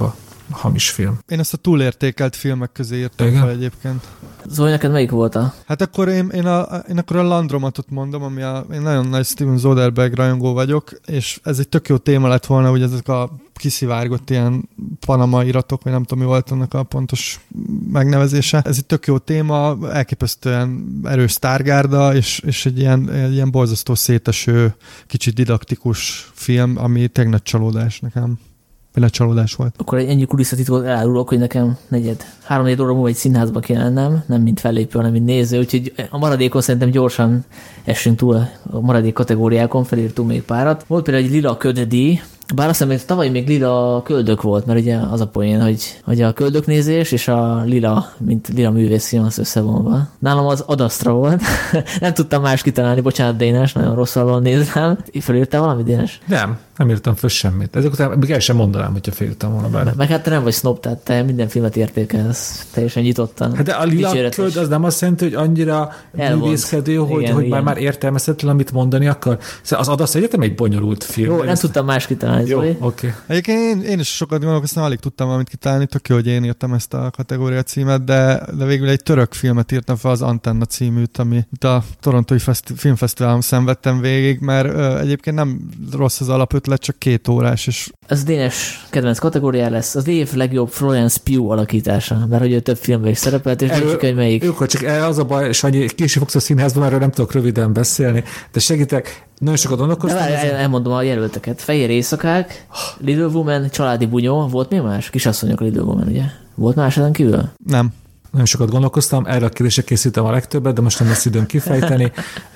hamis film. Én ezt a túlértékelt filmek közé írtam Igen? fel egyébként. Zoli, neked melyik volt a? Hát akkor én, én, a, én akkor a Landromatot mondom, ami a, én nagyon nagy Steven Soderbergh rajongó vagyok, és ez egy tök jó téma lett volna, hogy ezek a kiszivárgott ilyen Panama iratok, vagy nem tudom, mi volt annak a pontos megnevezése. Ez egy tök jó téma, elképesztően erős sztárgárda, és, és egy ilyen, egy ilyen borzasztó széteső, kicsit didaktikus film, ami tényleg nagy csalódás nekem. Vagy csalódás volt. Akkor egy ennyi kulisszatitkot elárulok, hogy nekem negyed, három-négy óra múlva egy színházba kéne lennem, nem mint fellépő, hanem mint néző, úgyhogy a maradékon szerintem gyorsan essünk túl a maradék kategóriákon, felírtunk még párat. Volt például egy lila ködedíj, bár azt hiszem, hogy tavaly még lila köldök volt, mert ugye az a poén, hogy, hogy a köldöknézés és a lila, mint lila művészfilm az összevonva. Nálam az Ad Astra volt. Nem tudtam más kitalálni, bocsánat Dénes, nagyon rossz alól nézem. Felírtál valamit, Dénes? Nem, nem írtam föl semmit. Ezek után még el sem mondanám, hogyha féltem volna bár. Meg hát te nem vagy snob, tehát te minden filmet értékelsz, teljesen nyitottan. Hát de a lila köld az nem azt jelenti, hogy annyira művészkedő, hogy, igen, hogy igen. már, már értelmezhetetlen, amit mondani akar. Szóval az Ad Astra egyetem egy bonyolult film. Jó, nem ezt... tudtam más kitalálni, Jó, Zoli. oké. Okay. Egyébként én, én is sokat gondolkoztam, alig tudtam valamit kitalálni, tök jó, hogy én írtam ezt a kategória címet, de, de végül egy török filmet írtam fel, az Antenna címűt, ami itt a Torontói Feszti- Filmfesztiválon szenvedtem végig, mert ö, egyébként nem rossz az alapötlet, csak két órás, és Ez Dénes kedvenc kategóriá lesz. Az év legjobb Florence Pugh alakítása, mert hogy ő több filmben is szerepelt, és nincs hogy melyik. Jó, csak az a baj, Sanyi, később fogsz a színházban, erről nem tudok röviden beszélni, de segítek, nagyon sokat gondolkoztam. De várj, elmondom a jelölteket. Fehér éjszakák, Little Woman, Családi bunyó, volt még más? Kisasszonyok a Little Woman, ugye? Volt más ezen kívül? nem. Nagyon sokat gondolkoztam, erre a kérdésre készítem a legtöbbet, de most nem lesz időm kifejteni.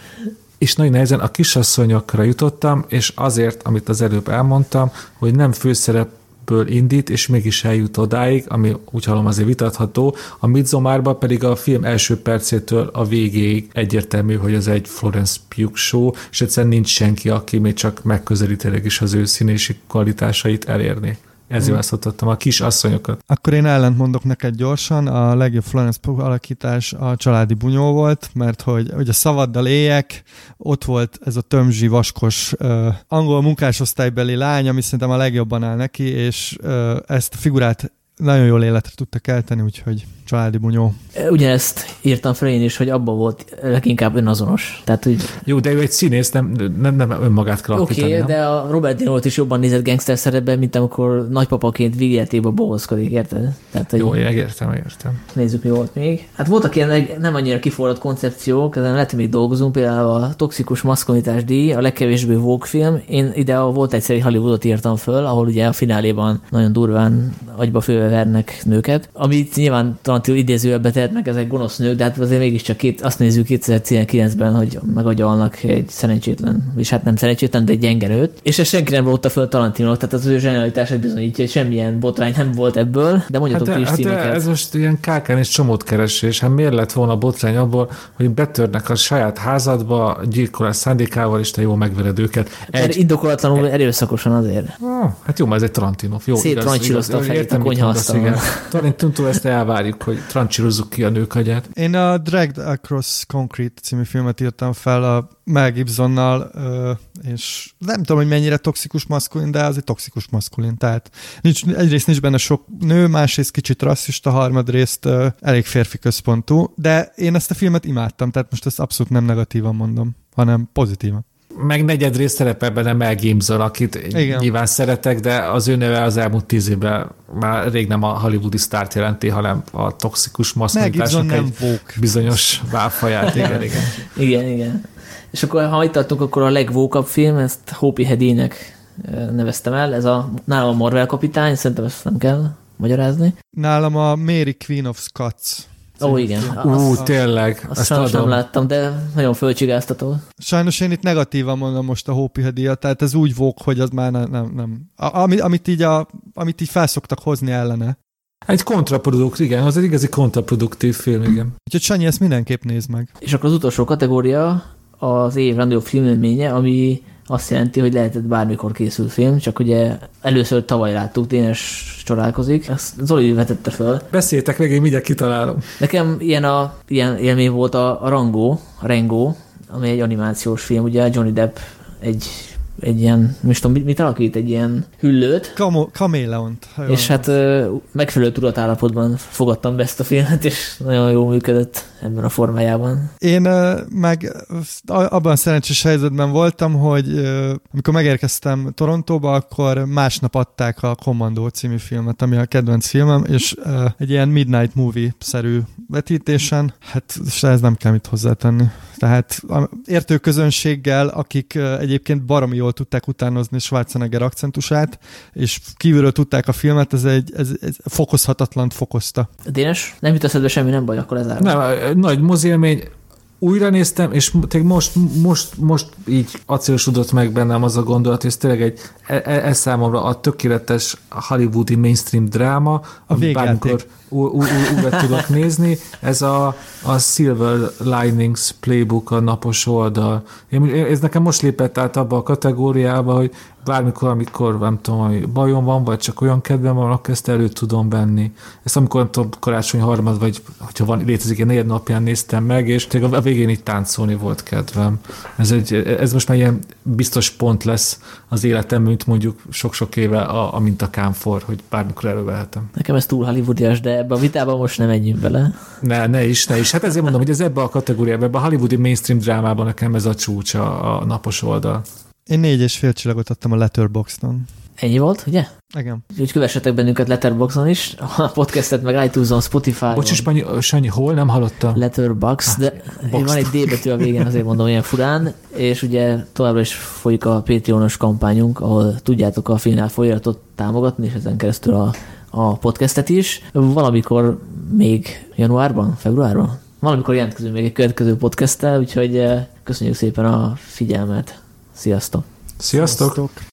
És nagyon nehezen a kisasszonyokra jutottam, és azért, amit az előbb elmondtam, hogy nem főszerepből indít, és mégis eljut odáig, ami úgy hallom azért vitatható. A Midzomárban pedig a film első percétől a végéig egyértelmű, hogy ez egy Florence Pugh show, és egyszerűen nincs senki, aki még csak megközelítőleg is az ő színési kvalitásait elérni. Ezért választottam a kis asszonyokat. Akkor én ellent mondok neked gyorsan, a legjobb Florence Pugh alakítás a Családi bunyó volt, mert hogy, hogy a Szavaddal éljek, ott volt ez a tömzsi, vaskos uh, angol munkásosztálybeli lány, ami szerintem a legjobban áll neki, és uh, ezt a figurát nagyon jól életre tudta kelteni, úgyhogy Családi bunyó. Ugyanezt írtam fel én is, hogy abban volt leginkább önazonos. Tehát, hogy... Jó, de ő egy színész, nem, nem, nem önmagát kell alakítani. Oké, okay, de a Robert De Niro is jobban nézett gangster szerepben, mint amikor nagypapaként Vigyátéba bohózkodik, érted? Tehát, hogy... Jó, értem, értem. Nézzük, mi volt még. Hát voltak ilyen nem annyira kiforrott koncepciók, ezen lehet, hogy még dolgozunk, például a Toxikus maszkulinitás díj, a legkevésbé Vogue film. Én ide a Volt egyszer egy Hollywoodot írtam föl, ahol ugye a fináléban nagyon durván agyba főve vernek nőket, amit nyilván Tarantino idézőjelbe tehet meg, ezek gonosz nők, de hát azért mégiscsak két, azt nézzük kétezer-tizenkilencben, hogy megagyalnak egy szerencsétlen, és hát nem szerencsétlen, de egy gyenge nőt. És ezt senki nem rótta föl Tarantinónak, tehát az ő zsenialitását bizonyítja, hogy semmilyen botrány nem volt ebből, de mondjatok hát ti is hát címeket. Ez most ilyen kákán és csomót keresés. Hát miért lett volna botrány abból, hogy betörnek a saját házadba gyilkolás szándékával, és te jól megvered őket. Egy... Indokolatlanul erőszakosan azért. Ah, hát jó, mert ez egy Tarantino. Jó, széttrancsírozta a fejét a konyhaasztalon. Tarantino ezt elvárjuk, hogy trancsírozzuk ki a nők agyát. Én a Dragged Across Concrete című filmet írtam fel a Mel Gibsonnal, és nem tudom, hogy mennyire toxikus maszkulin, de az egy toxikus maszkulin. Tehát nincs, egyrészt nincs benne sok nő, másrészt kicsit rasszista, harmadrészt elég férfi központú, de én ezt a filmet imádtam, tehát most ezt abszolút nem negatívan mondom, hanem pozitívan. Meg negyedrészt szerepel benne Mel Gibson, akit igen, nyilván szeretek, de az ő neve az elmúlt tíz évben már rég nem a hollywoodi sztárt jelenti, hanem a toxikus maszkulitásnak egy bizonyos válfaját. Igen, igen. igen, igen. És akkor, ha itt tartunk, akkor a legvókabb film, ezt Hopi Hedének neveztem el, ez a nálam a Marvel kapitány, szerintem ezt nem kell magyarázni. Nálam a Mary Queen of Scots. Ó, oh, igen. Ú, uh, tényleg. Azt sajnos nem láttam, de nagyon fölcsigáztató. Sajnos én itt negatívan mondom most a Hopi Hedíjat, tehát ez úgy vók, hogy az már nem. nem, nem. A, amit, amit, így a, amit így felszoktak hozni ellene. Egy kontraproduktív, igen, az egy igazi kontraproduktív film, igen. Úgyhogy Sanyi, ezt mindenképp nézd meg. És akkor az utolsó kategória az év legnagyobb filmélménye, ami azt jelenti, hogy lehetett bármikor készül film, csak ugye először tavaly láttuk, Dénes csodálkozik. Ezt Zoli vetette föl. Beszéltek meg, én mindjárt kitalálom. Nekem ilyen, a, ilyen élmény volt a, a Rango, a Rango, ami egy animációs film, ugye Johnny Depp egy egy ilyen, most tudom, mit, mit alakít, egy ilyen hüllőt. Kamo, kaméleont. És hát megfelelő tudatállapotban fogadtam be ezt a filmet, és nagyon jól működött ebben a formájában. Én meg abban a szerencsés helyzetben voltam, hogy amikor megérkeztem Torontóba, akkor másnap adták a Commando című filmet, ami a kedvenc filmem, és egy ilyen Midnight Movie-szerű vetítésen, hát ez nem kell mit hozzátenni. Tehát értő közönséggel, akik egyébként baromi jól tudták utánozni Schwarzenegger akcentusát, és kívülről tudták a filmet, ez egy ez, ez fokozhatatlant fokozta. Dénes, nem jut eszedbe semmi, nem baj, akkor lezárom. Nem, nagy mozélmény. Újra néztem, és most, most, most így acélosodott meg bennem az a gondolat, hogy ez tényleg egy, ez számomra a tökéletes hollywoodi mainstream dráma, amit bármikor újra tudok nézni. Ez a, a Silver Linings Playbook, a napos oldal. Én, ez nekem most lépett át abba a kategóriába, hogy bármikor, amikor nem tudom, ami bajom van, vagy csak olyan kedvem van, akkor ezt elő tudom venni. Ezt amikor nem tudom, karácsony harmad, vagy hogyha van, létezik, egy negyed napján néztem meg, és tényleg a végén itt táncolni volt kedvem. Ez, egy, ez most már ilyen biztos pont lesz az életem, mint mondjuk sok-sok éve a, a mint a kámfor, hogy bármikor elővehetem. Nekem ez túl hollywoodias, de ebbe a vitában most nem menjünk bele. Ne, ne is, ne is. Hát ezért mondom, hogy ez ebbe a kategóriában, ebbe a hollywoodi mainstream drámában nekem ez a csúcs a, a napos oldal. Én négy és fél csillagot adtam a Letterboxdon. Ennyi volt, ugye? Igen. Úgyhogy kövessetek bennünket Letterboxdon is, a podcastet meg iTunes-on, Spotify-on. Bocs, Sanyi, Sanyi, hol? Nem hallottam? Letterbox, de ah, van egy D betű a végén, azért mondom ilyen furán, és ugye továbbra is folyik a Patreonos kampányunk, ahol tudjátok a Filmnál folyamatot támogatni, és ezen keresztül a, a podcastet is. Valamikor még januárban, februárban? Valamikor jelentkezünk még egy következő podcasttel, úgyhogy köszönjük szépen a figyelmet. Sziasztok! Sziasztok! Sziasztok.